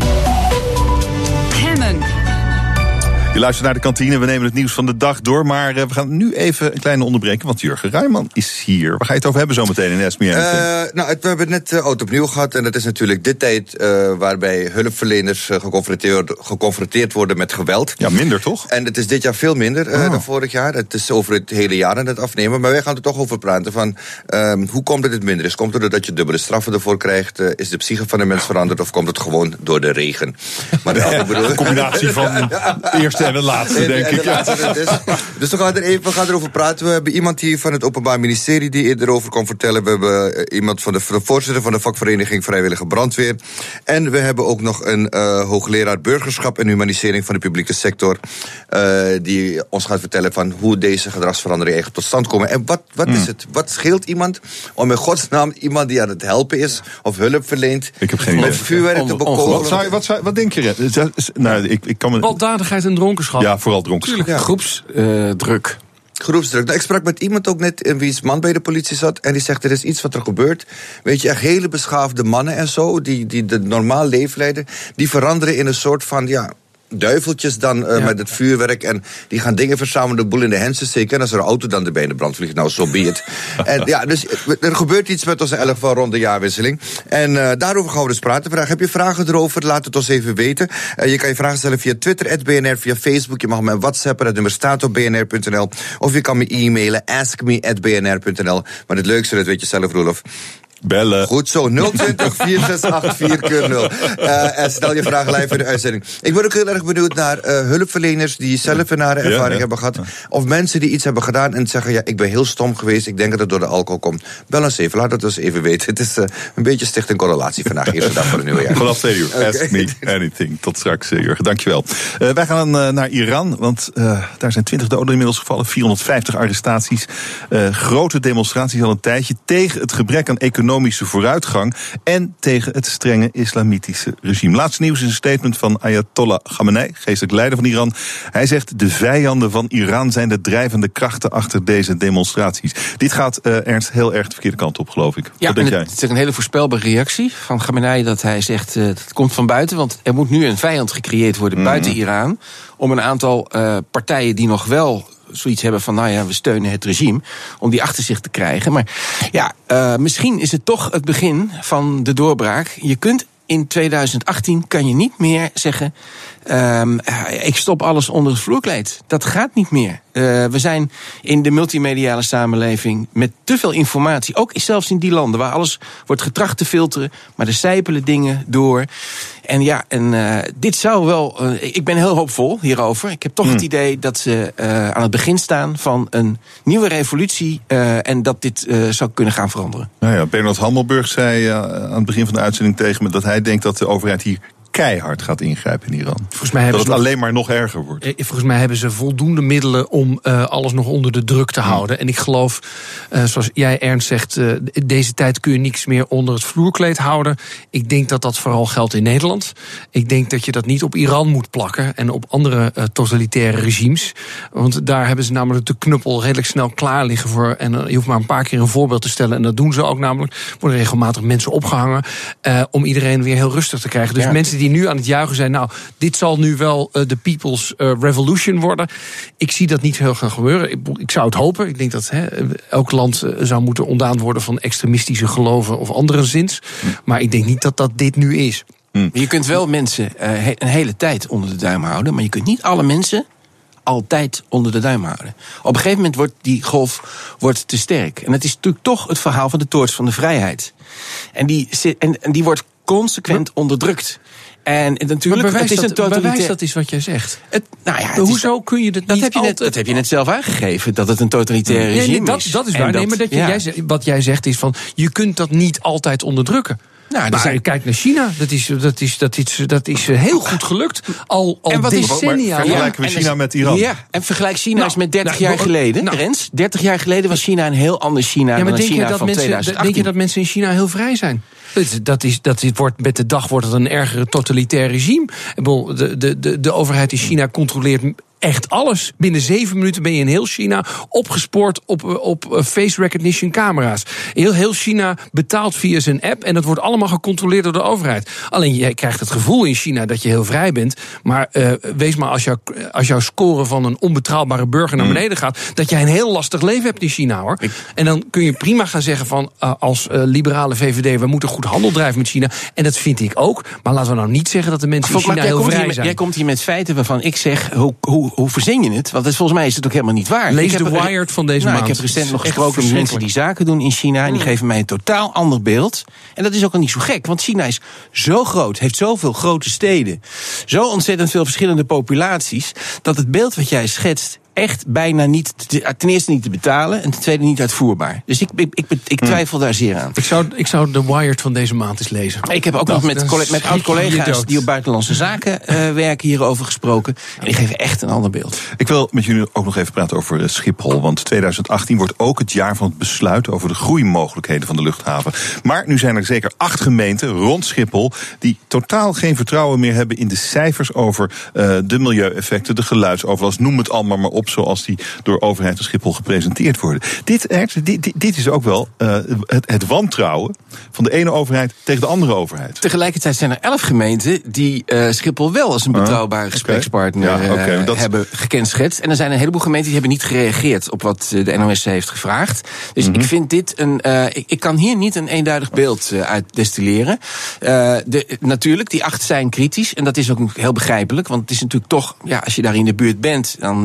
Hemmen. Je luistert naar de kantine, we nemen het nieuws van de dag door. Maar uh, we gaan nu even een kleine onderbreken, want Jurgen Rijman is hier. Waar ga je het over hebben zometeen in Ask Me Anything? Uh, nou, we hebben net uh, oud opnieuw gehad. En dat is natuurlijk de tijd uh, waarbij hulpverleners uh, geconfronteerd, geconfronteerd worden met geweld. Ja, minder toch? En het is dit jaar veel minder uh, oh. dan vorig jaar. Het is over het hele jaar aan het afnemen. Maar wij gaan er toch over praten van um, hoe komt het het minder is? Komt het doordat je dubbele straffen ervoor krijgt? Uh, is de psyche van de mens veranderd? Of komt het gewoon door de regen? Maar ja, ik bedoel, een combinatie van eerste en de laatste, denk en, ik. En laatste, dus dus we gaan, er even, we gaan erover praten. We hebben iemand hier van het Openbaar Ministerie die erover kon vertellen. We hebben uh, iemand van de, de voorzitter van de vakvereniging Vrijwillige Brandweer. En we hebben ook nog een uh, hoogleraar burgerschap en humanisering van de publieke sector. Uh, die ons gaat vertellen van hoe deze gedragsveranderingen eigenlijk tot stand komen. En wat, wat mm. is het? Wat scheelt iemand om in godsnaam iemand die aan het helpen is of hulp verleent? Ik heb geen idee. Met vuurwerk te bekogelen. Wat, zou, wat, zou, wat denk je? Nou, ik, ik kan me... Baldadigheid en dronkenschap. Ja, vooral dronkenschap. Ja. Groepsdruk. Uh, Groepsdruk. Nou, ik sprak met iemand ook net in wie's man bij de politie zat. En die zegt, er is iets wat er gebeurt. Weet je, echt hele beschaafde mannen en zo, die, die de normaal leven leiden, die veranderen in een soort van, ja, duiveltjes dan uh, ja. met het vuurwerk. En die gaan dingen verzamelen, de boel in de hensen steken. En als er een auto dan erbij in de brand vliegt, nou, zo so be it. En ja, dus er gebeurt iets met ons in elk geval rond de jaarwisseling. En uh, daarover gaan we dus praten. Vraag, heb je vragen erover? Laat het ons even weten. Uh, je kan je vragen stellen via Twitter, at B N R, via Facebook. Je mag me WhatsAppen, het nummer staat op b n r punt n l. Of je kan me e-mailen, ask me at b n r punt n l. Maar het leukste, dat weet je zelf, Roelof. Bellen. Goed zo, nul twintig, vier zes acht, vier keer nul. Uh, en stel je vraag live in de uitzending. Ik ben ook heel erg benieuwd naar uh, hulpverleners die zelf een nare ervaring ja, ja. hebben gehad. Of mensen die iets hebben gedaan en zeggen, ja, ik ben heel stom geweest, ik denk dat het door de alcohol komt. Bel ons even, laat dat dus even weten. Het is uh, een beetje stichting correlatie vandaag, eerste dag van het nieuwe jaar. Vanaf twee uur, okay. Ask me anything. Tot straks, uh, Jurgen, dankjewel. Uh, wij gaan uh, naar Iran, want uh, daar zijn twintig doden inmiddels gevallen, vierhonderdvijftig arrestaties. Uh, grote demonstraties al een tijdje tegen het gebrek aan economische vooruitgang en tegen het strenge islamitische regime. Laatste nieuws is een statement van Ayatollah Khamenei, geestelijk leider van Iran. Hij zegt, de vijanden van Iran zijn de drijvende krachten achter deze demonstraties. Dit gaat uh, Ernst heel erg de verkeerde kant op, geloof ik. Ja, Wat denk het, jij? het is een hele voorspelbare reactie van Khamenei dat hij zegt, uh, het komt van buiten, want er moet nu een vijand gecreëerd worden mm. buiten Iran om een aantal uh, partijen die nog wel zoiets hebben van, nou ja, we steunen het regime, om die achter zich te krijgen. Maar ja, uh, misschien is het toch het begin van de doorbraak. Je kunt in tweeduizend achttien kan je niet meer zeggen, Um, ik stop alles onder het vloerkleed. Dat gaat niet meer. Uh, we zijn in de multimediale samenleving met te veel informatie. Ook zelfs in die landen waar alles wordt getracht te filteren. Maar er sijpelen dingen door. En ja, en uh, dit zou wel... Uh, ik ben heel hoopvol hierover. Ik heb toch hmm. het idee dat ze uh, aan het begin staan van een nieuwe revolutie. Uh, en dat dit uh, zou kunnen gaan veranderen. Nou ja, Bernard Hammelburg zei uh, aan het begin van de uitzending tegen me dat hij denkt dat de overheid hier keihard gaat ingrijpen in Iran. Volgens mij hebben dat het ze nog, alleen maar nog erger wordt. Volgens mij hebben ze voldoende middelen om uh, alles nog onder de druk te houden. En ik geloof, uh, zoals jij Ernst zegt, uh, deze tijd kun je niks meer onder het vloerkleed houden. Ik denk dat dat vooral geldt in Nederland. Ik denk dat je dat niet op Iran moet plakken en op andere uh, totalitaire regimes. Want daar hebben ze namelijk de knuppel redelijk snel klaar liggen voor. En uh, je hoeft maar een paar keer een voorbeeld te stellen. En dat doen ze ook namelijk. Er worden regelmatig mensen opgehangen uh, om iedereen weer heel rustig te krijgen. Dus ja. mensen die nu aan het juichen zijn, nou, dit zal nu wel uh, de People's uh, Revolution worden. Ik zie dat niet heel gaan gebeuren. Ik, ik zou het hopen. Ik denk dat he, elk land uh, zou moeten ontdaan worden van extremistische geloven of andere zins. Hm. Maar ik denk niet dat dat dit nu is. Hm. Je kunt wel mensen uh, he, een hele tijd onder de duim houden, maar je kunt niet alle mensen altijd onder de duim houden. Op een gegeven moment wordt die golf wordt te sterk. En het is natuurlijk toch het verhaal van de toorts van de vrijheid. En die, en, en die wordt consequent maar onderdrukt. En natuurlijk, bewijs het is een dat, totalitair... bewijs dat is wat jij zegt. Het, nou ja, het hoezo is, kun je dat, dat niet heb je net, altijd... Dat heb je net zelf aangegeven, dat het een totalitair nee, regime nee, dat, is. Dat is waar, en nee, dat, maar dat je, ja. jij zegt, wat jij zegt is van, je kunt dat niet altijd onderdrukken. Nou, maar zijn... kijk naar China, dat is, dat is, dat is, dat is heel goed gelukt. Al, al en wat decennia. Maar vergelijken we China ja, met Iran? Ja, en vergelijk China nou, eens met dertig nou, jaar geleden. Nou, Rens, dertig jaar geleden was China een heel ander China ja, dan China van mensen, tweeduizend achttien. Denk je dat mensen in China heel vrij zijn? Dat is, dat is, wordt, met de dag wordt het een ergere totalitair regime. De, de, de, de overheid in China controleert echt alles. Binnen zeven minuten ben je in heel China opgespoord op, op face recognition camera's. Heel, heel China betaalt via zijn app en dat wordt allemaal gecontroleerd door de overheid. Alleen je krijgt het gevoel in China dat je heel vrij bent. Maar uh, wees maar als, jou, als jouw score van een onbetrouwbare burger naar beneden gaat, dat jij een heel lastig leven hebt in China, hoor. Ik... En dan kun je prima gaan zeggen van uh, als uh, liberale V V D, we moeten goed handel drijven met China. En dat vind ik ook. Maar laten we nou niet zeggen dat de mensen in China heel vrij met, zijn. Jij komt hier met feiten waarvan ik zeg, hoe, hoe, hoe verzin je het? Want het, volgens mij is het ook helemaal niet waar. Lees ik de heb, Wired van deze nou, maand. Ik heb recent nog gesproken met mensen die zaken doen in China. En die geven mij een totaal ander beeld. En dat is ook al niet zo gek. Want China is zo groot, heeft zoveel grote steden, zo ontzettend veel verschillende populaties, dat het beeld wat jij schetst echt bijna niet, ten eerste niet te betalen en ten tweede niet uitvoerbaar. Dus ik, ik, ik, ik twijfel hmm. daar zeer aan. Ik zou, ik zou de Wired van deze maand eens lezen. Ik heb ook dat, nog met, coll- met oud-collega's die op buitenlandse zaken uh, werken hierover gesproken. En die geven echt een ander beeld. Ik wil met jullie ook nog even praten over Schiphol. Want tweeduizend achttien wordt ook het jaar van het besluit over de groeimogelijkheden van de luchthaven. Maar nu zijn er zeker acht gemeenten rond Schiphol die totaal geen vertrouwen meer hebben in de cijfers over uh, de milieueffecten, de geluidsoverlast, noem het allemaal maar op, zoals die door overheid en Schiphol gepresenteerd worden. Dit, dit, dit is ook wel uh, het, het wantrouwen van de ene overheid tegen de andere overheid. Tegelijkertijd zijn er elf gemeenten die uh, Schiphol wel als een betrouwbare uh, gesprekspartner okay. ja, okay, uh, dat... hebben gekenschetst. En er zijn een heleboel gemeenten die hebben niet gereageerd op wat de N O S heeft gevraagd. Dus mm-hmm. ik vind dit een... Uh, ik, ik kan hier niet een eenduidig beeld uh, uit destilleren. Uh, de, natuurlijk, die acht zijn kritisch. En dat is ook heel begrijpelijk. Want het is natuurlijk toch, ja, als je daar in de buurt bent, dan uh, hoef je maar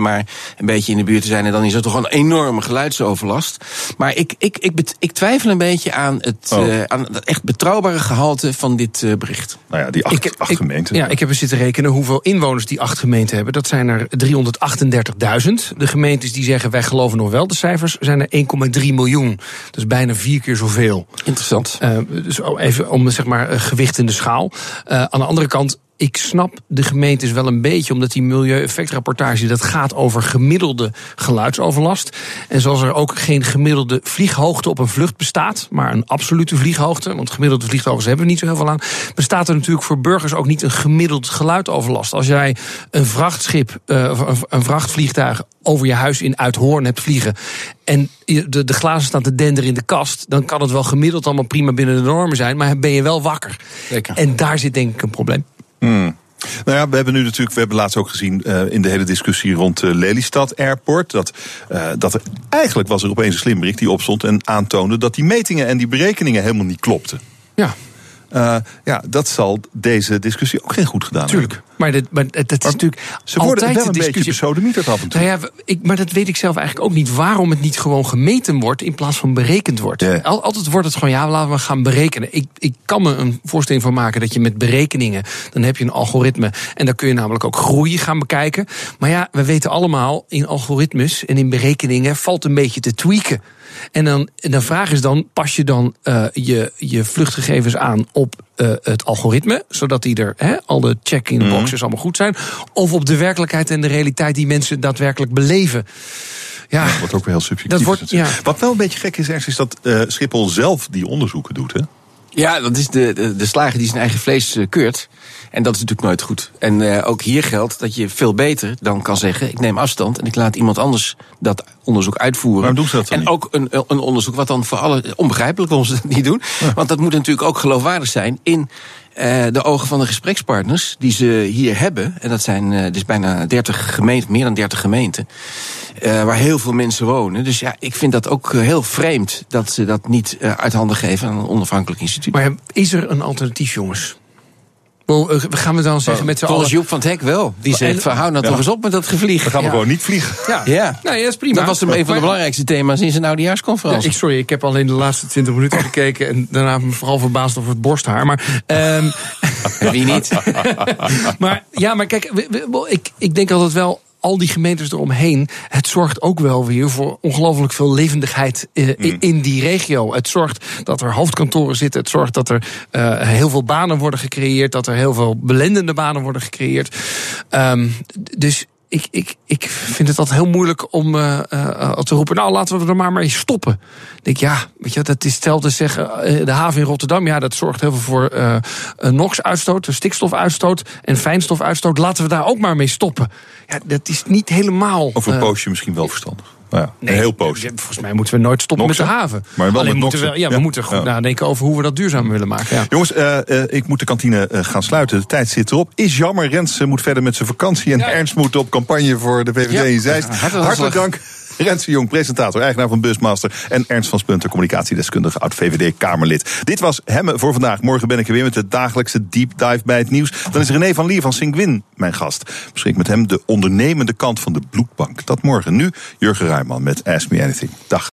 maar een beetje in de buurt te zijn. En dan is er toch een enorme geluidsoverlast. Maar ik, ik, ik, bet, ik twijfel een beetje aan het, oh. uh, aan het echt betrouwbare gehalte van dit uh, bericht. Nou ja, die acht, ik, acht ik, gemeenten. Ja, ik heb eens zitten rekenen hoeveel inwoners die acht gemeenten hebben. Dat zijn er driehonderdachtendertigduizend. De gemeentes die zeggen wij geloven nog wel de cijfers zijn er één komma drie miljoen. Dus bijna vier keer zoveel. Interessant. Uh, dus even om zeg maar gewicht in de schaal. Uh, aan de andere kant, ik snap de gemeentes wel een beetje, omdat die milieueffectrapportage, dat gaat over gemiddelde geluidsoverlast. En zoals er ook geen gemiddelde vlieghoogte op een vlucht bestaat, maar een absolute vlieghoogte, want gemiddelde vlieghoogtes hebben we niet zo heel veel aan, bestaat er natuurlijk voor burgers ook niet een gemiddeld geluidoverlast. Als jij een vrachtschip, uh, een vrachtvliegtuig over je huis in Uithoorn hebt vliegen en de, de glazen staan te denderen in de kast, dan kan het wel gemiddeld allemaal prima binnen de normen zijn, maar ben je wel wakker. Zeker. En daar zit denk ik een probleem. Hmm. Nou ja, we hebben nu natuurlijk, we hebben laatst ook gezien uh, in de hele discussie rond uh, Lelystad Airport, dat, uh, dat er eigenlijk was er opeens een slimbericht die opstond en aantoonde dat die metingen en die berekeningen helemaal niet klopten. Ja. Uh, ja, dat zal deze discussie ook geen goed gedaan Tuurlijk. hebben. Maar dat, maar dat is maar natuurlijk ze worden altijd wel een beetje besodemieterd af en toe. Nou ja, ik, maar dat weet ik zelf eigenlijk ook niet. Waarom het niet gewoon gemeten wordt in plaats van berekend wordt. Yeah. Al, altijd wordt het gewoon, ja, laten we gaan berekenen. Ik, ik kan me een voorstelling van maken dat je met berekeningen, dan heb je een algoritme en dan kun je namelijk ook groei gaan bekijken. Maar ja, we weten allemaal, in algoritmes en in berekeningen valt een beetje te tweaken. En dan de vraag is dan, pas je dan uh, je, je vluchtgegevens aan op uh, het algoritme, zodat die er, he, al de check-in boxes mm. allemaal goed zijn, of op de werkelijkheid en de realiteit die mensen daadwerkelijk beleven. Ja, dat wordt ook wel heel subjectief. Dat wordt, ja. Wat wel een beetje gek is, is dat uh, Schiphol zelf die onderzoeken doet, hè? Ja, dat is de, de, de slager die zijn eigen vlees uh, keurt. En dat is natuurlijk nooit goed. En uh, ook hier geldt dat je veel beter dan kan zeggen, ik neem afstand en ik laat iemand anders dat onderzoek uitvoeren. Waarom doen ze dat dan En niet? ook een, een onderzoek wat dan voor alle onbegrijpelijk waarom ze dat niet doen. Ja. Want dat moet natuurlijk ook geloofwaardig zijn in uh, de ogen van de gesprekspartners die ze hier hebben. En dat zijn uh, dus bijna dertig gemeenten, meer dan dertig gemeenten. Uh, waar heel veel mensen wonen. Dus ja, ik vind dat ook uh, heel vreemd dat ze dat niet uh, uit handen geven aan een onafhankelijk instituut. Maar is er een alternatief, jongens? Well, gaan we dan zeggen oh, met z'n allen... Volgens Joep van het Hek wel. Die zegt, van, hou nou ja. toch eens op met dat gevlieg. Dan gaan we ja. gewoon niet vliegen. Ja, ja. Nou, ja, dat is prima. Dat was een van de belangrijkste thema's in zijn oudejaarsconferentie. Ja, ik, sorry, ik heb alleen de laatste twintig minuten gekeken en daarna me vooral verbaasd over het borsthaar. Maar um, wie niet? maar ja, maar kijk, we, we, ik, ik denk altijd wel, al die gemeentes eromheen, het zorgt ook wel weer voor ongelooflijk veel levendigheid uh, in, in die regio. Het zorgt dat er hoofdkantoren zitten. Het zorgt dat er uh, heel veel banen worden gecreëerd. Dat er heel veel belendende banen worden gecreëerd. Um, dus ik, ik, ik vind het altijd heel moeilijk om uh, uh, te roepen, nou, laten we er maar mee stoppen. Ik denk, ja, weet je, dat is hetzelfde zeggen, uh, de haven in Rotterdam, ja, dat zorgt heel veel voor uh, N O X-uitstoot, stikstofuitstoot en fijnstofuitstoot. Laten we daar ook maar mee stoppen. Ja, dat is niet helemaal... Over een poosje misschien wel verstandig. Nou ja, nee, een heel poosje. Volgens mij moeten we nooit stoppen Noxen, met de haven. Maar wel Alleen met moeten we, ja, we ja. moeten goed ja. nadenken over hoe we dat duurzaam willen maken. Ja. Jongens, uh, uh, ik moet de kantine uh, gaan sluiten. De tijd zit erop. Is jammer, Rens moet verder met zijn vakantie en ja. Ernst moet op campagne voor de V V D ja. in Zeist. Ja, hartelijk, hartelijk dank. Rens de Jong, presentator, eigenaar van Busmaster. En Ernst van Spunter, communicatiedeskundige, oud-V V D-Kamerlid. Dit was Hemme voor vandaag. Morgen ben ik er weer met de dagelijkse deep dive bij het nieuws. Dan is René van Lier van Sinquin mijn gast. Bespreek met hem de ondernemende kant van de bloedbank. Dat morgen. Nu Jurgen Ruijman met Ask Me Anything. Dag.